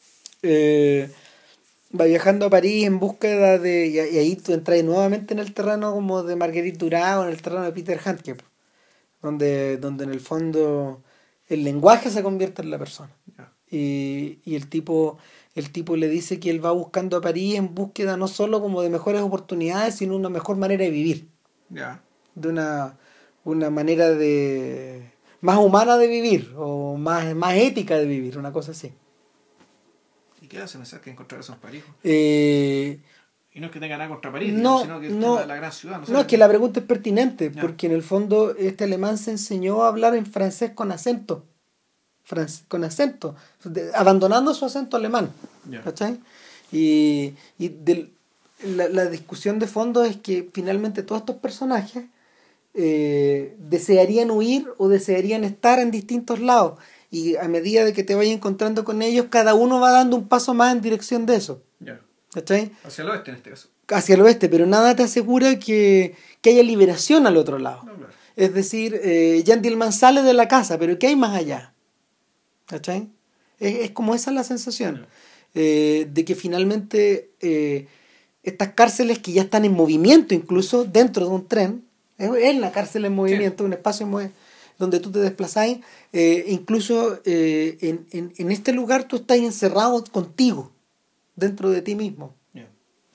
eh, va viajando a París en búsqueda de... Y, y ahí tú entras nuevamente en el terreno como de Marguerite Duras o en el terreno de Peter Handke, donde, donde en el fondo el lenguaje se convierte en la persona.
Ya.
Y, y el tipo el tipo le dice que él va buscando a París en búsqueda no solo como de mejores oportunidades, sino una mejor manera de vivir,
Ya.
de una, una manera de más humana de vivir o más, más ética de vivir, una cosa así.
¿Y qué hace pensar que encontrar eso en París?
Eh,
Y no es que tenga nada contra París,
no,
sino que el
no,
tema de la gran ciudad. No, sé.
no, es que la pregunta es pertinente,
Ya.
porque en el fondo este alemán se enseñó a hablar en francés con acento, francés, con acento, de- abandonando su acento alemán.
Ya.
¿Cachai? Y, y del- la, la discusión de fondo es que finalmente todos estos personajes eh, desearían huir o desearían estar en distintos lados. Y a medida de que te vayas encontrando con ellos, cada uno va dando un paso más en dirección de eso.
Ya.
¿Cachai?
Hacia el oeste en este caso.
Hacia el oeste, pero nada te asegura que, que haya liberación al otro lado.
No, claro.
Es decir, eh, Jan Dielman sale de la casa, pero ¿qué hay más allá? ¿Cachai? Es, es como esa la sensación. Eh, de que finalmente eh, estas cárceles que ya están en movimiento, incluso dentro de un tren, es, es la cárcel en movimiento, un espacio en movi- donde tú te desplazáis, eh, incluso eh, en, en, en este lugar tú estás encerrado contigo, dentro de ti mismo.
Ya.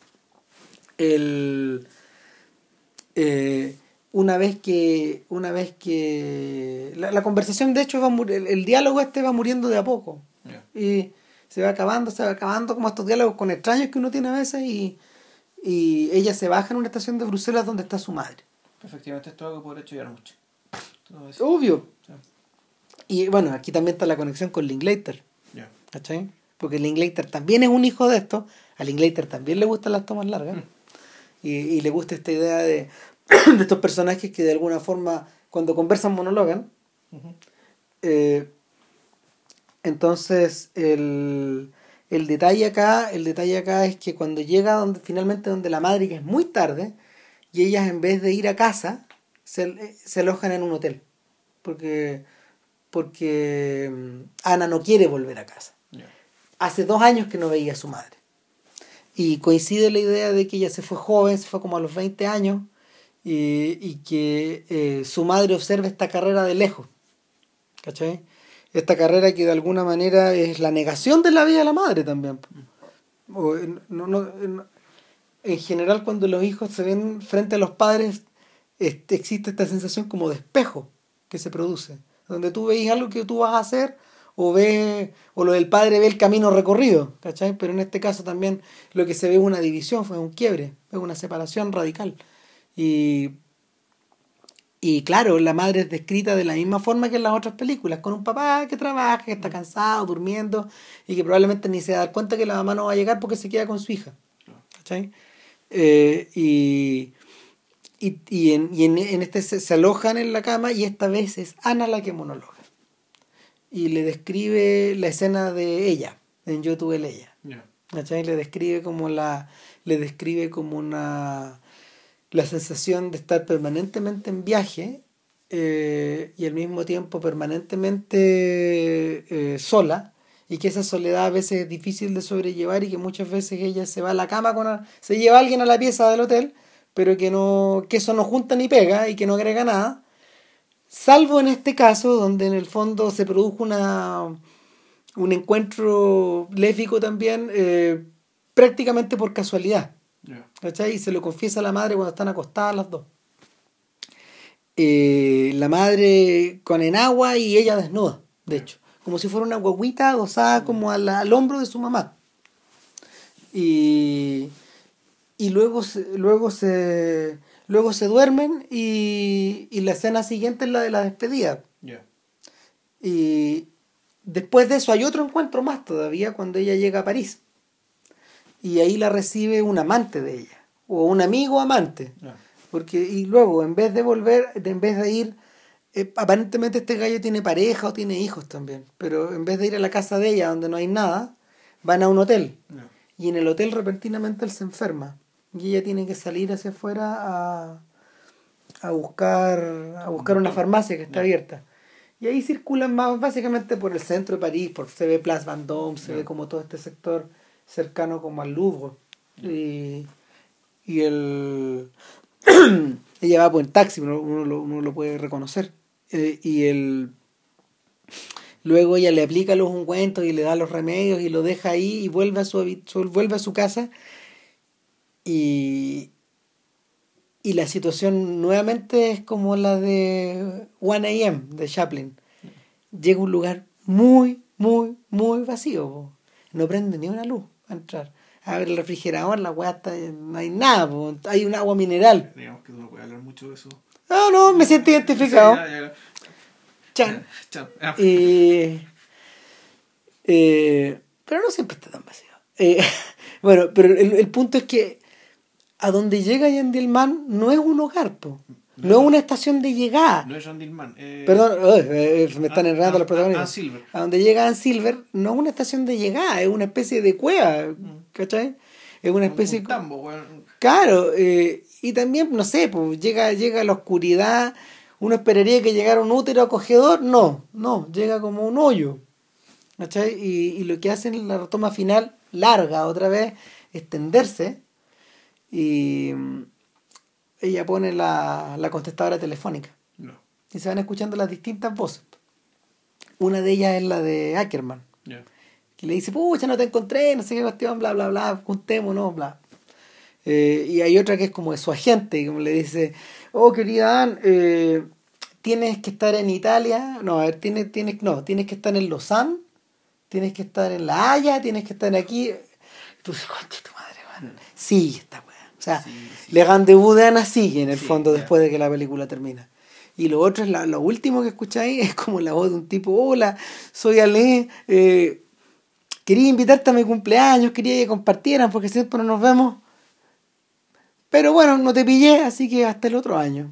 El, eh, una vez que una vez que la, la conversación de hecho va mur- el, el diálogo este va muriendo de a poco
Ya.
y se va acabando, se va acabando como estos diálogos con extraños que uno tiene a veces y, y ella se baja en una estación de Bruselas donde está su madre.
Efectivamente, esto es algo que podría estudiar mucho. Todo eso.
Obvio.
Sí.
Y bueno, aquí también está la conexión con Linklater,
Ya.
¿cachai? Porque Linklater también es un hijo de esto, a Linklater también le gustan las tomas largas.
Mm.
Y, y le gusta esta idea de, de estos personajes que de alguna forma cuando conversan monologan.
Ujú.
Eh, entonces el, el detalle acá el detalle acá es que cuando llega donde finalmente donde la madre, que es muy tarde, y ellas en vez de ir a casa se, se alojan en un hotel porque porque mm, Ana no quiere volver a casa.
Ya.
Hace dos años que no veía a su madre. Y coincide la idea de que ella se fue joven, se fue como a los veinte años, y, y que eh, su madre observa esta carrera de lejos. ¿Cachai? Esta carrera que de alguna manera es la negación de la vida de la madre también. O, eh, no, no, en, en general, cuando los hijos se ven frente a los padres, este, existe esta sensación como de espejo que se produce, donde tú ves algo que tú vas a hacer o ve o lo del padre ve el camino recorrido, ¿cachai? Pero en este caso también lo que se ve es una división, fue un quiebre, es una separación radical. Y, y claro, la madre es descrita de la misma forma que en las otras películas, con un papá que trabaja, que está cansado, durmiendo, y que probablemente ni se da cuenta que la mamá no va a llegar porque se queda con su hija, ¿cachai? Eh, y y, y, en, y en, en este se, se alojan en la cama y esta vez es Ana la que monologa. y le describe la escena de ella, en Yo tuve Leia.
Yeah.
¿Cachai? Le describe como la, le describe como una, la sensación de estar permanentemente en viaje eh, y al mismo tiempo permanentemente eh, sola, y que esa soledad a veces es difícil de sobrellevar y que muchas veces ella se va a la cama con a- se lleva a alguien a la pieza del hotel, pero que no, que eso no junta ni pega y que no agrega nada, salvo en este caso donde en el fondo se produjo una un encuentro léfico también, eh, prácticamente por casualidad,
Yeah.
¿cachai? Y se lo confiesa a la madre cuando están acostadas las dos. Eh, la madre con enagua y ella desnuda, de hecho, como si fuera una guaguita adosada como a la- al hombro de su mamá. Y, y luego, se, luego, se, luego se duermen y, y la escena siguiente es la de la despedida.
Yeah.
Y después de eso hay otro encuentro más todavía cuando ella llega a París. Y ahí la recibe un amante de ella, o un amigo amante.
Yeah.
Porque, y luego, en vez de volver, de- en vez de ir, eh, aparentemente este gallo tiene pareja o tiene hijos también, pero en vez de ir a la casa de ella donde no hay nada, van a un hotel.
Yeah.
Y en el hotel repentinamente él se enferma. Y ella tiene que salir hacia afuera a, a buscar, a buscar una farmacia que está
Yeah.
abierta. Y ahí circulan más básicamente por el centro de París, por se ve Place Vendôme, se
Yeah.
ve como todo este sector cercano como al Louvre. Y, y el ella va por el taxi, uno, uno lo, uno lo puede reconocer. Eh, y el luego ella le aplica los ungüentos y le da los remedios y lo deja ahí y vuelve a su, habi- su- vuelve a su casa y, y la situación nuevamente es como la de one a m de Chaplin. Llega a un lugar muy, muy, muy vacío. Po. No prende ni una luz a entrar. Abre el refrigerador, la weá está, no hay nada, po. Hay un agua mineral.
Digamos que tú no puedes hablar mucho de eso.
No, no, me siento identificado.
Sí, ya, ya.
Chan.
Chao. Ah.
Eh, eh, pero no siempre está tan vacío. Eh, bueno, pero el, el punto es que a donde llega Yandelman no es un hogar, po. No es una estación de llegada.
No es John Dillman. Eh,
Perdón, oh, eh, me están
Anne-
enredando los
Anne-
protagonistas.
Anne Silver.
A donde llega Anne Silver no es una estación de llegada, es una especie de cueva, ¿cachai? Es una especie...
Un, un tambo, weón.
Claro, eh, y también, no sé, pues llega, llega a la oscuridad, uno esperaría que llegara un útero acogedor, no, no, llega como un hoyo, ¿cachai? Y, y lo que hacen en la toma final, larga otra vez, es tenderse y mm, ella pone la, la contestadora telefónica
No.
y se van escuchando las distintas voces. Una de ellas es la de Ackerman,
Ya.
que le dice, pucha, no te encontré, no sé qué cuestión, bla, bla, bla, juntémonos, bla. Eh, y hay otra que es como de su agente, y como le dice, oh, querida Ann, eh, tienes que estar en Italia, no, a ver, tienes, tienes, no, tienes que estar en Lausanne, tienes que estar en La Haya, tienes que estar aquí. Tú dices, concha tu madre, man. Sigue esta weá. O sea,
Sí, sí.
Le Rendezvous de Ana sigue en el
Sí,
fondo
ya.
después de que la película termina. Y lo otro es la, lo último que escucháis es como la voz de un tipo, hola, soy Ale, eh, quería invitarte a mi cumpleaños, quería que compartieran porque siempre no nos vemos. Pero bueno, no te pillé, así que hasta el otro año.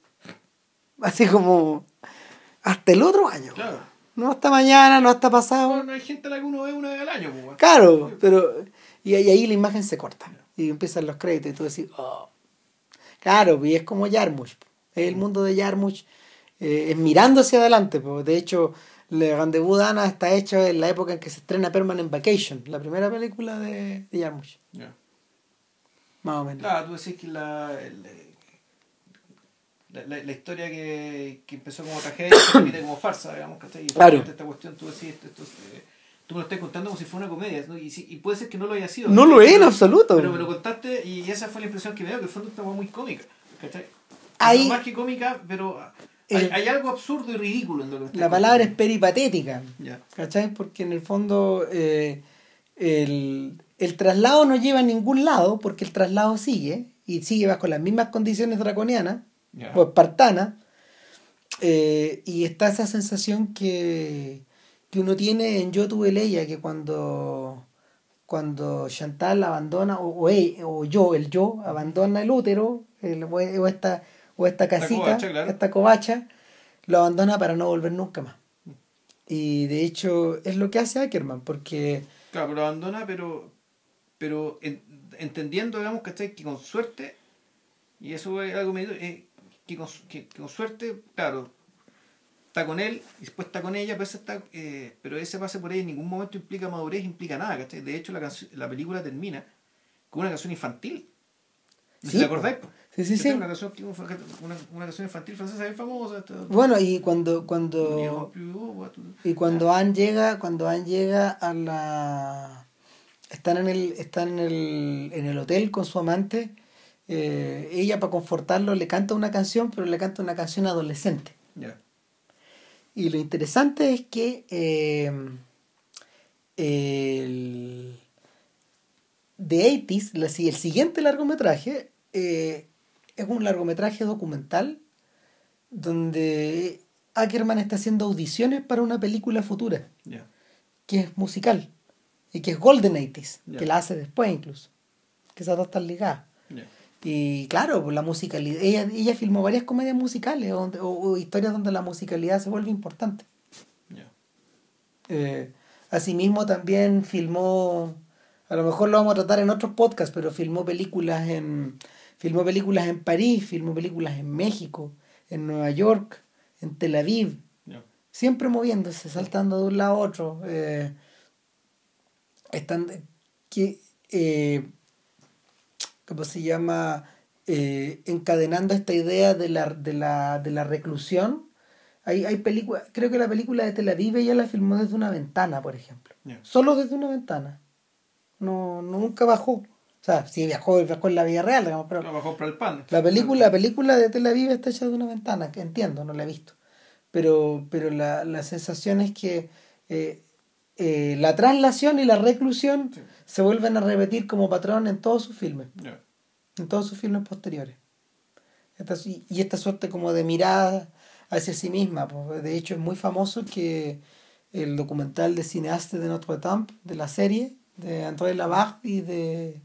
Así como, hasta el otro año.
Claro.
No hasta mañana, no hasta pasado.
Bueno, hay gente a la que uno ve una vez al año, pues, weón.
Claro, pero... Y, y ahí la imagen se corta. Y empiezan los créditos y tú decís, oh. Claro, y es como Jarmusch. Es el mundo de Jarmusch. Eh, es mirando hacia adelante. Pues. De hecho, Le Rendezvous d'Ana está hecho en la época en que se estrena Permanent Vacation, la primera película de, de Jarmusch.
Ya.
Más o menos.
Claro, tú decís que la, el- la, la, la historia que, que empezó como tragedia se repite como farsa, digamos, ¿cachai? Y
Claro.
esta cuestión, tú decís, esto, esto, eh, tú me lo estás contando como si fuera una comedia, ¿no? Y, si- y puede ser que no lo haya sido.
No
¿cachai?
lo es en
Pero-
absoluto.
Pero me lo contaste y esa fue la impresión que me dio, que el fondo estaba muy cómica, ¿cachai?
Ahí-
No más que cómica, pero hay,
El-
hay algo absurdo y ridículo en lo que me estás
La palabra es
contando.
peripatética.
Ya.
¿Cachai? Porque en el fondo eh, el, el traslado no lleva a ningún lado porque el traslado sigue y sigue bajo las mismas condiciones draconianas
Ya.
o espartanas, eh, y está esa sensación que, que uno tiene en Yo tuve Leia, que cuando cuando Chantal abandona o, o, ella- o yo, el yo, abandona el útero el- o, o esta, o esta casita,
covacha, claro.
esta covacha, lo abandona para no volver nunca más. Y de hecho es lo que hace Ackerman, porque...
Claro, pero lo abandona, pero, pero en- entendiendo, digamos, ¿cachai? Que con suerte, y eso es algo medio, eh, que, con, su- que, que con suerte, claro, está con él y después está con ella, pero ese, está, eh, pero ese pase por ella en ningún momento implica madurez, implica nada, ¿cachai? De hecho, la, canción, la película termina con una canción infantil. No sé si
Sí,
te
po.
acordáis, po.
Sí, sí,
¿Cachai?
sí.
Una canción, que- una, una canción infantil francesa bien famosa. Esta-
Bueno, y cuando,
Nous n'irons
cuando,
plus haut, what-
y
¿Ah?
cuando Anne llega, cuando Anne llega a la... Están en el, están en el, en el hotel con su amante, eh, ella para confortarlo le canta una canción, pero le canta una canción adolescente.
Ya,
Y lo interesante es que eh, el The ochenta, la si- el siguiente largometraje, eh, es un largometraje documental donde Ackerman está haciendo audiciones para una película futura,
ya,
que es musical, y que es Golden ochenta,
ya,
que la hace después incluso, que esas dos están ligadas.
ya,
Y claro, pues la musicalidad, ella, ella filmó varias comedias musicales donde- o, o historias donde la musicalidad se vuelve importante.
ya.
Eh, Asimismo también filmó, a lo mejor lo vamos a tratar en otros podcasts, pero filmó películas en, filmó películas en París, filmó películas en México, en Nueva York, en Tel Aviv,
Ya.
siempre moviéndose, saltando de un lado a otro. Eh, están, que, eh, ¿cómo se llama? Eh, encadenando esta idea de la, de la, de la reclusión. Hay, hay películas, creo que la película de Tel Aviv ella la filmó desde una ventana, por ejemplo.
Ya.
Solo desde una ventana. No, no nunca bajó. O sea, sí viajó, viajó en la vida real, digamos, pero
Trabajó para el pan.
la película, la película de Tel Aviv está hecha de una ventana, que entiendo, no la he visto. Pero, pero la, la sensación es que eh, eh, la traslación y la reclusión
Sí.
se vuelven a repetir como patrón en todos sus filmes,
Ya.
en todos sus filmes posteriores. Esta, y y esta suerte como de mirada hacia sí misma. Pues, de hecho, es muy famoso que el documental de Cineaste de Notre Dame, de la serie, de André Labarthe y de,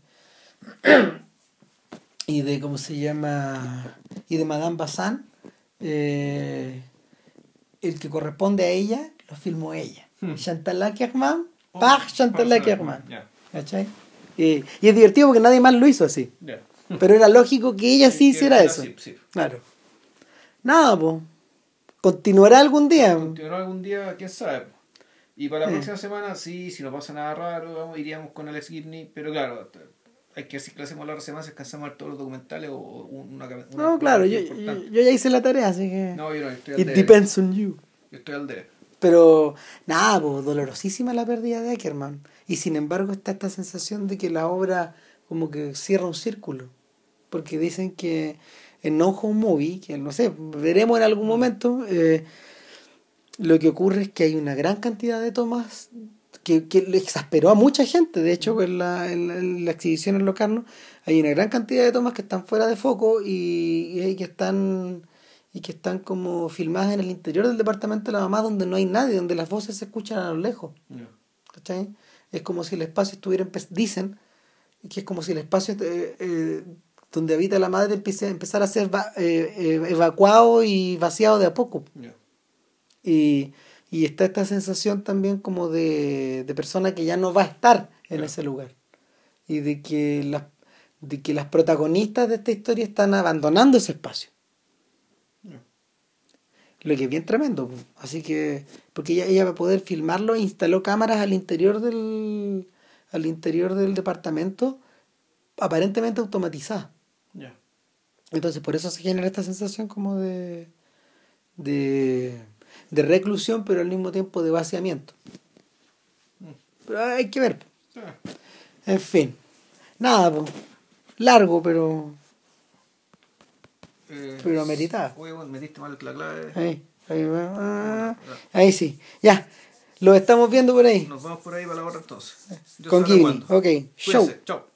y de, ¿cómo se llama? Y de Madame Bazin, eh, el que corresponde a ella, lo filmó ella.
Hmm.
Chantal Ackerman,
Oh,
par Chantal
para
Ackerman.
Ya.
¿Cachai? Y, y es divertido porque nadie más lo hizo así.
Ya.
Pero era lógico que ella sí
Que
hiciera
fuera
eso.
así, sí.
Claro. Nada, pues. Continuará algún día.
Continuará algún día, quién sabe. Y para la
Eh.
próxima semana, sí, si no pasa nada raro, vamos, iríamos con Alex Gibney. Pero claro, t- hay que ver si hacemos la otra semana, si alcanzamos a ver todos los documentales o o una, una,
No,
una
claro,
partida
yo, yo,
importante.
yo ya hice la tarea, así que.
No, yo no, estoy al
It
debe.
depends on you.
Yo estoy al debe.
Pero, nada, pues, dolorosísima la pérdida de Ackerman. Y sin embargo está esta sensación de que la obra como que cierra un círculo. Porque dicen que en No Home Movie, que no sé, veremos en algún momento, eh, lo que ocurre es que hay una gran cantidad de tomas que, que le exasperó a mucha gente. De hecho, en la, en la, en la exhibición en Locarno hay una gran cantidad de tomas que están fuera de foco y, y que están y que están como filmadas en el interior del departamento de la mamá, donde no hay nadie, donde las voces se escuchan a lo lejos.
Ya.
¿Cachai? Es como si el espacio estuviera, empe- dicen que es como si el espacio eh, eh, donde habita la madre empiece, empezara a ser va- eh, eh, evacuado y vaciado de a poco.
Ya.
Y, y está esta sensación también como de, de persona que ya no va a estar en
Claro.
ese lugar. Y de que, las, de que las protagonistas de esta historia están abandonando ese espacio.
Ya.
Lo que es bien tremendo. Po. Así que, porque ella, ella va a poder filmarlo, instaló cámaras al interior del, al interior del departamento, aparentemente automatizadas.
Ya.
Entonces, por eso se genera esta sensación como de, de, de reclusión, pero al mismo tiempo de vaciamiento. Pero hay que ver.
Sí.
En fin. Nada, po. Largo, pero,
Eh,
pero meritado.
Oye, bueno, metiste mal la clave.
Ahí, ahí, va. Ah, ahí sí. Ya. Lo estamos viendo por ahí.
Nos vamos por ahí para la otra entonces. Yo
Con
sé hasta
Ghibli.
cuándo.
Ok. Show.
Cuídense. Chao.